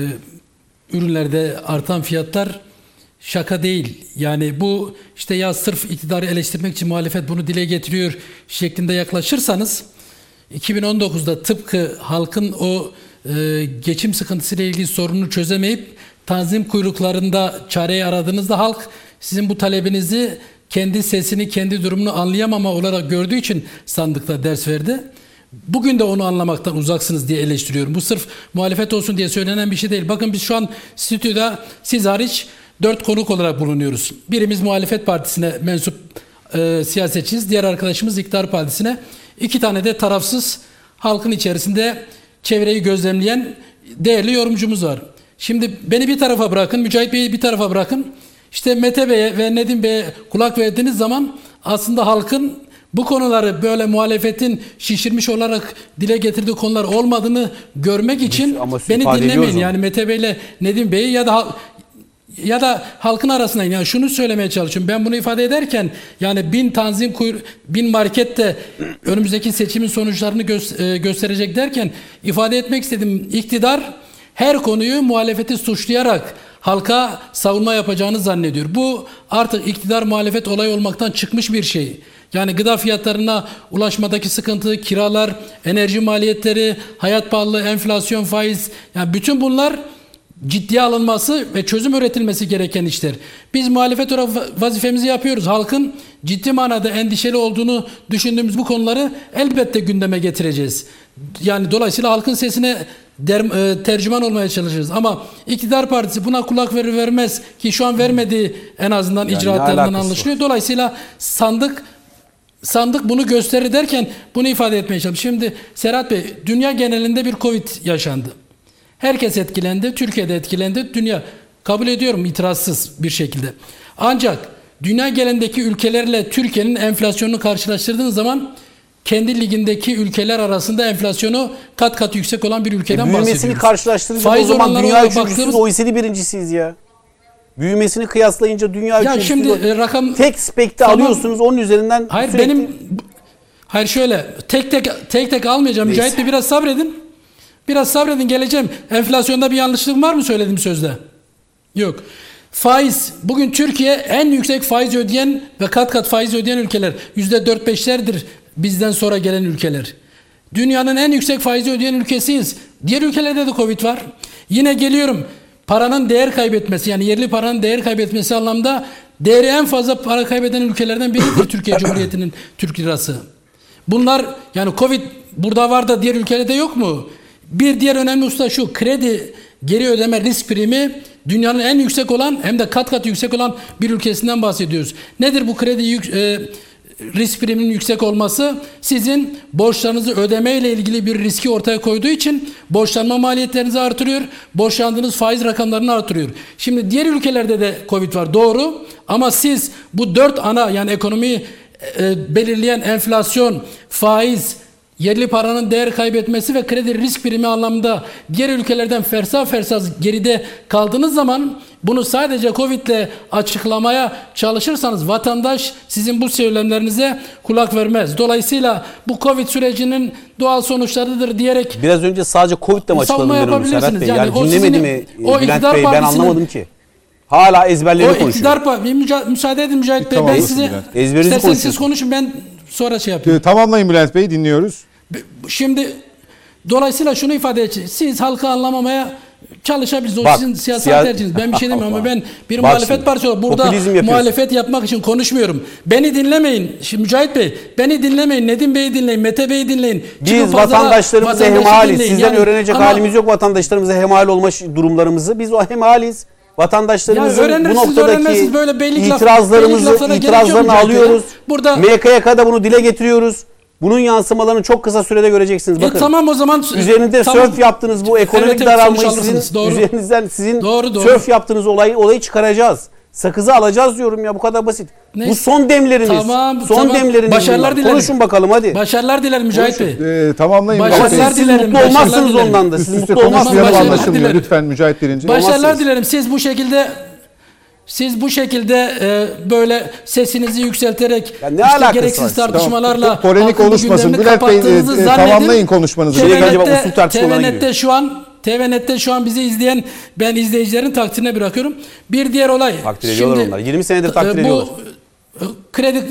ürünlerde artan fiyatlar şaka değil. Yani bu işte ya sırf iktidarı eleştirmek için muhalefet bunu dile getiriyor şeklinde yaklaşırsanız, iki bin on dokuzda tıpkı halkın o e, geçim sıkıntısıyla ilgili sorununu çözemeyip tanzim kuyruklarında çareyi aradığınızda halk sizin bu talebinizi kendi sesini, kendi durumunu anlayamama olarak gördüğü için sandıkta ders verdi. Bugün de onu anlamaktan uzaksınız diye eleştiriyorum. Bu sırf muhalefet olsun diye söylenen bir şey değil. Bakın biz şu an stüdyoda siz hariç dört konuk olarak bulunuyoruz. Birimiz muhalefet partisine mensup e, siyasetçiyiz. Diğer arkadaşımız iktidar partisine. İki tane de tarafsız, halkın içerisinde çevreyi gözlemleyen değerli yorumcumuz var. Şimdi beni bir tarafa bırakın, Mücahit Bey'i bir tarafa bırakın. İşte Mete Bey'e ve Nedim Bey'e kulak verdiğiniz zaman aslında halkın bu konuları böyle muhalefetin şişirmiş olarak dile getirdiği konular olmadığını görmek için beni dinlemeyin. Yani Mete Bey'le Nedim Bey'i ya da ya da halkın arasına, yani şunu söylemeye çalışıyorum. Ben bunu ifade ederken yani bin tanzim kuyru, bin markette önümüzdeki seçimin sonuçlarını gö- gösterecek derken ifade etmek istedim. İktidar her konuyu muhalefeti suçlayarak halka savunma yapacağını zannediyor. Bu artık iktidar muhalefet olayı olmaktan çıkmış bir şey. Yani gıda fiyatlarına ulaşmadaki sıkıntı, kiralar, enerji maliyetleri, hayat pahalılığı, enflasyon, faiz, yani bütün bunlar ciddiye alınması ve çözüm üretilmesi gereken işler. Biz muhalefet olarak vazifemizi yapıyoruz. Halkın ciddi manada endişeli olduğunu düşündüğümüz bu konuları elbette gündeme getireceğiz. Yani dolayısıyla halkın sesine der, e, tercüman olmaya çalışırız. Ama iktidar partisi buna kulak verir vermez ki şu an vermediği en azından yani icraatlarından anlaşılıyor. Var. Dolayısıyla sandık sandık bunu gösterir derken bunu ifade etmeye çalışıyorum. Şimdi Serhat Bey, dünya genelinde bir Covid yaşandı. Herkes etkilendi, Türkiye'de etkilendi, dünya kabul ediyorum itirazsız bir şekilde. Ancak dünya genelindeki ülkelerle Türkiye'nin enflasyonunu karşılaştırdığınız zaman kendi ligindeki ülkeler arasında enflasyonu kat kat yüksek olan bir ülkeden e, bahsediyoruz.
Büyümesini karşılaştırınca o zaman dünya üçüncüsüz, O E C D birincisiyiz ya. Büyümesini kıyaslayınca dünya
ya
üçüncüsüz.
Şimdi e, rakam
tek spekte tamam. alıyorsunuz, onun üzerinden
Hayır
sürekli...
benim hayır şöyle tek tek tek tek almayacağım. Neyse. Mücahit Bey biraz sabredin. Biraz sabredin, geleceğim. Enflasyonda bir yanlışlığım var mı söylediğim sözde? Yok. Faiz. Bugün Türkiye en yüksek faiz ödeyen ve kat kat faiz ödeyen ülkeler. yüzde dört beşlerdir bizden sonra gelen ülkeler. Dünyanın en yüksek faizi ödeyen ülkesiyiz. Diğer ülkelerde de Covid var. Yine geliyorum. Paranın değer kaybetmesi, yani yerli paranın değer kaybetmesi anlamda değeri en fazla para kaybeden ülkelerden biridir Türkiye Cumhuriyeti'nin Türk lirası. Bunlar yani Covid burada var da diğer ülkelerde yok mu? Bir diğer önemli husus şu: kredi geri ödeme risk primi dünyanın en yüksek olan hem de kat kat yüksek olan bir ülkesinden bahsediyoruz. Nedir bu kredi yük, e, risk priminin yüksek olması? Sizin borçlarınızı ödemeyle ilgili bir riski ortaya koyduğu için borçlanma maliyetlerinizi artırıyor, borçlandığınız faiz rakamlarını artırıyor. Şimdi diğer ülkelerde de Covid var, doğru, ama siz bu dört ana, yani ekonomiyi e, belirleyen enflasyon, faiz, yerli paranın değer kaybetmesi ve kredi risk primi anlamında diğer ülkelerden fersah fersah geride kaldığınız zaman bunu sadece Covid'le açıklamaya çalışırsanız vatandaş sizin bu söylemlerinize kulak vermez. Dolayısıyla bu Covid sürecinin doğal sonuçlarıdır diyerek
biraz önce sadece Covid'le mi açıkladım ben Serhat Bey? Yani, yani dinlemedi mi Bülent Bey? Ben anlamadım ki. Hala ezberleri konuşuyor. O iktidar
bir müca- müsaade edin Mücahit Bey.
Tamam,
ben size
ezberinizi
siz konuşun, ben sonra şey yapayım.
Tamamlayın Bülent Bey, dinliyoruz.
Şimdi dolayısıyla şunu ifade edeceğim. Siz halkı anlamamaya çalışabilirsiniz. O
Bak,
sizin siyasi
siya-
tercihiniz. Ben bir şey demiyorum ama ben bir
Bak
muhalefet
şimdi,
partisi olarak burada muhalefet yapmak için konuşmuyorum. Beni dinlemeyin. Şimdi Mücahit Bey, beni dinlemeyin. Nedim Bey'i dinleyin. Mete Bey'i dinleyin.
Biz pazara, vatandaşlarımıza hemhaliz. Sizden yani, öğrenecek ama, halimiz yok vatandaşlarımıza hemal olma durumlarımızı. Biz o hemhaliz. Vatandaşlarımızın bu noktadaki böyle itirazlarımızı, itirazlarını alıyoruz. Burada M K Y K'da bunu dile getiriyoruz. Bunun yansımalarını çok kısa sürede göreceksiniz. Bakın.
E tamam o zaman.
Üzerinde tamam. Sörf yaptığınız bu ekonomik evet, daralmayı sizin
doğru.
üzerinizden sizin
doğru, doğru.
sörf yaptığınız olayı olayı çıkaracağız. Sakızı alacağız diyorum ya, bu kadar basit.
Neyse.
Bu son demleriniz.
Tamam,
son
tamam.
demleriniz.
Başarılar
bunlar.
dilerim.
Konuşun bakalım hadi.
Başarılar dilerim Mücahit Bey.
Ee, tamamlayın.
Başarılar
Mücahit Bey.
Siz
dilerim,
mutlu olmazsınız
başarılar dilerim.
ondan da. Siz
Üst üste
mutlu olmazsınız.
konuşmayalım,
Başarılar
anlaşılmıyor.
dilerim.
Lütfen Mücahit birinci.
Başarılar
Olmazsınız.
dilerim. Siz bu şekilde siz bu şekilde e, böyle sesinizi yükselterek
Ya ne
işte
alakası
gereksiz
var?
tartışmalarla
Tamam, polemik
halkın
oluşmasın.
gündemini
Bülent Bey,
kapattığınızı
e,
zannedin.
tamamlayın konuşmanızı.
T V
Bence bak,
Net'te,
usul tartışmalarına
T V Net'te şu an T V Net'te şu an bizi izleyen, ben izleyicilerin takdirine bırakıyorum. Bir diğer olay.
Takdir ediyorlar onlar. yirmi senedir takdir
e,
ediyorlar.
Bu e, kredi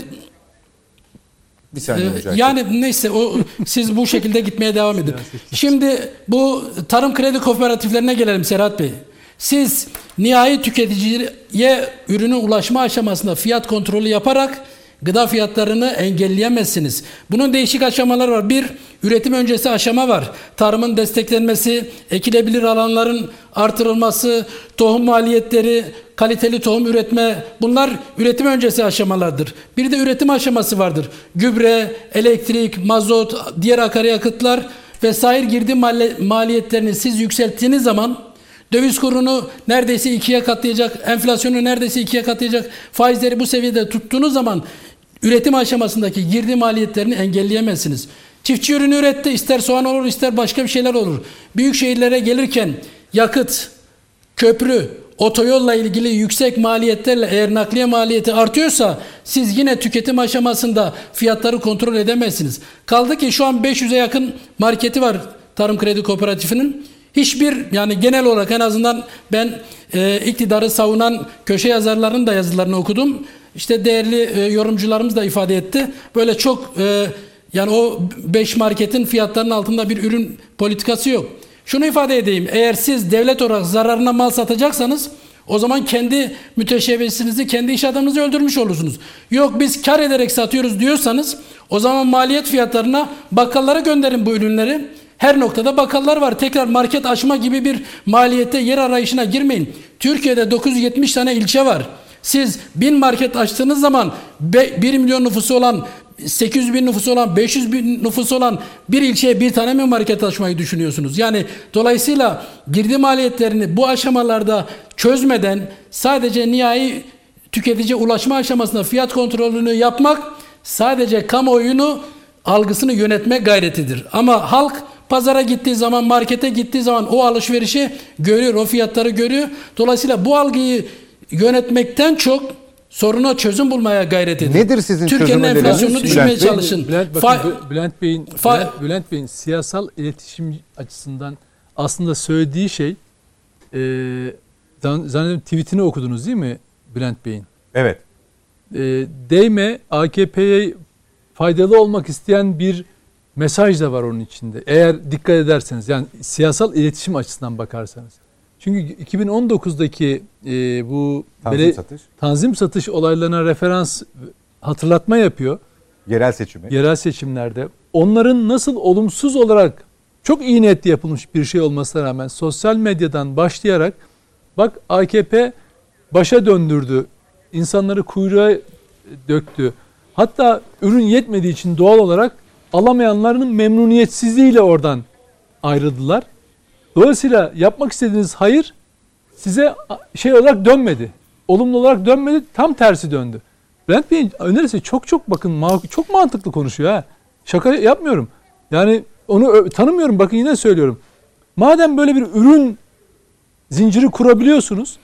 Bir saniye
Ee,
Mücahit Bey.
Yani neyse, o siz bu şekilde gitmeye devam edin. Şimdi bu tarım kredi kooperatiflerine gelelim Serhat Bey. Siz nihai tüketiciye ürünün ulaşma aşamasında fiyat kontrolü yaparak gıda fiyatlarını engelleyemezsiniz. Bunun değişik aşamaları var. Bir, üretim öncesi aşama var. Tarımın desteklenmesi, ekilebilir alanların artırılması, tohum maliyetleri, kaliteli tohum üretme, bunlar üretim öncesi aşamalardır. Bir de üretim aşaması vardır. Gübre, elektrik, mazot, diğer akaryakıtlar vesaire girdi maliyetlerini siz yükselttiğiniz zaman döviz kurunu neredeyse ikiye katlayacak, enflasyonu neredeyse ikiye katlayacak, faizleri bu seviyede tuttuğunuz zaman üretim aşamasındaki girdi maliyetlerini engelleyemezsiniz. Çiftçi ürünü üretti, ister soğan olur, ister başka bir şeyler olur. Büyük şehirlere gelirken yakıt, köprü, otoyolla ilgili yüksek maliyetlerle eğer nakliye maliyeti artıyorsa siz yine tüketim aşamasında fiyatları kontrol edemezsiniz. Kaldı ki şu an beş yüze yakın marketi var Tarım Kredi Kooperatifi'nin. Hiçbir, yani genel olarak en azından ben e, iktidarı savunan köşe yazarlarının da yazılarını okudum. İşte değerli e, yorumcularımız da ifade etti. Böyle çok e, yani o beş marketin fiyatlarının altında bir ürün politikası yok. Şunu ifade edeyim. Eğer siz devlet olarak zararına mal satacaksanız o zaman kendi müteşebbisinizi, kendi iş adamınızı öldürmüş olursunuz. Yok biz kar ederek satıyoruz diyorsanız o zaman maliyet fiyatlarına bakkallara gönderin bu ürünleri. Her noktada bakkallar var. Tekrar market açma gibi bir maliyette yer arayışına girmeyin. Türkiye'de dokuz yüz yetmiş tane ilçe var. Siz bin market açtığınız zaman bir milyon nüfusu olan, sekiz yüz bin nüfusu olan, beş yüz bin nüfusu olan bir ilçeye bir tane mi market açmayı düşünüyorsunuz? Yani dolayısıyla girdi maliyetlerini bu aşamalarda çözmeden sadece nihai tüketiciye ulaşma aşamasında fiyat kontrolünü yapmak sadece kamuoyunu, algısını yönetme gayretidir. Ama halk pazara gittiği zaman, markete gittiği zaman o alışverişi görüyor, o fiyatları görüyor. Dolayısıyla bu algıyı yönetmekten çok soruna çözüm bulmaya gayret edin.
Nedir sizin
Türkiye'nin
çözüm öneriniz?
enflasyonunu
Bülent
düşürmeye
Bey,
çalışın.
Bülent, bakın,
Fa-
Bülent Bey'in
Fa-
Bülent, Bülent Bey'in siyasal iletişim açısından aslında söylediği şey, e, zannediyorum tweetini okudunuz değil mi Bülent Bey'in?
Evet.
E, değme, A K P'ye faydalı olmak isteyen bir mesaj da var onun içinde. Eğer dikkat ederseniz, yani siyasal iletişim açısından bakarsanız. Çünkü iki bin on dokuzdaki e, bu
Tanzim
bele-
satış.
tanzim satış olaylarına referans, hatırlatma yapıyor.
Yerel seçimi.
Yerel seçimlerde onların nasıl olumsuz olarak çok iyi niyetli yapılmış bir şey olmasına rağmen sosyal medyadan başlayarak bak A K P başa döndürdü, insanları kuyruğa döktü. Hatta ürün yetmediği için doğal olarak alamayanların memnuniyetsizliğiyle oradan ayrıldılar. Dolayısıyla yapmak istediğiniz hayır size şey olarak dönmedi. Olumlu olarak dönmedi, tam tersi döndü. Bülent Bey'in önerisi çok çok bakın çok mantıklı konuşuyor ha. Şaka yapmıyorum. Yani onu tanımıyorum, bakın yine söylüyorum. Madem böyle bir ürün zinciri kurabiliyorsunuz,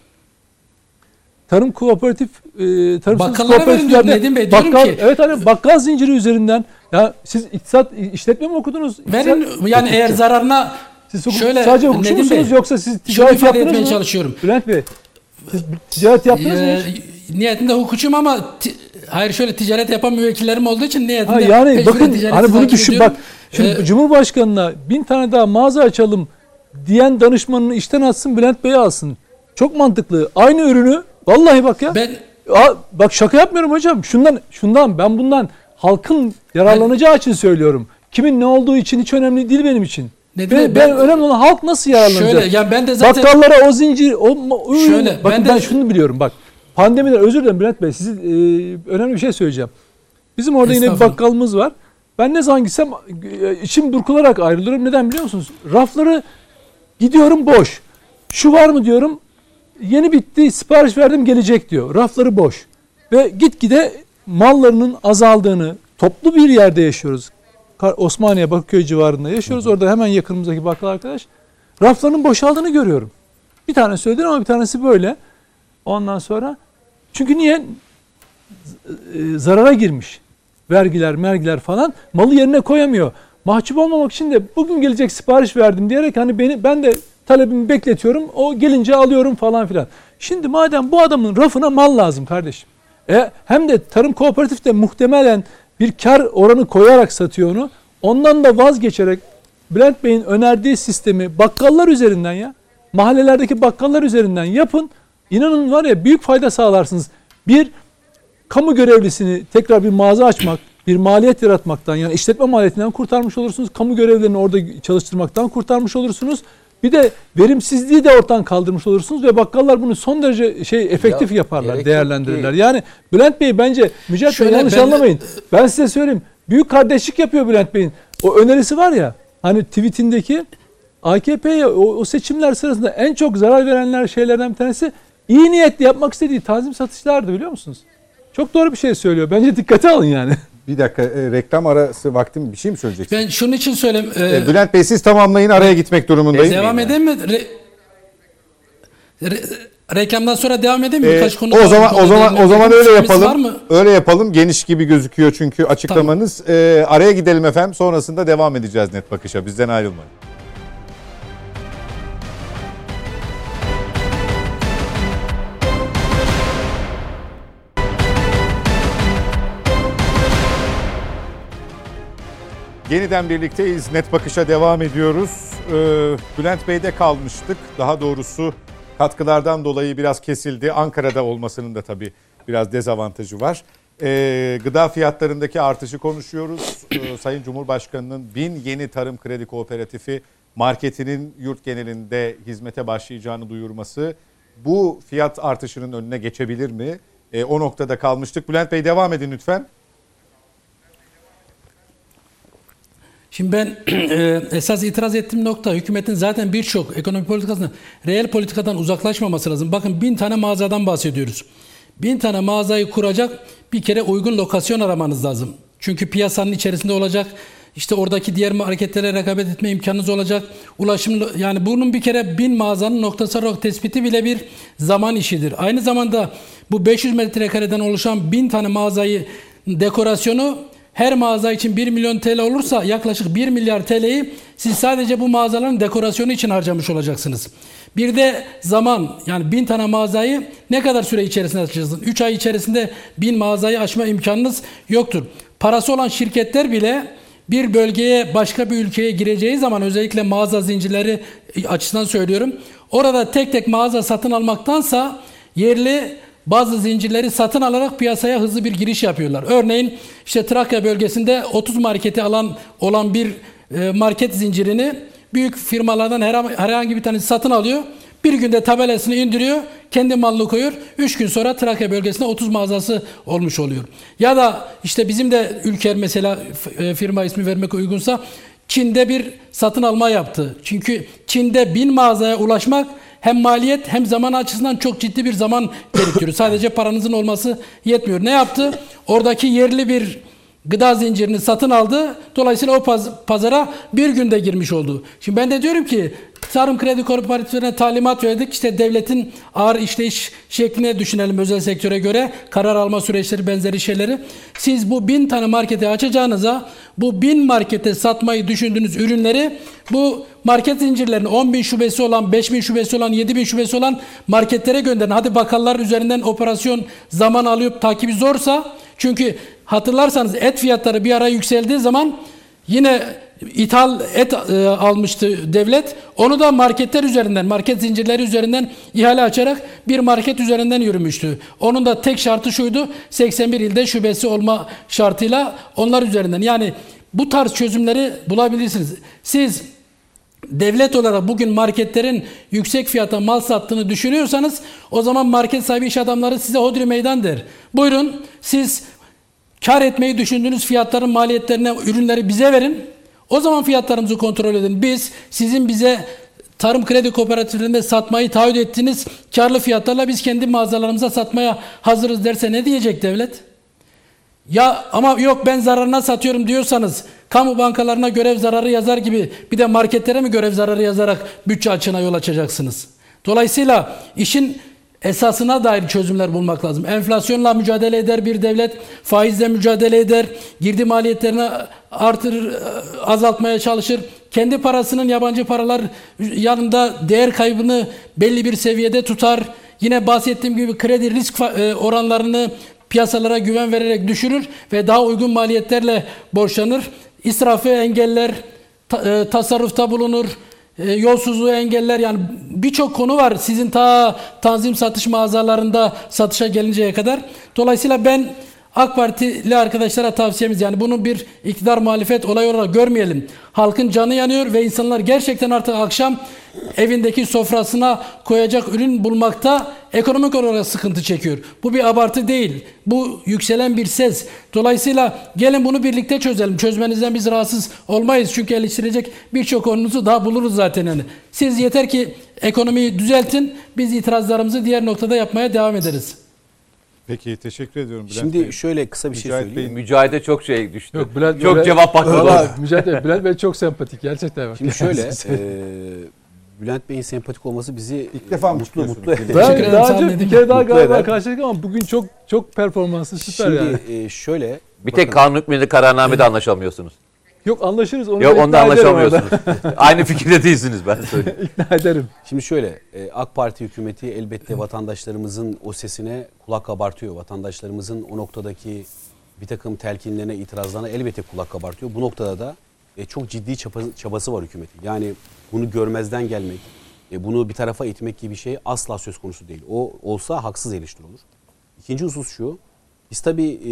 tarım kooperatif e, tarım
Bakkallara verin diyorum Nedim Bey. Diyorum
bakkal,
ki,
evet hani bakkal zinciri üzerinden, ya siz iktisat işletme mi okudunuz?
verin
İktisat,
yani eğer zararına
siz hukuk,
şöyle
sadece hukukçu
Nedim
musunuz
Bey,
yoksa siz
şunu
ticaret
ifade
yaptınız
etmeye
mı?
çalışıyorum.
Bülent Bey, siz ticaret yaptınız mı
Ee,
hiç?
niyetinde hukukçuyum ama ti- hayır şöyle ticaret yapan müvekkillerim olduğu için niyetinde
Ha yani
tecrübe
bakın
ticareti
hani bunu
takip
düşün
ediyorum.
bak. Şimdi
Ee,
Cumhurbaşkanı'na bin tane daha mağaza açalım diyen danışmanını işten atsın, Bülent Bey'i alsın. Çok mantıklı. Aynı ürünü vallahi bak ya.
Ben
Aa, bak şaka yapmıyorum hocam. Şundan şundan ben bundan halkın yararlanacağı için söylüyorum. Kimin ne olduğu için hiç önemli değil benim için.
Nedim
Ben,
Bey,
ben önemli olan halk nasıl yararlanacak?
şöyle ya ben de zaten
Bakkallara o zincir, o, o ürün-
Şöyle,
bakın
ben
ben,
de-
şunu biliyorum bak. Pandemiden özür dilerim Bülent Bey. Size e, önemli bir şey söyleyeceğim. Bizim orada yine bir
Estağfurullah.
bakkalımız var. Ben ne zaman gitsem e, içim burkularak ayrılıyorum. Neden biliyor musunuz? Rafları gidiyorum boş. Şu var mı diyorum. yeni bitti, sipariş verdim, gelecek diyor. Rafları boş. Ve gitgide mallarının azaldığını, toplu bir yerde yaşıyoruz. Osmaniye, Bakırköy civarında yaşıyoruz. Hı hı. Orada hemen yakınımızdaki bakkal arkadaş. Raflarının boşaldığını görüyorum. Bir tane söyledim ama bir tanesi böyle. Ondan sonra çünkü niye? Zarara girmiş. Vergiler, mergiler falan. Malı yerine koyamıyor. Mahcup olmamak için de bugün gelecek, sipariş verdim diyerek hani beni ben de talebimi bekletiyorum. O gelince alıyorum falan filan. Şimdi madem bu adamın rafına mal lazım kardeşim. E, hem de tarım kooperatif de muhtemelen bir kar oranı koyarak satıyor onu. Ondan da vazgeçerek Bülent Bey'in önerdiği sistemi bakkallar üzerinden ya, mahallelerdeki bakkallar üzerinden yapın. İnanın var ya, büyük fayda sağlarsınız. Bir, kamu görevlisini tekrar bir mağaza açmak, bir maliyet yaratmaktan, yani işletme maliyetinden kurtarmış olursunuz. Kamu görevlilerini orada çalıştırmaktan kurtarmış olursunuz. Bir de verimsizliği de ortadan kaldırmış olursunuz ve bakkallar bunu son derece şey efektif ya, yaparlar, değerlendirirler. Yani Bülent Bey bence, Mücahit Bey yanlış ben, anlamayın. Ben size söyleyeyim. Büyük kardeşlik yapıyor Bülent Bey'in. O önerisi var ya, hani tweetindeki A K P'ye o, o seçimler sırasında en çok zarar verenler şeylerden bir tanesi iyi niyetli yapmak istediği tanzim satışlardı, biliyor musunuz? Çok doğru bir şey söylüyor. Bence dikkate alın yani. Bir dakika, e, reklam arası vaktim, bir şey mi söyleyeceksin?
Ben şunun için söyleyeyim. E,
e, Bülent Bey siz tamamlayın, araya gitmek durumundayım.
E, devam edeyim mi? Re, re, reklamdan sonra devam edeyim mi?
E,
Birkaç konu
o zaman o zaman o zaman öyle yapalım. Öyle yapalım. Geniş gibi gözüküyor çünkü açıklamanız. Tamam. E, araya gidelim efendim. Sonrasında devam edeceğiz Net Bakış'a. Bizden ayrılmayın. Yeniden birlikteyiz. Net Bakış'a devam ediyoruz. Ee, Bülent Bey'de kalmıştık. Daha doğrusu katkılardan dolayı biraz kesildi. Ankara'da olmasının da tabii biraz dezavantajı var. Ee, gıda fiyatlarındaki artışı konuşuyoruz. Ee, Sayın Cumhurbaşkanı'nın bin yeni tarım kredi kooperatifi marketinin yurt genelinde hizmete başlayacağını duyurması bu fiyat artışının önüne geçebilir mi? Ee, o noktada kalmıştık. Bülent Bey devam edin lütfen.
Şimdi ben e, esas itiraz ettiğim nokta, hükümetin zaten birçok ekonomi politikasında reel politikadan uzaklaşmaması lazım. Bakın bin tane mağazadan bahsediyoruz. Bin tane mağazayı kuracak bir kere uygun lokasyon aramanız lazım. Çünkü piyasanın içerisinde olacak. İşte oradaki diğer marketlere rekabet etme imkanınız olacak. Ulaşım, yani bunun bir kere bin mağazanın noktasal olarak tespiti bile bir zaman işidir. Aynı zamanda bu beş yüz metrekareden oluşan bin tane mağazayı dekorasyonu, her mağaza için bir milyon T L olursa yaklaşık bir milyar T L'yi siz sadece bu mağazaların dekorasyonu için harcamış olacaksınız. Bir de zaman, yani bin tane mağazayı ne kadar süre içerisinde açacaksınız? üç ay içerisinde bin mağazayı açma imkanınız yoktur. Parası olan şirketler bile bir bölgeye, başka bir ülkeye gireceği zaman, özellikle mağaza zincirleri açısından söylüyorum, orada tek tek mağaza satın almaktansa yerli bazı zincirleri satın alarak piyasaya hızlı bir giriş yapıyorlar. Örneğin işte Trakya bölgesinde otuz marketi alan olan bir market zincirini büyük firmalardan herhangi bir tanesi satın alıyor. Bir günde tabelasını indiriyor, kendi malını koyuyor. Üç gün sonra Trakya bölgesinde otuz mağazası olmuş oluyor. Ya da işte bizim de Ülker mesela, firma ismi vermek uygunsa, Çin'de bir satın alma yaptı. Çünkü Çin'de bin mağazaya ulaşmak hem maliyet hem zaman açısından çok ciddi bir zaman gerektiriyor. Sadece paranızın olması yetmiyor. Ne yaptı? Oradaki yerli bir gıda zincirini satın aldı. Dolayısıyla o paz- pazara bir günde girmiş oldu. Şimdi ben de diyorum ki tarım kredi kooperatiflerine talimat verdik. İşte devletin ağır işleyiş şekline düşünelim özel sektöre göre. Karar alma süreçleri, benzeri şeyleri. Siz bu bin tane marketi açacağınıza bu bin markete satmayı düşündüğünüz ürünleri bu market zincirlerinin on bin şubesi olan, beş bin şubesi olan, yedi bin şubesi olan marketlere gönderin. Hadi bakkallar üzerinden operasyon zaman alıyor, takibi zorsa. Çünkü hatırlarsanız et fiyatları bir ara yükseldiği zaman yine ithal et e, almıştı devlet. Onu da marketler üzerinden, market zincirleri üzerinden ihale açarak bir market üzerinden yürümüştü. Onun da tek şartı şuydu: seksen bir ilde şubesi olma şartıyla onlar üzerinden. Yani bu tarz çözümleri bulabilirsiniz. Siz devlet olarak bugün marketlerin yüksek fiyata mal sattığını düşünüyorsanız, o zaman market sahibi iş adamları size hodri meydan der. Buyurun, siz kar etmeyi düşündüğünüz fiyatların maliyetlerine ürünleri bize verin. O zaman fiyatlarımızı kontrol edin. Biz sizin bize tarım kredi kooperatiflerinde satmayı taahhüt ettiniz. Karlı fiyatlarla biz kendi mağazalarımıza satmaya hazırız derse ne diyecek devlet? Ya ama yok ben zararına satıyorum diyorsanız kamu bankalarına görev zararı yazar gibi bir de marketlere mi görev zararı yazarak bütçe açığına yol açacaksınız? Dolayısıyla işin esasına dair çözümler bulmak lazım. Enflasyonla mücadele eder bir devlet, faizle mücadele eder, girdi maliyetlerini artırır, azaltmaya çalışır. Kendi parasının yabancı paralar yanında değer kaybını belli bir seviyede tutar. Yine bahsettiğim gibi kredi risk oranlarını piyasalara güven vererek düşürür ve daha uygun maliyetlerle borçlanır. İsrafı engeller, ta, tasarrufta bulunur. E, yolsuzluğu engeller, yani birçok konu var sizin ta tanzim satış mağazalarında satışa gelinceye kadar. Dolayısıyla ben AK Partili arkadaşlara tavsiyemiz, yani bunu bir iktidar muhalefet olayı olarak görmeyelim. Halkın canı yanıyor ve insanlar gerçekten artık akşam evindeki sofrasına koyacak ürün bulmakta ekonomik olarak sıkıntı çekiyor. Bu bir abartı değil. Bu yükselen bir ses. Dolayısıyla gelin bunu birlikte çözelim. Çözmenizden biz rahatsız olmayız. Çünkü eleştirecek birçok konunuzu daha buluruz zaten. Yani. Siz yeter ki ekonomiyi düzeltin. Biz itirazlarımızı diğer noktada yapmaya devam ederiz.
Peki teşekkür ediyorum Bülent
Şimdi
Bey.
şöyle kısa bir şey
Mücahit
söyleyeyim.
Bey-
Mücahide çok şey düştü.
Yok, Bülent-
çok
Bülent-
cevap patladı.
Valla Mücahit Bey, Bülent Bey çok sempatik gerçekten. Bak.
Şimdi şöyle, e, Bülent Bey'in sempatik olması bizi
İlk defa mı
mutlu
çıkıyorsunuz?
mutlu ediyor.
Teşekkür
Ben
ederim,
daha
Sami
önce
Bey.
bir kere daha
Mutlu
galiba
eder.
karşıladık ama bugün çok çok performansı süper
Şimdi
yani.
e, şöyle,
Bir tek kanun hükmünde kararnamede anlaşamıyorsunuz.
Yok anlaşırız. Onu
Yok
da
onda
ikna ederim
anlaşamıyorsunuz. Aynı fikirde değilsiniz ben söyleyeyim.
orada. İkna ederim.
Şimdi şöyle, e, AK Parti hükümeti elbette vatandaşlarımızın o sesine kulak kabartıyor. Vatandaşlarımızın o noktadaki bir takım telkinlerine, itirazlarına elbette kulak kabartıyor. Bu noktada da e, çok ciddi çabası, çabası var hükümetin. Yani bunu görmezden gelmek, e, bunu bir tarafa itmek gibi bir şey asla söz konusu değil. O olsa haksız eleştiri olur. İkinci husus şu, biz tabii e,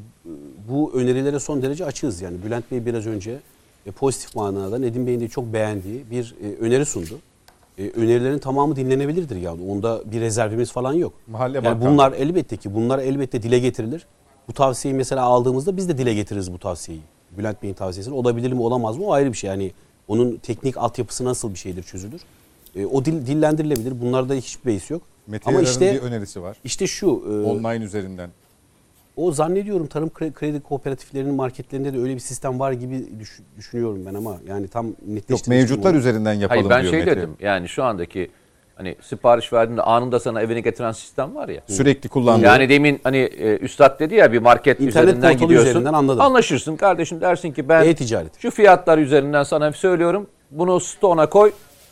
bu önerilere son derece açığız. Yani Bülent Bey biraz önce e, pozitif manada Nedim Bey'in de çok beğendiği bir e, öneri sundu. E, önerilerin tamamı dinlenebilirdir yani. Onda bir rezervimiz falan yok.
Mahalle
Yani
Bakanlığı.
bunlar elbette ki bunlar elbette dile getirilir. Bu tavsiyeyi mesela aldığımızda biz de dile getiririz bu tavsiyeyi. Bülent Bey'in tavsiyesini. Olabilir mi olamaz mı o ayrı bir şey. Yani onun teknik altyapısı nasıl bir şeydir çözülür. E, o dil, dillendirilebilir. Bunlarda hiçbir beis yok.
Mete
Ama
Yarar'ın
işte
bir önerisi var.
işte şu e,
Online üzerinden.
o zannediyorum tarım kre- kredi kooperatiflerinin marketlerinde de öyle bir sistem var gibi düş- düşünüyorum ben ama yani tam netleştirmiş.
Yok mevcutlar
değilim.
üzerinden yapalım
Hayır ben
diyor
şey
Mete.
dedim. Yani şu andaki hani sipariş verdiğinde anında sana evine getiren sistem var ya.
Sürekli kullandığı.
Yani demin hani e, üstad dedi ya bir market
İnternet
üzerinden
portalı
gidiyorsun.
üzerinden anladım.
Anlaşırsın kardeşim, dersin ki ben
E-ticaret.
şu fiyatlar üzerinden sana söylüyorum. Bunu stoğuna koy.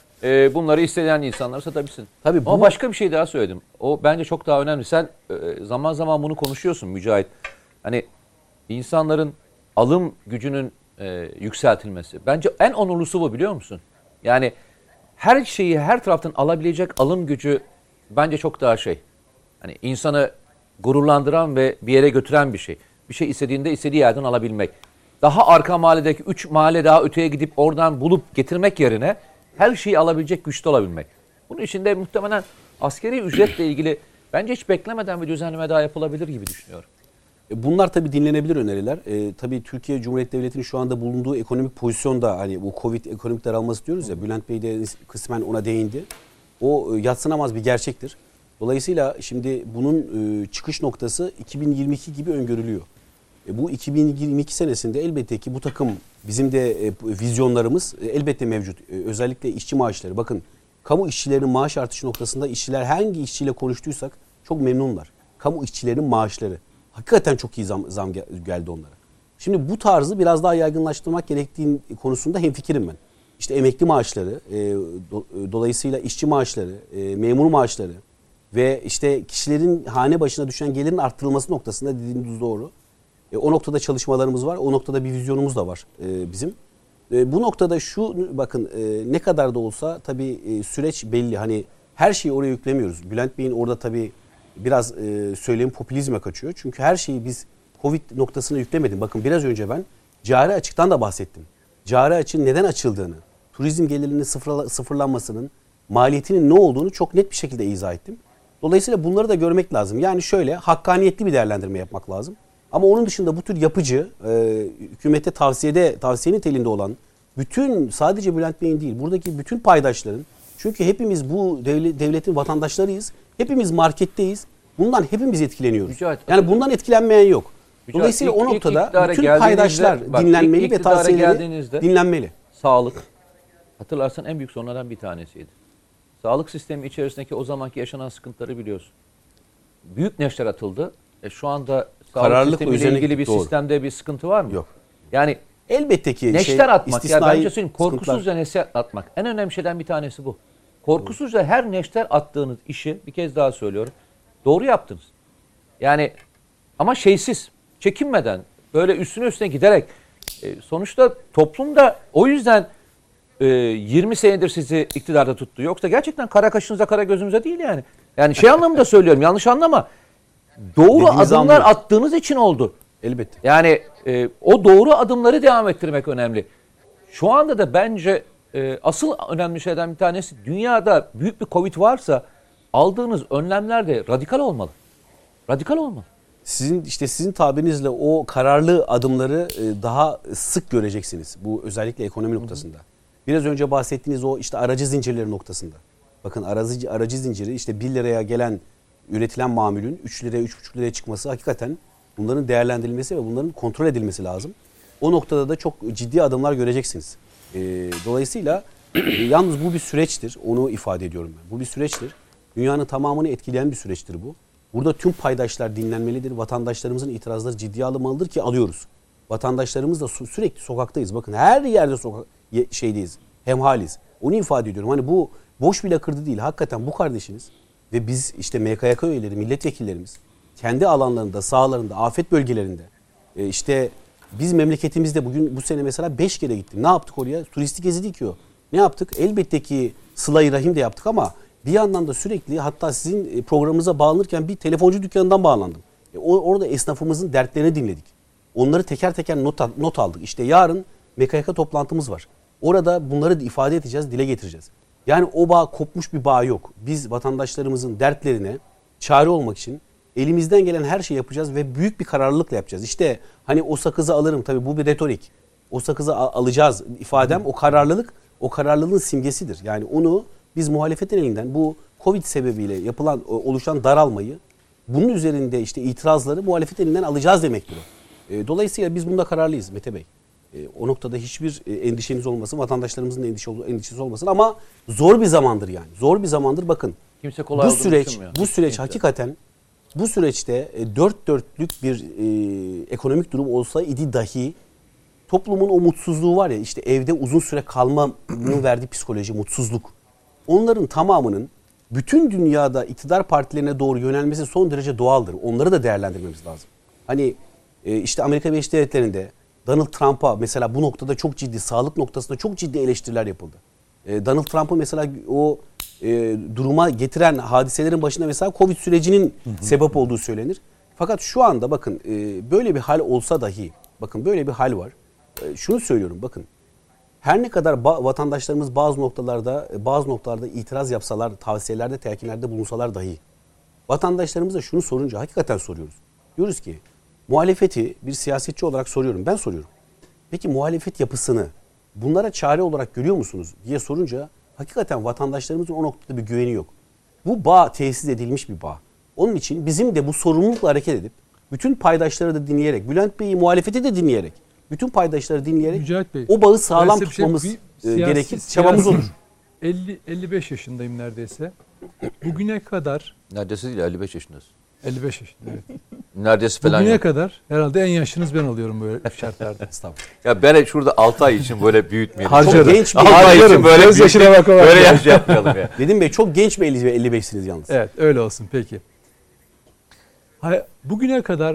E, bunları isteyen insanlara satabilsin.
Tabii bu-
Ama başka bir şey daha söyledim. O bence çok daha önemli. Sen e, zaman zaman bunu konuşuyorsun Mücahit. Hani insanların alım gücünün e, yükseltilmesi. Bence en onurlusu bu, biliyor musun? Yani her şeyi her taraftan alabilecek alım gücü bence çok daha şey. Hani insanı gururlandıran ve bir yere götüren bir şey. Bir şey istediğinde istediği yerden alabilmek. Daha arka mahalledeki üç mahalle daha öteye gidip oradan bulup getirmek yerine her şeyi alabilecek güçte olabilmek. Bunun içinde muhtemelen askeri ücretle ilgili bence hiç beklemeden bir düzenleme daha yapılabilir gibi düşünüyorum.
E, Bunlar tabii dinlenebilir öneriler. E, tabii Türkiye Cumhuriyeti Devleti'nin şu anda bulunduğu ekonomik pozisyonda hani bu Covid ekonomik daralması diyoruz ya, Bülent Bey de kısmen ona değindi. O e, yadsınamaz bir gerçektir. Dolayısıyla şimdi bunun e, çıkış noktası iki bin yirmi iki gibi öngörülüyor. E, bu iki bin yirmi iki senesinde elbette ki bu takım bizim de e, vizyonlarımız e, elbette mevcut. E, özellikle işçi maaşları. Bakın kamu işçilerinin maaş artışı noktasında işçiler hangi işçiyle konuştuysak çok memnunlar. Kamu işçilerinin maaşları. Hakikaten çok iyi zam, zam geldi onlara. Şimdi bu tarzı biraz daha yaygınlaştırmak gerektiği konusunda hemfikirim ben. İşte emekli maaşları, e, do, dolayısıyla işçi maaşları, e, memur maaşları ve işte kişilerin hane başına düşen gelirin arttırılması noktasında dediğiniz doğru. E, o noktada çalışmalarımız var, o noktada bir vizyonumuz da var e, bizim. E, bu noktada şu bakın e, ne kadar da olsa tabii e, süreç belli. Hani her şeyi oraya yüklemiyoruz. Bülent Bey'in orada tabii biraz e, söylemi popülizme kaçıyor. Çünkü her şeyi biz Covid noktasına yüklemedim. Bakın biraz önce ben cari açıktan da bahsettim. Cari açığın neden açıldığını, turizm gelirinin sıfırla, sıfırlanmasının maliyetinin ne olduğunu çok net bir şekilde izah ettim. Dolayısıyla bunları da görmek lazım. Yani şöyle hakkaniyetli bir değerlendirme yapmak lazım. Ama onun dışında bu tür yapıcı, e, hükümete tavsiyede, tavsiyenin telinde olan bütün sadece Bülent Bey'in değil, buradaki bütün paydaşların Çünkü hepimiz bu devlet, devletin vatandaşlarıyız. Hepimiz marketteyiz. Bundan hepimiz etkileniyoruz.
Mücahit,
yani bundan etkilenmeyen yok.
Mücahit,
Dolayısıyla
ilk-
o
ilk
noktada
iktidara
bütün
geldiğinizde-
paydaşlar
bak,
dinlenmeli
ilk
ve
iktidara
tavsiyeleri
geldiğinizde-
dinlenmeli.
Sağlık. Hatırlarsan en büyük sorunlardan bir tanesiydi. Sağlık sistemi içerisindeki o zamanki yaşanan sıkıntıları biliyorsun. Büyük neşter atıldı. E şu anda sağlık
Kararlılıkla
sistemiyle
üzerine
ilgili bir
gittik, doğru.
sistemde bir sıkıntı var mı?
Yok.
Yani
Elbette ki
neşter
şey,
atmak. Ya
istisnai
bence söyleyeyim korkusuzca
sıkıntılar-
neşter atmak. En önemli şeyden bir tanesi bu. Korkusuzca her neşter attığınız işi bir kez daha söylüyorum. Doğru yaptınız. Yani ama şeysiz, çekinmeden, böyle üstüne üstüne giderek e, sonuçta toplumda o yüzden e, yirmi senedir sizi iktidarda tuttu. Yoksa gerçekten kara kaşınıza kara gözünüze değil yani. Yani şey anlamında söylüyorum, yanlış anlama. Doğru
Dediğinizi
adımlar
anlıyorum.
attığınız için oldu.
Elbette.
Yani e, o doğru adımları devam ettirmek önemli. Şu anda da bence e, asıl önemli şeyden bir tanesi, dünyada büyük bir Covid varsa aldığınız önlemler de radikal olmalı. Radikal olmalı.
Sizin işte sizin tabirinizle o kararlı adımları e, daha sık göreceksiniz. Bu özellikle ekonomi noktasında. Biraz önce bahsettiğiniz o işte aracı zincirleri noktasında. Bakın aracı, aracı zinciri işte bir liraya gelen üretilen mamulün üç liraya üç buçuk liraya çıkması, hakikaten bunların değerlendirilmesi ve bunların kontrol edilmesi lazım. O noktada da çok ciddi adımlar göreceksiniz. E, dolayısıyla e, yalnız bu bir süreçtir. Onu ifade ediyorum ben. Bu bir süreçtir. Dünyanın tamamını etkileyen bir süreçtir bu. Burada tüm paydaşlar dinlenmelidir. Vatandaşlarımızın itirazları ciddiye alınmalıdır ki alıyoruz. Vatandaşlarımız da sü- sürekli sokaktayız. Bakın her yerde sokak ye- şeydeyiz. Hemhaliz. Onu ifade ediyorum. Hani bu boş bir lakırdı değil. Hakikaten bu kardeşiniz ve biz işte M K Y K üyeleri, milletvekillerimiz kendi alanlarında, sahalarında, afet bölgelerinde e, işte biz memleketimizde bugün bu sene mesela beş kere gittim. Ne yaptık oraya? Turistik gezi değil ki o. Ne yaptık? Elbette ki sıla-i rahim de yaptık ama bir yandan da sürekli, hatta sizin programınıza bağlanırken bir telefoncu dükkanından bağlandım. E, orada esnafımızın dertlerini dinledik. Onları teker teker not, not aldık. İşte yarın M K Y K toplantımız var. Orada bunları da ifade edeceğiz, dile getireceğiz. Yani o bağ, kopmuş bir bağ yok. Biz vatandaşlarımızın dertlerine çare olmak için elimizden gelen her şeyi yapacağız ve büyük bir kararlılıkla yapacağız. İşte hani o sakızı alırım, tabii bu bir retorik. O sakızı al- alacağız ifadem, o kararlılık, o kararlılığın simgesidir. Yani onu biz muhalefetin elinden bu Covid sebebiyle yapılan, oluşan daralmayı, bunun üzerinde işte itirazları muhalefetin elinden alacağız demektir o. E, dolayısıyla biz bunda kararlıyız Mete Bey. E, o noktada hiçbir e, endişeniz olmasın, vatandaşlarımızın endişe, endişesi olmasın ama zor bir zamandır yani. Zor bir zamandır bakın.
Kimse kolay
Bu
olduğunu
süreç,
düşünmüyor.
bu süreç
Kimse.
hakikaten bu süreçte e, dört dörtlük bir e, ekonomik durum olsa idi dahi toplumun o mutsuzluğu var ya, işte evde uzun süre kalmanın verdiği psikoloji, mutsuzluk. Onların tamamının bütün dünyada iktidar partilerine doğru yönelmesi son derece doğaldır. Onları da değerlendirmemiz lazım. Hani e, işte Amerika Birleşik Devletleri'nde Donald Trump'a mesela bu noktada çok ciddi, sağlık noktasında çok ciddi eleştiriler yapıldı. E, Donald Trump'ı mesela o e, duruma getiren hadiselerin başında mesela Covid sürecinin sebep olduğu söylenir. Fakat şu anda bakın e, böyle bir hal olsa dahi, bakın böyle bir hal var. E, şunu söylüyorum bakın. Her ne kadar ba- vatandaşlarımız bazı noktalarda bazı noktalarda itiraz yapsalar, tavsiyelerde, telkinlerde bulunsalar dahi vatandaşlarımıza şunu sorunca hakikaten soruyoruz. Diyoruz ki muhalefeti bir siyasetçi olarak soruyorum. Ben soruyorum. Peki muhalefet yapısını bunlara çare olarak görüyor musunuz diye sorunca hakikaten vatandaşlarımızın o noktada bir güveni yok. Bu bağ tesis edilmiş bir bağ. Onun için bizim de bu sorumlulukla hareket edip bütün paydaşları da dinleyerek, Bülent Bey'i, muhalefeti de dinleyerek, bütün paydaşları dinleyerek
Mücahit Bey,
o bağı sağlam
ben size bir şey-
tutmamız
bir
e,
siyasi-
gerekir.
siyasi-
Çabamız olur.
elli elli beş yaşındayım neredeyse. Bugüne kadar
Neredeyse değil, elli beş yaşındasın.
elli beş yaşında. Evet.
Neredeyse falan
Bugüne
yok.
kadar herhalde en yaşınız ben oluyorum böyle şartlarda.
Estağfurullah.
Ya ben şurada altı ay için böyle büyütmeyelim.
Harcarım.
Çok
Genç bir-
altı ay için
Harcarım.
böyle
Göz yaşına
büyütmeyelim.
bakarak.
Böyle yaş yapmayalım ya.
Nedim Bey çok genç bir elli beşsiniz yalnız.
Evet, öyle olsun peki. Hay- Bugüne kadar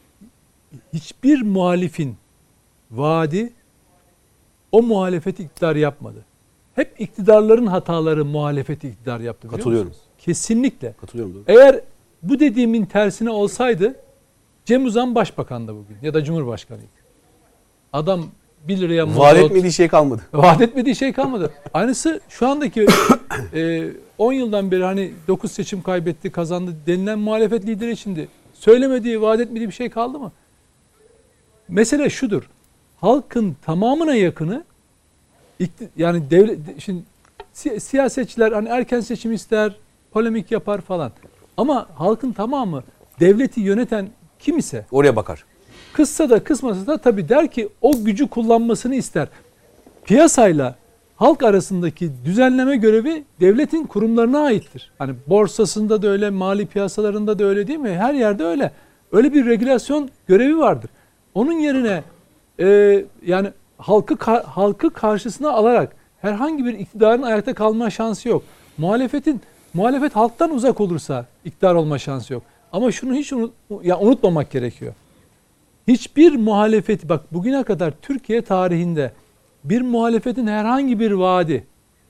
hiçbir muhalifin vaadi o muhalefeti iktidar yapmadı. Hep iktidarların hataları muhalefeti iktidar yaptı, biliyor
Katılıyorum.
musunuz? Kesinlikle.
Katılıyorum. Doğru.
Eğer bu dediğimin tersine olsaydı Cem Uzan başbakandı bugün ya da cumhurbaşkanıydı. Adam bir liraya
Vaat
mazot,
etmediği şey kalmadı.
vaat etmediği şey kalmadı. Aynısı şu andaki e, on yıldan beri hani dokuz seçim kaybetti, kazandı denilen muhalefet lideri içindi. Söylemediği, vaat etmediği bir şey kaldı mı? Mesele şudur. Halkın tamamına yakını ikti- yani devlet, şimdi Si- siyasetçiler hani erken seçim ister, polemik yapar falan. Ama halkın tamamı devleti yöneten kim ise
Oraya bakar.
kızsa da kızmasa da tabii der ki o gücü kullanmasını ister. Piyasayla halk arasındaki düzenleme görevi devletin kurumlarına aittir. Hani borsasında da öyle, mali piyasalarında da öyle değil mi? Her yerde öyle. Öyle bir regülasyon görevi vardır. Onun yerine e, yani halkı ka- halkı karşısına alarak herhangi bir iktidarın ayakta kalma şansı yok. Muhalefetin muhalefet halktan uzak olursa iktidar olma şansı yok. Ama şunu hiç unut, ya unutmamak gerekiyor. Hiçbir muhalefet, bak bugüne kadar Türkiye tarihinde bir muhalefetin herhangi bir vaadi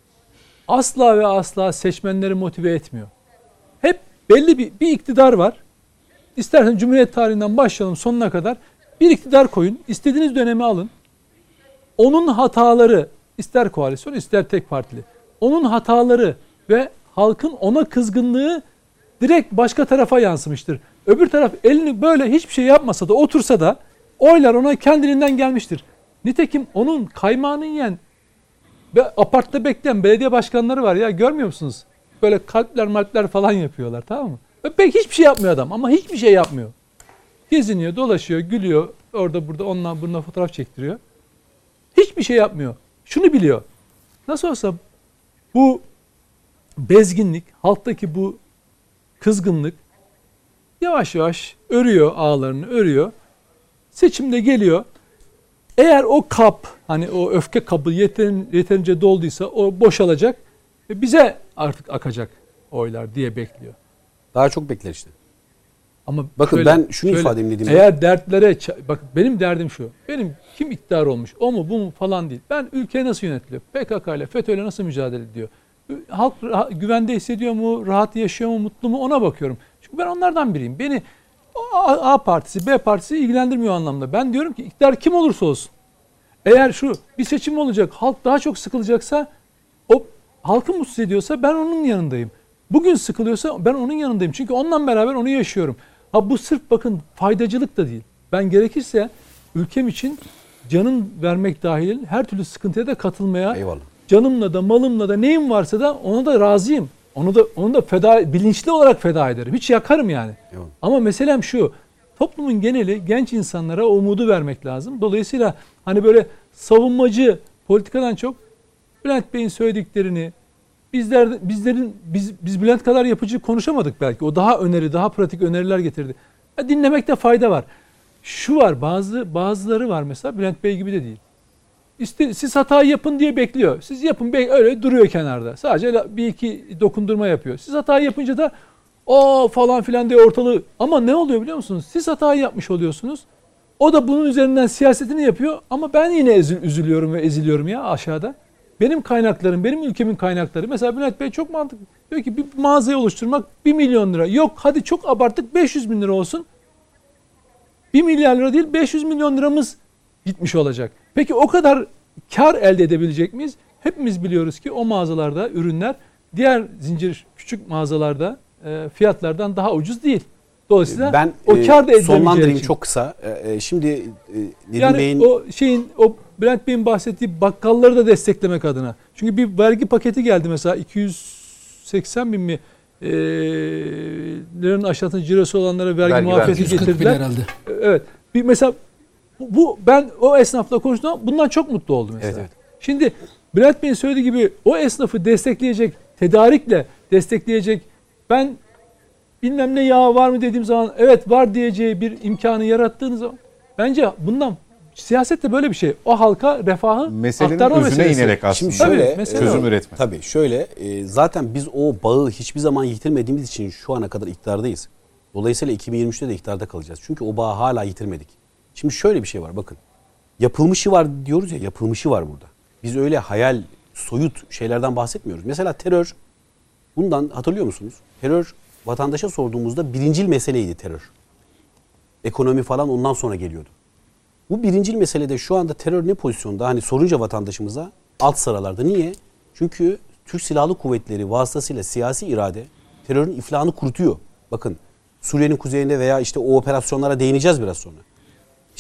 asla ve asla seçmenleri motive etmiyor. Hep belli bir, bir iktidar var. İstersen Cumhuriyet tarihinden başlayalım sonuna kadar. Bir iktidar koyun, istediğiniz dönemi alın. Onun hataları, ister koalisyon ister tek partili, onun hataları ve halkın ona kızgınlığı direkt başka tarafa yansımıştır. Öbür taraf elini böyle hiçbir şey yapmasa da otursa da oylar ona kendiliğinden gelmiştir. Nitekim onun kaymağını yiyen ve apartta bekleyen belediye başkanları var ya, görmüyor musunuz? Böyle kalpler malpler falan yapıyorlar, tamam mı? Ve pek hiçbir şey yapmıyor adam ama hiçbir şey yapmıyor. Geziniyor, dolaşıyor, gülüyor. Orada burada onunla bununla fotoğraf çektiriyor. Hiçbir şey yapmıyor. Şunu biliyor. Nasıl olsa bu bezginlik, halktaki bu kızgınlık yavaş yavaş örüyor, ağlarını örüyor. Seçimde geliyor. Eğer o kap, hani o öfke kabı yeterin, yeterince dolduysa o boşalacak ve bize artık akacak oylar diye bekliyor.
Daha çok bekler işte.
Ama
bakın
şöyle,
ben şunu
şöyle,
ifade edeyim dediğimde.
Eğer dertlere, bak benim derdim şu. Benim kim iktidar olmuş, o mu bu mu falan değil. Ben ülke nasıl yönetiliyor? P K K ile FETÖ'yle nasıl mücadele ediyor? Halk güvende hissediyor mu, rahat yaşıyor mu, mutlu mu, ona bakıyorum. Çünkü ben onlardan biriyim. Beni A, A partisi, B partisi ilgilendirmiyor anlamda. Ben diyorum ki iktidar kim olursa olsun. Eğer şu bir seçim olacak, halk daha çok sıkılacaksa, o halkı mutsuz ediyorsa ben onun yanındayım. Bugün sıkılıyorsa ben onun yanındayım. Çünkü onunla beraber onu yaşıyorum. Ha bu sırf bakın faydacılık da değil. Ben gerekirse ülkem için canım vermek dahil her türlü sıkıntıya da katılmaya,
eyvallah,
canımla da malımla da neyim varsa da ona da razıyım. Onu da onu da feda, bilinçli olarak feda ederim. Hiç yakarım yani.
eyvallah.
Ama meselem şu. Toplumun geneli genç insanlara umudu vermek lazım. Dolayısıyla hani böyle savunmacı politikadan çok Bülent Bey'in söylediklerini, bizler bizlerin biz biz Bülent kadar yapıcı konuşamadık belki. O daha öneri, daha pratik öneriler getirdi. Ya dinlemekte fayda var. Şu var, bazı bazıları var mesela Bülent Bey gibi de değil. İşte siz hatayı yapın diye bekliyor. Siz yapın, öyle duruyor kenarda. Sadece bir iki dokundurma yapıyor. Siz hatayı yapınca da o falan filan diye ortalığı. Ama ne oluyor biliyor musunuz? Siz hatayı yapmış oluyorsunuz. O da bunun üzerinden siyasetini yapıyor. Ama ben yine ezil, üzülüyorum ve eziliyorum ya aşağıda. Benim kaynaklarım, benim ülkemin kaynakları. Mesela Bülent Bey çok mantıklı. Diyor ki bir mağazayı oluşturmak bir milyon lira. Yok hadi çok abarttık beş yüz bin lira olsun. bir milyar lira değil beş yüz milyon liramız gitmiş olacak. Peki o kadar kar elde edebilecek miyiz? Hepimiz biliyoruz ki o mağazalarda ürünler diğer zincir küçük mağazalarda e, fiyatlardan daha ucuz değil. Dolayısıyla
ben
o
e,
kar da
sonlandırayım
için.
çok kısa. E, şimdi e, Nedim
yani
Bey'in
o şeyin o Bülent Bey'in bahsettiği bakkalları da desteklemek adına. Çünkü bir vergi paketi geldi mesela iki yüz seksen bin mi e, liranın aşağısında cirosu olanlara vergi, vergi muafiyeti getirdiler. Herhalde. Evet. Bir mesela bu, bu ben o esnafla konuştum. Bundan çok mutlu oldum mesela. Evet, evet. Şimdi Bülent Bey'in söylediği gibi o esnafı destekleyecek, tedarikle destekleyecek, ben bilmem ne yağı var mı dediğim zaman evet var diyeceği bir imkanı yarattığınız zaman bence bundan siyaset de böyle bir şey. O halka refahı
meselenin
aktarma
özüne
meselesi.
inerek aslında.
Şimdi şöyle
tabii,
çözüm üretme.
Tabii şöyle e, zaten biz o bağı hiçbir zaman yitirmediğimiz için şu ana kadar iktidardayız. Dolayısıyla iki bin yirmi üçte de iktidarda kalacağız. Çünkü o bağı hala yitirmedik. Şimdi şöyle bir şey var bakın. Yapılmışı var diyoruz ya, yapılmışı var burada. Biz öyle hayal, soyut şeylerden bahsetmiyoruz. Mesela terör, bundan hatırlıyor musunuz? Terör vatandaşa sorduğumuzda birincil meseleydi terör. Ekonomi falan ondan sonra geliyordu. Bu birincil meselede şu anda terör ne pozisyonda? Hani sorunca vatandaşımıza alt sıralarda. Niye? Çünkü Türk Silahlı Kuvvetleri vasıtasıyla siyasi irade terörün iflahını kurutuyor. Bakın Suriye'nin kuzeyinde veya işte o operasyonlara değineceğiz biraz sonra.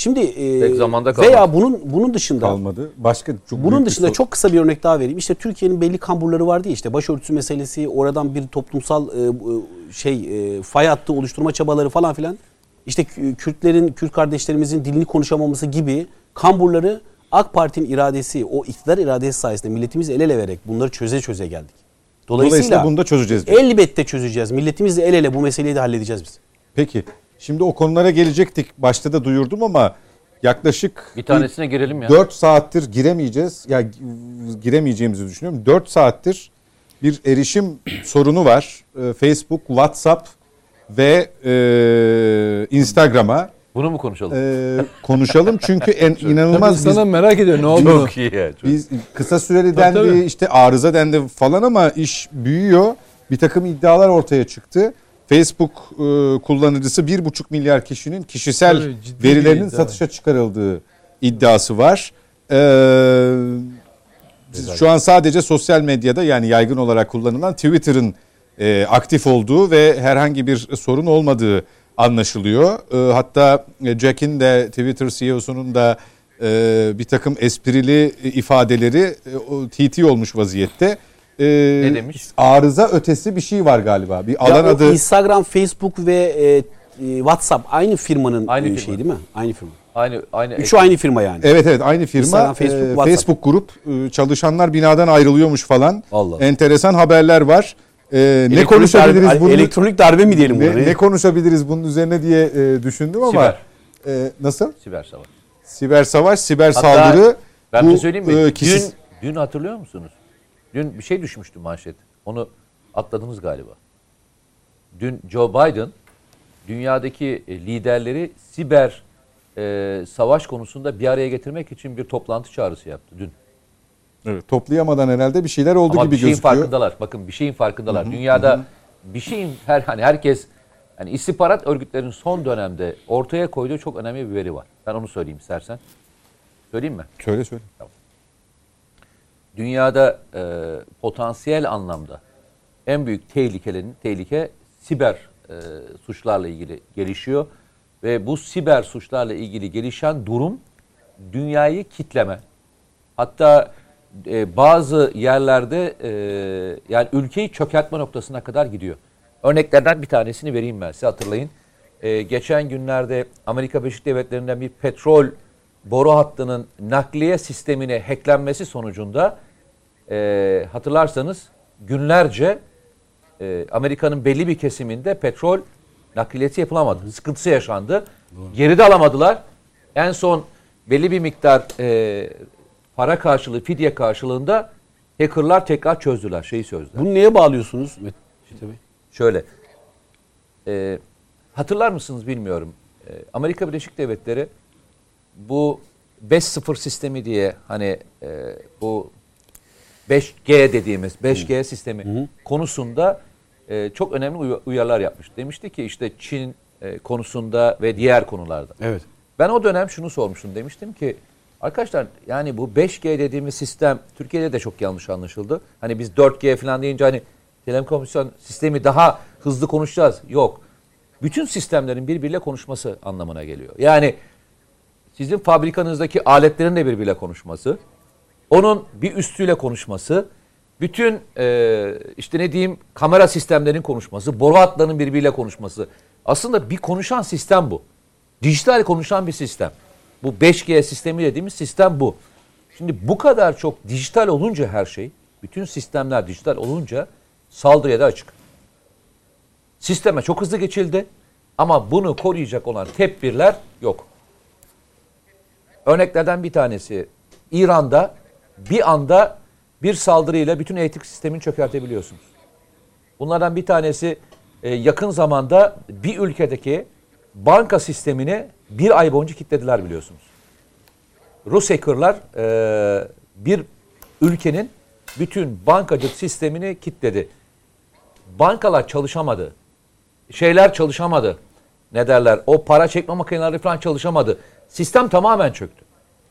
Şimdi e,
Pek zamanda kalmadı.
veya bunun bunun dışında
kalmadı. Başka çok
bunun
büyük bir
dışında
sorun.
çok kısa bir örnek daha vereyim. İşte Türkiye'nin belli kamburları vardı ya, işte başörtüsü meselesi, oradan bir toplumsal e, şey e, fay hattı oluşturma çabaları falan filan. İşte Kürtlerin, Kürt kardeşlerimizin dilini konuşamaması gibi kamburları AK Parti'nin iradesi, o iktidar iradesi sayesinde milletimiz el ele vererek bunları çöze çöze geldik. Dolayısıyla,
Dolayısıyla bunu da çözeceğiz diyor.
elbette çözeceğiz. Milletimizle el ele bu meseleyi de halledeceğiz biz.
Peki. Şimdi o konulara gelecektik. Başta da duyurdum ama yaklaşık
Bir tanesine girelim ya.
dört saattir giremeyeceğiz. Ya giremeyeceğimizi düşünüyorum. dört saattir bir erişim sorunu var. Ee, Facebook, WhatsApp ve e, Instagram'a.
Bunu mu konuşalım?
Ee, konuşalım çünkü en
Tabii
inanılmaz biz,
sana merak ediyor ne olduğunu.
Çok iyi ya. Çok.
biz kısa süreli
Tabii,
dendi,
tabii.
işte arıza dendi falan ama iş büyüyor. Bir takım iddialar ortaya çıktı. Facebook e, kullanıcısı bir buçuk milyar kişinin kişisel
Tabii, ciddi bir
verilerinin
iddia.
satışa çıkarıldığı iddiası var. Ee, şu an sadece sosyal medyada, yani yaygın olarak kullanılan Twitter'ın e, aktif olduğu ve herhangi bir sorun olmadığı anlaşılıyor. E, hatta Jack'in de, Twitter C E O'sunun da e, bir takım esprili ifadeleri e, o T T olmuş vaziyette. E,
Ne demiş?
Arıza ötesi bir şey var galiba. Bir
Ya
alan
o
adı.
Instagram, Facebook ve e, e, WhatsApp aynı firmanın
Aynı
e,
firma.
şey değil mi? Aynı firma.
Aynı aynı.
Üçü aynı firma yani.
Evet evet aynı firma.
Instagram, Facebook,
Ee,
WhatsApp.
Facebook grup e, çalışanlar binadan ayrılıyormuş falan.
Allah Allah.
Enteresan haberler var. Ee, ne
Elektronik
konuşabiliriz
darbe,
bunun?
Elektronik darbe mi diyelim buna?
Ne, ne konuşabiliriz bunun üzerine diye e, düşündüm ama
Siber.
e, nasıl?
Siber savaş.
Siber savaş, siber
Hatta
saldırı.
Ben
bu,
bir şey söyleyeyim mi?
e,
Dün,
kişis-
dün hatırlıyor musunuz? Dün bir şey düşmüştü manşet. Onu atladınız galiba. Dün Joe Biden dünyadaki liderleri siber e, savaş konusunda bir araya getirmek için bir toplantı çağrısı yaptı dün.
Evet, toplayamadan herhalde bir şeyler oldu
Ama
gibi
bir şeyin
gözüküyor.
farkındalar. Bakın bir şeyin farkındalar. Dünyada bir şeyin her hani herkes hani istihbarat örgütlerinin son dönemde ortaya koyduğu çok önemli bir veri var. Ben onu söyleyeyim istersen. Söyleyeyim mi?
Söyle söyle.
Dünyada e, potansiyel anlamda en büyük tehlikelerin tehlike siber e, suçlarla ilgili gelişiyor ve bu siber suçlarla ilgili gelişen durum dünyayı kitleme. Hatta e, bazı yerlerde e, yani ülkeyi çökertme noktasına kadar gidiyor. Örneklerden bir tanesini vereyim ben size, hatırlayın. E, geçen günlerde Amerika Birleşik Devletleri'nden bir petrol boru hattının nakliye sistemine hacklenmesi sonucunda e, hatırlarsanız günlerce e, Amerika'nın belli bir kesiminde petrol nakliyesi yapılamadı. Sıkıntısı yaşandı. Doğru. Geri de alamadılar. En son belli bir miktar e, para karşılığı, fidye karşılığında hackerlar tekrar çözdüler, şeyi çözdüler.
Bunu neye bağlıyorsunuz? Tabii.
Şöyle, e, hatırlar mısınız bilmiyorum. E, Amerika Birleşik Devletleri bu beş sıfır sistemi diye hani e, bu beş G dediğimiz beş G sistemi hı hı. konusunda e, çok önemli uy- uyarılar yapmış. Demişti ki işte Çin e, konusunda ve diğer konularda.
Evet.
Ben o dönem şunu sormuştum. Demiştim ki arkadaşlar yani bu beş G dediğimiz sistem Türkiye'de de çok yanlış anlaşıldı. Hani biz dört G falan deyince hani telekomünikasyon sistemi daha hızlı konuşacağız. Yok. Bütün sistemlerin birbiriyle konuşması anlamına geliyor. Yani sizin fabrikanızdaki aletlerin de birbiriyle konuşması, onun bir üstüyle konuşması, bütün e, işte ne diyeyim kamera sistemlerinin konuşması, boru hatlarının birbiriyle konuşması. Aslında bir konuşan sistem bu. Dijital konuşan bir sistem. Bu beş G sistemi dediğimiz sistem bu. Şimdi bu kadar çok dijital olunca her şey, bütün sistemler dijital olunca saldırıya da açık. Sisteme çok hızlı geçildi ama bunu koruyacak olan tedbirler yok. Örneklerden bir tanesi İran'da bir anda bir saldırıyla bütün elektrik sistemini çökertebiliyorsunuz. Bunlardan bir tanesi yakın zamanda bir ülkedeki banka sistemini bir ay boyunca kilitlediler biliyorsunuz. Rus hackerlar bir ülkenin bütün bankacılık sistemini kilitledi. Bankalar çalışamadı. Şeyler çalışamadı. Ne derler? O para çekme makineleri falan çalışamadı. Sistem tamamen çöktü.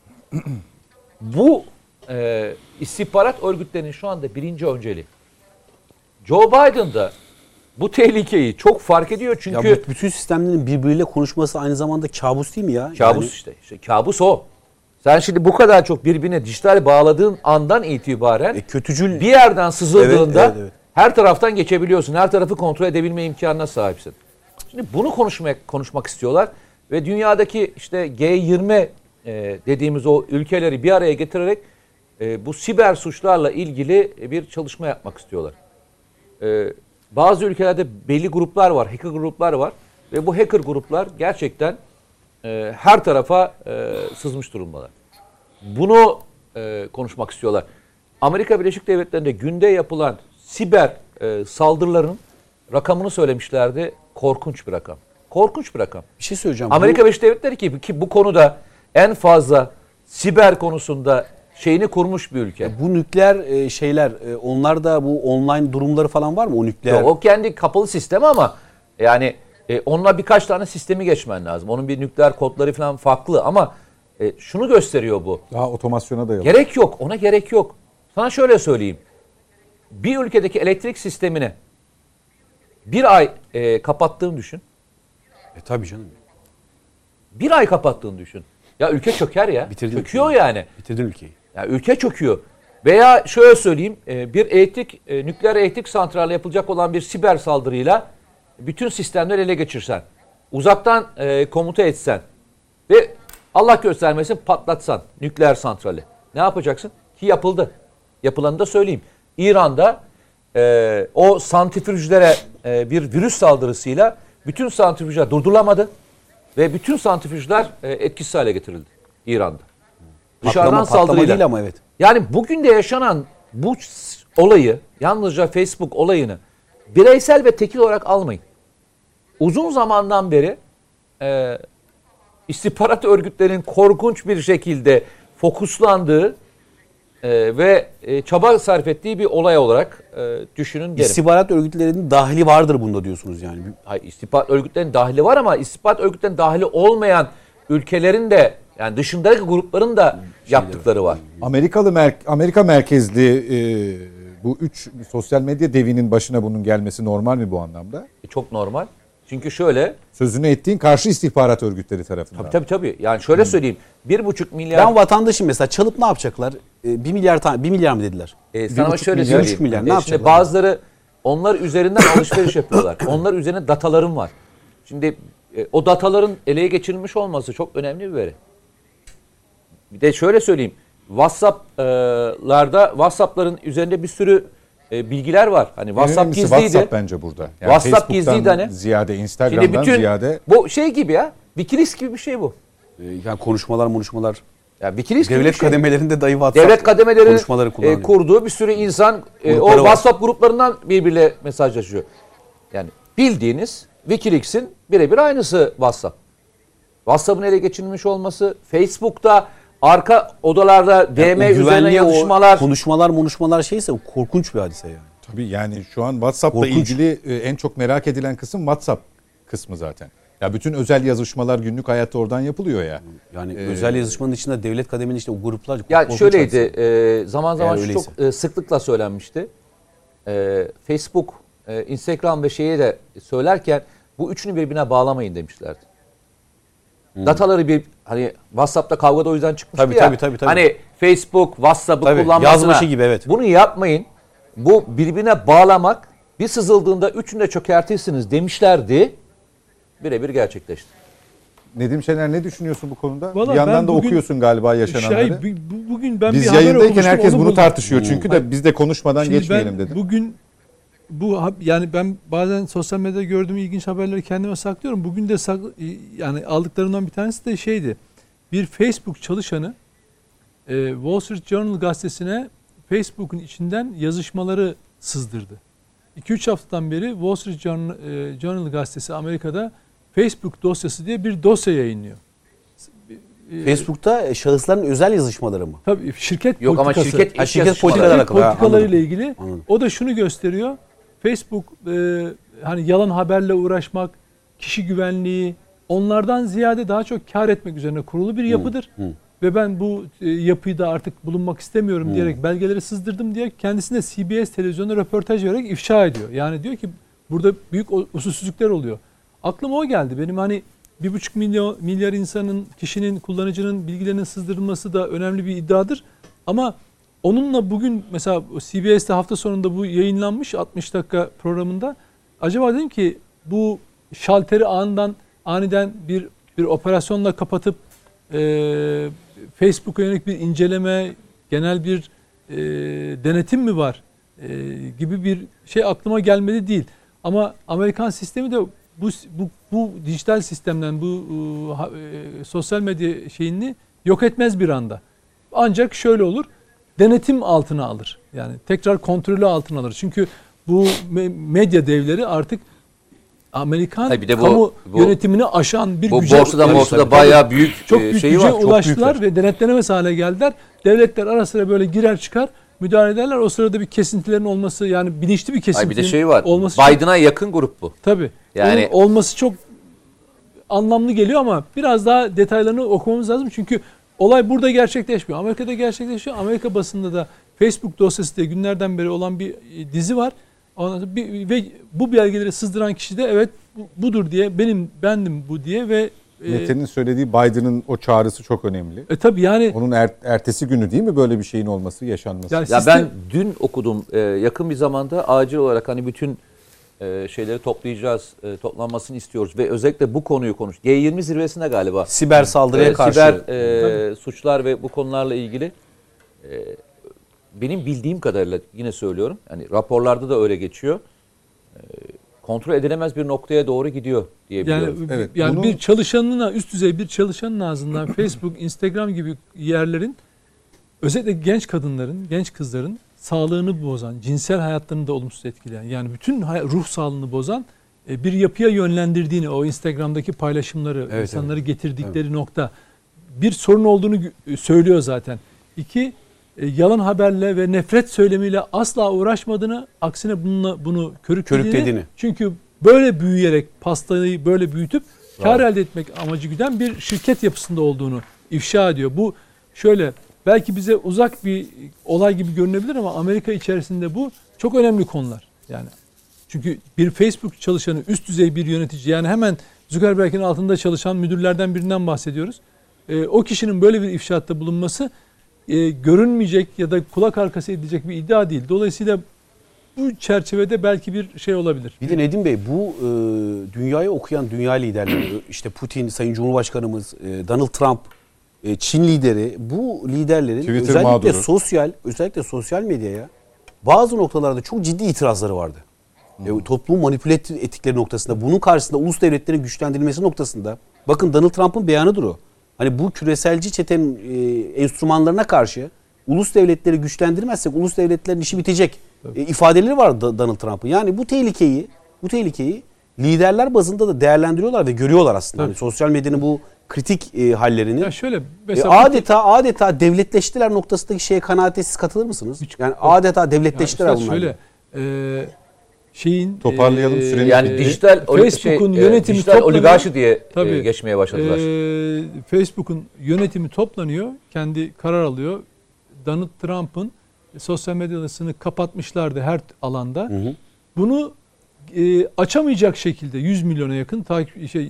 Bu e, istihbarat örgütlerinin şu anda birinci önceliği. Joe Biden da bu tehlikeyi çok fark ediyor çünkü
ya bu bütün sistemlerin birbiriyle konuşması aynı zamanda kabus değil mi ya?
kabus
Yani,
işte, işte kabus o. Sen şimdi bu kadar çok birbirine dijital bağladığın andan itibaren
e, kötücül
bir yerden sızıldığında
Evet, evet, evet.
her taraftan geçebiliyorsun. Her tarafı kontrol edebilme imkanına sahipsin. Şimdi bunu konuşmak konuşmak istiyorlar ve dünyadaki işte G yirmi e, dediğimiz o ülkeleri bir araya getirerek e, bu siber suçlarla ilgili bir çalışma yapmak istiyorlar. E, bazı ülkelerde belli gruplar var, hacker gruplar var ve bu hacker gruplar gerçekten e, her tarafa e, sızmış durumdalar. Bunu e, konuşmak istiyorlar. Amerika Birleşik Devletleri'nde günde yapılan siber e, saldırıların rakamını söylemişlerdi. Korkunç bir rakam. Korkunç bir rakam.
bir şey söyleyeceğim.
Amerika
Bu-
Birleşik Devletleri ki, ki bu konuda en fazla siber konusunda şeyini kurmuş bir ülke.
Bu nükleer e, şeyler, e, onlar da bu online durumları falan var mı? O nükleer.
Ya o kendi kapalı sistemi ama yani e, onunla birkaç tane sistemi geçmen lazım. Onun bir nükleer kodları falan farklı ama e, şunu gösteriyor bu.
Daha otomasyona dayalı.
Gerek yok. Ona gerek yok. Sana şöyle söyleyeyim. Bir ülkedeki elektrik sistemini bir ay e, kapattığını düşün.
E tabii canım.
Bir ay kapattığını düşün. Ya ülke çöker ya.
Bitirdin
Çöküyor
ülkeyi.
yani.
Bitirdin ülkeyi.
Ya ülke çöküyor. Veya şöyle söyleyeyim, e, bir elektrik, e, nükleer elektrik santrali yapılacak olan bir siber saldırıyla bütün sistemleri ele geçirsen, uzaktan e, komuta etsen ve Allah göstermesin patlatsan nükleer santrali. Ne yapacaksın? Ki yapıldı. Yapılanı da söyleyeyim. İran'da e, o santrifüjlere e, bir virüs saldırısıyla bütün santrifüjler durdurulamadı ve bütün santrifüjler e, etkisiz hale getirildi İran'da. Dışarıdan
Patlama, patlama
saldırıyla.
değil ama evet.
Yani bugün de yaşanan bu s- olayı, yalnızca Facebook olayını bireysel ve tekil olarak almayın. Uzun zamandan beri e, istihbarat örgütlerinin korkunç bir şekilde fokuslandığı e, ve e, çaba sarf ettiği bir olay olarak e, düşünün derim.
İstihbarat örgütlerinin dahili vardır bunda diyorsunuz yani.
Hayır, istihbarat örgütlerinin dahili var ama istihbarat örgütlerinin dahili olmayan ülkelerin de yani dışındaki grupların da yaptıkları var.
Amerikalı mer- Amerika merkezli e, bu üç sosyal medya devinin başına bunun gelmesi normal mi bu anlamda?
E, çok normal. Çünkü şöyle,
Sözünü ettiğin karşı istihbarat örgütleri tarafından.
tabii tabii tabii. Yani şöyle söyleyeyim. Bir buçuk milyar...
Ben vatandaşım mesela çalıp ne yapacaklar? E, bir milyar tane, bir milyar mı dediler?
E, sana
buçuk
şöyle
milyar, üç
söyleyeyim.
milyar, ne
E, şimdi
yapacaklar?
bazıları onlar üzerinden alışveriş yapıyorlar. Onlar üzerine datalarım var. Şimdi e, o dataların ele geçirilmiş olması çok önemli bir veri. Bir de şöyle söyleyeyim. WhatsApp'larda WhatsApp'ların üzerinde bir sürü e, bilgiler var. Hani
En
WhatsApp
önemlisi
gizliydi.
WhatsApp bence burada. Yani
WhatsApp
Facebook'tan
gizliydi hani.
ziyade,
Şimdi
Instagram'dan
bütün
ziyade
bu şey gibi ya. Wikileaks gibi bir şey bu.
E, yani konuşmalar konuşmalar.
Ya Wikileaks gibi bir
Devlet
şey.
kademelerinde dahi WhatsApp
Devlet kademeleri
konuşmaları kullanıyor.
e, kurduğu bir sürü insan e, o
Grupları var.
WhatsApp gruplarından birbiriyle mesajlaşıyor. Yani bildiğiniz Wikileaks'in birebir aynısı WhatsApp. WhatsApp'ın ele geçirilmiş olması, Facebook'ta arka odalarda D M
Yani o
üzerine
güvenliğe, o
yazışmalar.
konuşmalar konuşmalar şeyse o korkunç bir hadise yani.
tabii yani şu an WhatsApp'la
Korkunç.
ilgili e, en çok merak edilen kısım WhatsApp kısmı zaten. Ya bütün özel yazışmalar günlük hayatta oradan yapılıyor ya.
Yani
Ee,
özel yazışmanın içinde devlet kademeli işte o gruplar.
Ya
korkunç
şöyleydi,
hadise.
e, zaman zaman
Eğer
şu
öyleyse.
çok e, sıklıkla söylenmişti. E, Facebook, e, Instagram ve şeye de söylerken bu üçünü birbirine bağlamayın demişlerdi.
Hmm.
Dataları bir hani WhatsApp'ta kavga da o yüzden çıkmıştı
Tabii,
ya.
tabii, tabii, tabii.
Hani Facebook, WhatsApp'ı
Tabii,
kullanmasına.
yazbaşı gibi, evet.
Bunu yapmayın. Bu birbirine bağlamak bir sızıldığında üçünü de çökertirsiniz demişlerdi. Birebir gerçekleşti.
Nedim Şener ne düşünüyorsun bu konuda?
Vallahi
bir yandan
ben
da
bugün-
okuyorsun galiba yaşananları.
Şey, bu- bu- bugün ben
Biz
bir haber
yayındayken
okumuştum,
herkes
onu
bunu
buldum.
tartışıyor çünkü de biz de konuşmadan
Şimdi
geçmeyelim
ben
dedim.
bugün bu ha- yani ben bazen sosyal medyada gördüğüm ilginç haberleri kendime saklıyorum. Bugün de saklı, yani aldıklarımdan bir tanesi de şeydi. Bir Facebook çalışanı e, Wall Street Journal gazetesine Facebook'un içinden yazışmaları sızdırdı. iki üç haftadan beri Wall Street Journal, e, Journal gazetesi Amerika'da Facebook dosyası diye bir dosya yayınlıyor. E,
Facebook'ta e, şahısların özel yazışmaları mı?
Tabii şirket
Yok ama
politikası.
şirket
Ha,
iç
şirket
yazışmaları.
politikaları
Şirket
alakalı. Ha,
politikalarıyla
anladım.
ilgili.
Anladım.
O da şunu gösteriyor. Facebook e, hani yalan haberle uğraşmak, kişi güvenliği, onlardan ziyade daha çok kar etmek üzerine kurulu bir yapıdır.
hı.
Ve ben bu e, yapıyı da artık bulunmak istemiyorum
Hı.
diyerek belgeleri sızdırdım diye kendisine C B S televizyonda röportaj vererek ifşa ediyor. Yani diyor ki burada büyük usulsüzlükler oluyor. Aklıma o geldi. Benim hani bir buçuk milyar, milyar insanın, kişinin, kullanıcının bilgilerinin sızdırılması da önemli bir iddiadır. Ama onunla bugün mesela C B S'te hafta sonunda bu yayınlanmış altmış dakika programında. Acaba dedim ki bu şalteri aniden aniden bir bir operasyonla kapatıp e, Facebook'a yönelik bir inceleme, genel bir e, denetim mi var e, gibi bir şey aklıma gelmedi değil. Ama Amerikan sistemi de bu bu, bu dijital sistemden, bu e, sosyal medya şeyini yok etmez bir anda. Ancak şöyle olur, denetim altına alır. Yani tekrar kontrolü altına alır. Çünkü bu medya devleri artık Amerikan Hayır, bir de bu, kamu bu, yönetimini aşan bir
bu
güce
borsada borsada bayağı büyük
çok büyük
şeyi
güce
var.
ulaştılar ve denetlenemez hale geldiler. Devletler ara sıra böyle girer çıkar müdahale ederler. O sırada bir kesintilerin olması, yani bilinçli bir kesintinin
bir de şey var.
olması.
Biden'a çok, yakın grup bu.
Tabii. Yani onun olması çok anlamlı geliyor ama biraz daha detaylarını okumamız lazım. Çünkü olay burada gerçekleşmiyor. Amerika'da gerçekleşiyor. Amerika basında da Facebook dosyası diye günlerden beri olan bir dizi var. Ve bu belgeleri sızdıran kişi de evet budur diye, benim bendim bu diye ve
Mete'nin söylediği Biden'ın o çağrısı çok önemli.
E tabii yani
onun er, ertesi günü değil mi böyle bir şeyin olması, yaşanması?
Yani ya sistem, ben dün okudum e, yakın bir zamanda acil olarak hani bütün e, şeyleri toplayacağız, e, toplanmasını istiyoruz ve özellikle bu konuyu konuş. G yirmi zirvesine galiba.
Siber saldırıya e, karşı.
Siber e, suçlar ve bu konularla ilgili e, benim bildiğim kadarıyla yine söylüyorum. Yani raporlarda da öyle geçiyor. E, kontrol edilemez bir noktaya doğru gidiyor diye biliyorum.
Yani, evet, yani bunu... bir çalışanına, üst düzey bir çalışanın ağzından Facebook, Instagram gibi yerlerin özellikle genç kadınların, genç kızların sağlığını bozan, cinsel hayatlarını da olumsuz etkileyen, yani bütün ruh sağlığını bozan bir yapıya yönlendirdiğini, o Instagram'daki paylaşımları, evet, insanları evet. getirdikleri evet. nokta bir sorun olduğunu söylüyor zaten. İki, yalan haberle ve nefret söylemiyle asla uğraşmadığını, aksine bununla bunu körüklediğini, çünkü böyle büyüyerek pastayı böyle büyütüp kar elde etmek amacı güden bir şirket yapısında olduğunu ifşa ediyor. Bu şöyle belki bize uzak bir olay gibi görünebilir ama Amerika içerisinde bu çok önemli konular. Yani çünkü bir Facebook çalışanı, üst düzey bir yönetici, yani hemen Zuckerberg'in altında çalışan müdürlerden birinden bahsediyoruz. E, o kişinin böyle bir ifşaatta bulunması e, görünmeyecek ya da kulak arkası edilecek bir iddia değil. Dolayısıyla bu çerçevede belki bir şey olabilir.
Bir de Nedim Bey, bu e, dünyayı okuyan dünya liderleri, işte Putin, Sayın Cumhurbaşkanımız, e, Donald Trump, e, Çin lideri, bu liderlerin Twitter özellikle mağduru. sosyal, özellikle sosyal medyaya bazı noktalarda çok ciddi itirazları vardı. Hmm. E, toplumu manipüle ettikleri noktasında, bunun karşısında ulus devletlerin güçlendirilmesi noktasında, bakın Donald Trump'ın beyanıdır o. Hani bu küreselci çetenin e, enstrümanlarına karşı ulus devletleri güçlendirmezsek ulus devletlerin işi bitecek e, ifadeleri var Donald Trump'ın. Yani bu tehlikeyi, bu tehlikeyi liderler bazında da değerlendiriyorlar ve görüyorlar aslında. Yani sosyal medyanın bu kritik e, hallerini.
Ya şöyle
e, adeta adeta devletleştiler noktasındaki şeye kanaatesiz katılır mısınız? Hiç, yani adeta devletleştiler
yani
bunlar.
Şöyle e, şeyin
toparlayalım
e,
süreni.
Yani dijital
Facebook'un
şey,
yönetimi
dijital
toplanıyor.
oligarşi diye
Tabii,
e, geçmeye başladılar.
E, Facebook'un yönetimi toplanıyor, kendi karar alıyor. Donald Trump'ın sosyal medyasını kapatmışlardı her alanda. Hı hı. Bunu e, açamayacak şekilde yüz milyona yakın takip şey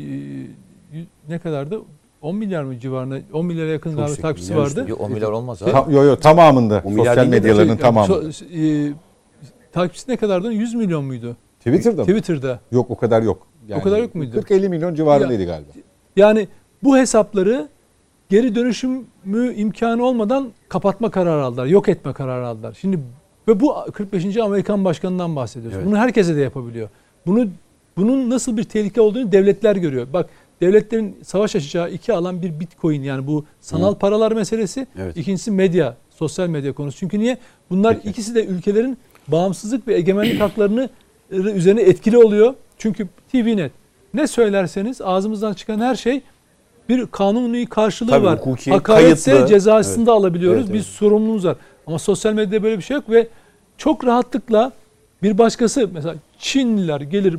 e, ne kadardı? on milyar mı civarında? on milyara yakın galiba takipçisi vardı.
Yok on milyar olmaz abi.
Yok yok tamamında. Sosyal medyaların tamamı.
So, e, takipçisi ne kadardı? yüz milyon muydu?
Twitter'da mı?
Twitter'da.
Yok o kadar yok.
Yani o kadar yok muydu?
kırk elli milyon civarındaydı ya, galiba.
Yani bu hesapları geri dönüşümü imkanı olmadan kapatma kararı aldılar. Yok etme kararı aldılar. Şimdi ve bu kırk beşinci Amerikan başkanından bahsediyoruz. Evet. Bunu herkese de yapabiliyor. Bunu bunun nasıl bir tehlike olduğunu devletler görüyor. Bak, devletlerin savaş açacağı iki alan, bir Bitcoin, yani bu sanal Hı. paralar meselesi. Evet. İkincisi medya, sosyal medya konusu. Çünkü niye? Bunlar Peki. ikisi de ülkelerin bağımsızlık ve egemenlik haklarını üzerine etkili oluyor. Çünkü T V Net ne söylerseniz ağzımızdan çıkan her şey bir kanuni karşılığı Tabii, var. Hakaretse cezasını da evet. alabiliyoruz. Evet, evet. Bir sorumluluğumuz var. Ama sosyal medyada böyle bir şey yok ve çok rahatlıkla bir başkası, mesela Çinliler gelir,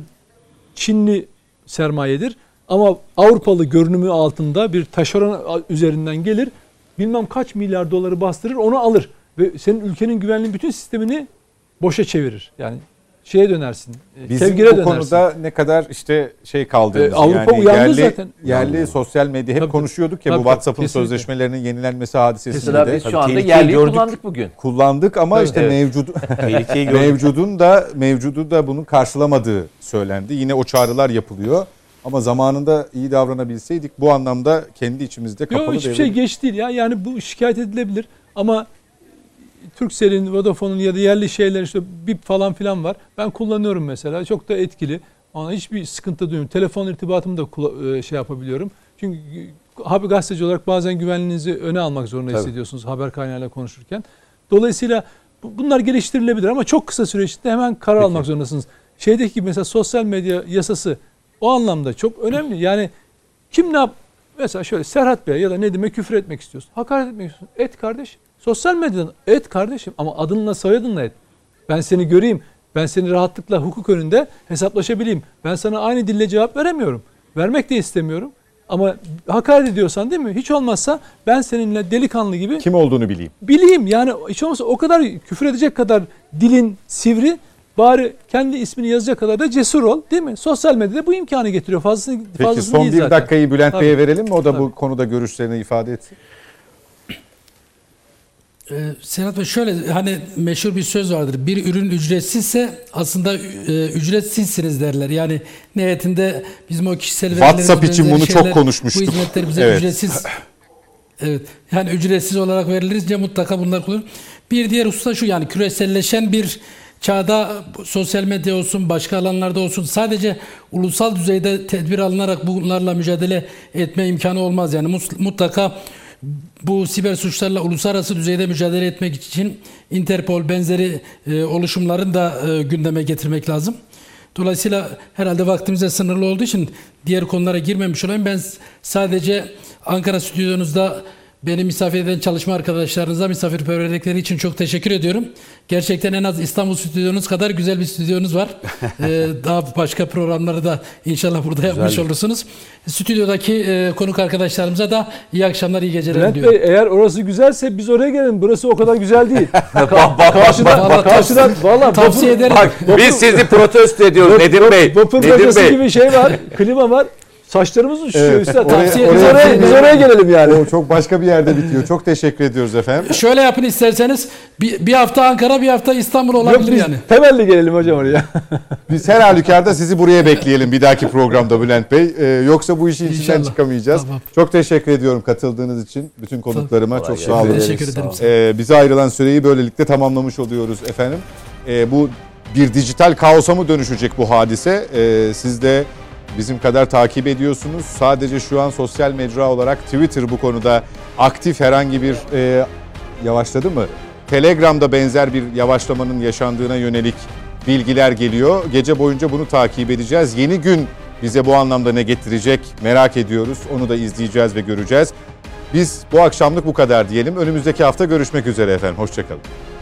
Çinli sermayedir ama Avrupalı görünümü altında bir taşeron üzerinden gelir, bilmem kaç milyar doları bastırır, onu alır ve senin ülkenin güvenliğin bütün sistemini boşa çevirir. Yani şeye dönersin.
Bizim
Kevgire
bu
dönersin.
konuda ne kadar işte şey kaldığımız
Ee, Avrupa
yani
uyandı
yerli,
zaten.
yerli sosyal medya hep
Tabii,
konuşuyorduk ya
tabii,
bu WhatsApp'ın
kesinlikle.
sözleşmelerinin yenilenmesi hadisesinde
Mesela
de
biz şu
Tabii
anda
tehlikeyi
yerliyi
gördük.
kullandık bugün.
kullandık ama
Tabii,
işte
evet.
mevcut
Tehlikeyi gördük.
mevcudun da mevcudu da bunu karşılamadığı söylendi. Yine o çağrılar yapılıyor. Ama zamanında iyi davranabilseydik bu anlamda kendi içimizde kapalı
Yok hiçbir
devre-
şey geç değil ya. Yani bu şikayet edilebilir ama Turkcell'in, Vodafone'un ya da yerli şeyler işte bip falan filan var. Ben kullanıyorum mesela. Çok da etkili. Ona hiçbir sıkıntı duymuyorum. Telefon irtibatımı da kula- şey yapabiliyorum. Çünkü haber gazeteci olarak bazen güvenliğinizi öne almak zorunda
Tabii.
hissediyorsunuz haber kaynağıyla konuşurken. Dolayısıyla bu- bunlar geliştirilebilir ama çok kısa süre içinde hemen karar
Peki.
almak zorundasınız. Şeydeki gibi mesela sosyal medya yasası o anlamda çok önemli. Yani kim ne yap? Mesela şöyle Serhat Bey ya da Nedim'e küfür etmek istiyorsun. Hakaret etmek istiyorsun. Et kardeş. Sosyal medyadan et kardeşim ama adınla soyadınla et. Ben seni göreyim. Ben seni rahatlıkla hukuk önünde hesaplaşabileyim. Ben sana aynı dille cevap veremiyorum. Vermek de istemiyorum. Ama hakaret ediyorsan değil mi? Hiç olmazsa ben seninle delikanlı gibi
kim olduğunu bileyim.
bileyim. Yani hiç olmazsa o kadar küfür edecek kadar dilin sivri. Bari kendi ismini yazacak kadar da cesur ol değil mi? Sosyal medyada bu imkanı getiriyor. Fazlasını,
Peki
fazlasını
son
değil
bir
zaten.
dakikayı Bülent
Tabii.
Bey'e verelim mi? O da bu
Tabii.
konuda görüşlerini ifade etsin.
Ee, Serhat Bey şöyle hani meşhur bir söz vardır. Bir ürün ücretsizse aslında e, ücretsizsiniz derler. Yani nihayetinde bizim o kişisel
WhatsApp
verilerimiz,
için
benzeri
bunu çok
şeyler,
konuşmuştuk.
Bu hizmetler bize
Evet.
ücretsiz. Evet. Yani ücretsiz olarak verilince mutlaka bunlar kullanılır. Bir diğer husus şu yani küreselleşen bir çağda sosyal medya olsun, başka alanlarda olsun sadece ulusal düzeyde tedbir alınarak bunlarla mücadele etme imkanı olmaz. Yani mutlaka bu siber suçlarla uluslararası düzeyde mücadele etmek için Interpol benzeri e, oluşumların da e, gündeme getirmek lazım. Dolayısıyla herhalde vaktimize sınırlı olduğu için diğer konulara girmemiş olayım. Ben sadece Ankara stüdyonuzda beni misafir eden çalışma arkadaşlarınıza misafirperverlikleri için çok teşekkür ediyorum. Gerçekten en az İstanbul stüdyonuz kadar güzel bir stüdyonuz var. ee, daha başka programları da inşallah burada yapmış
Güzel.
olursunuz. Stüdyodaki e, konuk arkadaşlarımıza da iyi akşamlar, iyi geceler
Bülent
diliyorum.
Bey eğer orası güzelse biz oraya gelelim. Burası o kadar güzel değil.
bak bak bak.
Karşıdan,
Vallahi
karşıdan valla
Tavsiye ederim.
Biz sizi protesto ediyoruz Nedim Bey.
Vapur
Nedim
bacası
Bey.
gibi şey var. Klima var. Saçlarımız uçuşuyor
Evet,
üstad.
oraya-
Tavsiye
oraya-
biz oraya, biz oraya gelelim yani.
O çok başka bir yerde bitiyor. Çok teşekkür ediyoruz efendim.
Şöyle yapın isterseniz bir, bir hafta Ankara, bir hafta İstanbul
Yok
olabilir
biz
yani.
temelli gelelim hocam oraya.
Biz her halükarda sizi buraya bekleyelim bir dahaki programda Bülent Bey. Ee, yoksa bu işin içinden
İnşallah.
çıkamayacağız.
Tamam.
Çok teşekkür ediyorum katıldığınız için. Bütün konuklarıma
Kolay
çok
gelsin.
sağ olun.
Teşekkür ederim.
Ee, bize ayrılan süreyi böylelikle tamamlamış oluyoruz efendim. Ee, bu bir dijital kaosa mı dönüşecek bu hadise? Ee, siz de bizim kadar takip ediyorsunuz. Sadece şu an sosyal mecra olarak Twitter bu konuda aktif herhangi bir e, yavaşladı mı? Telegram'da benzer bir yavaşlamanın yaşandığına yönelik bilgiler geliyor. Gece boyunca bunu takip edeceğiz. Yeni gün bize bu anlamda ne getirecek merak ediyoruz. Onu da izleyeceğiz ve göreceğiz. Biz bu akşamlık bu kadar diyelim. Önümüzdeki hafta görüşmek üzere efendim. Hoşçakalın.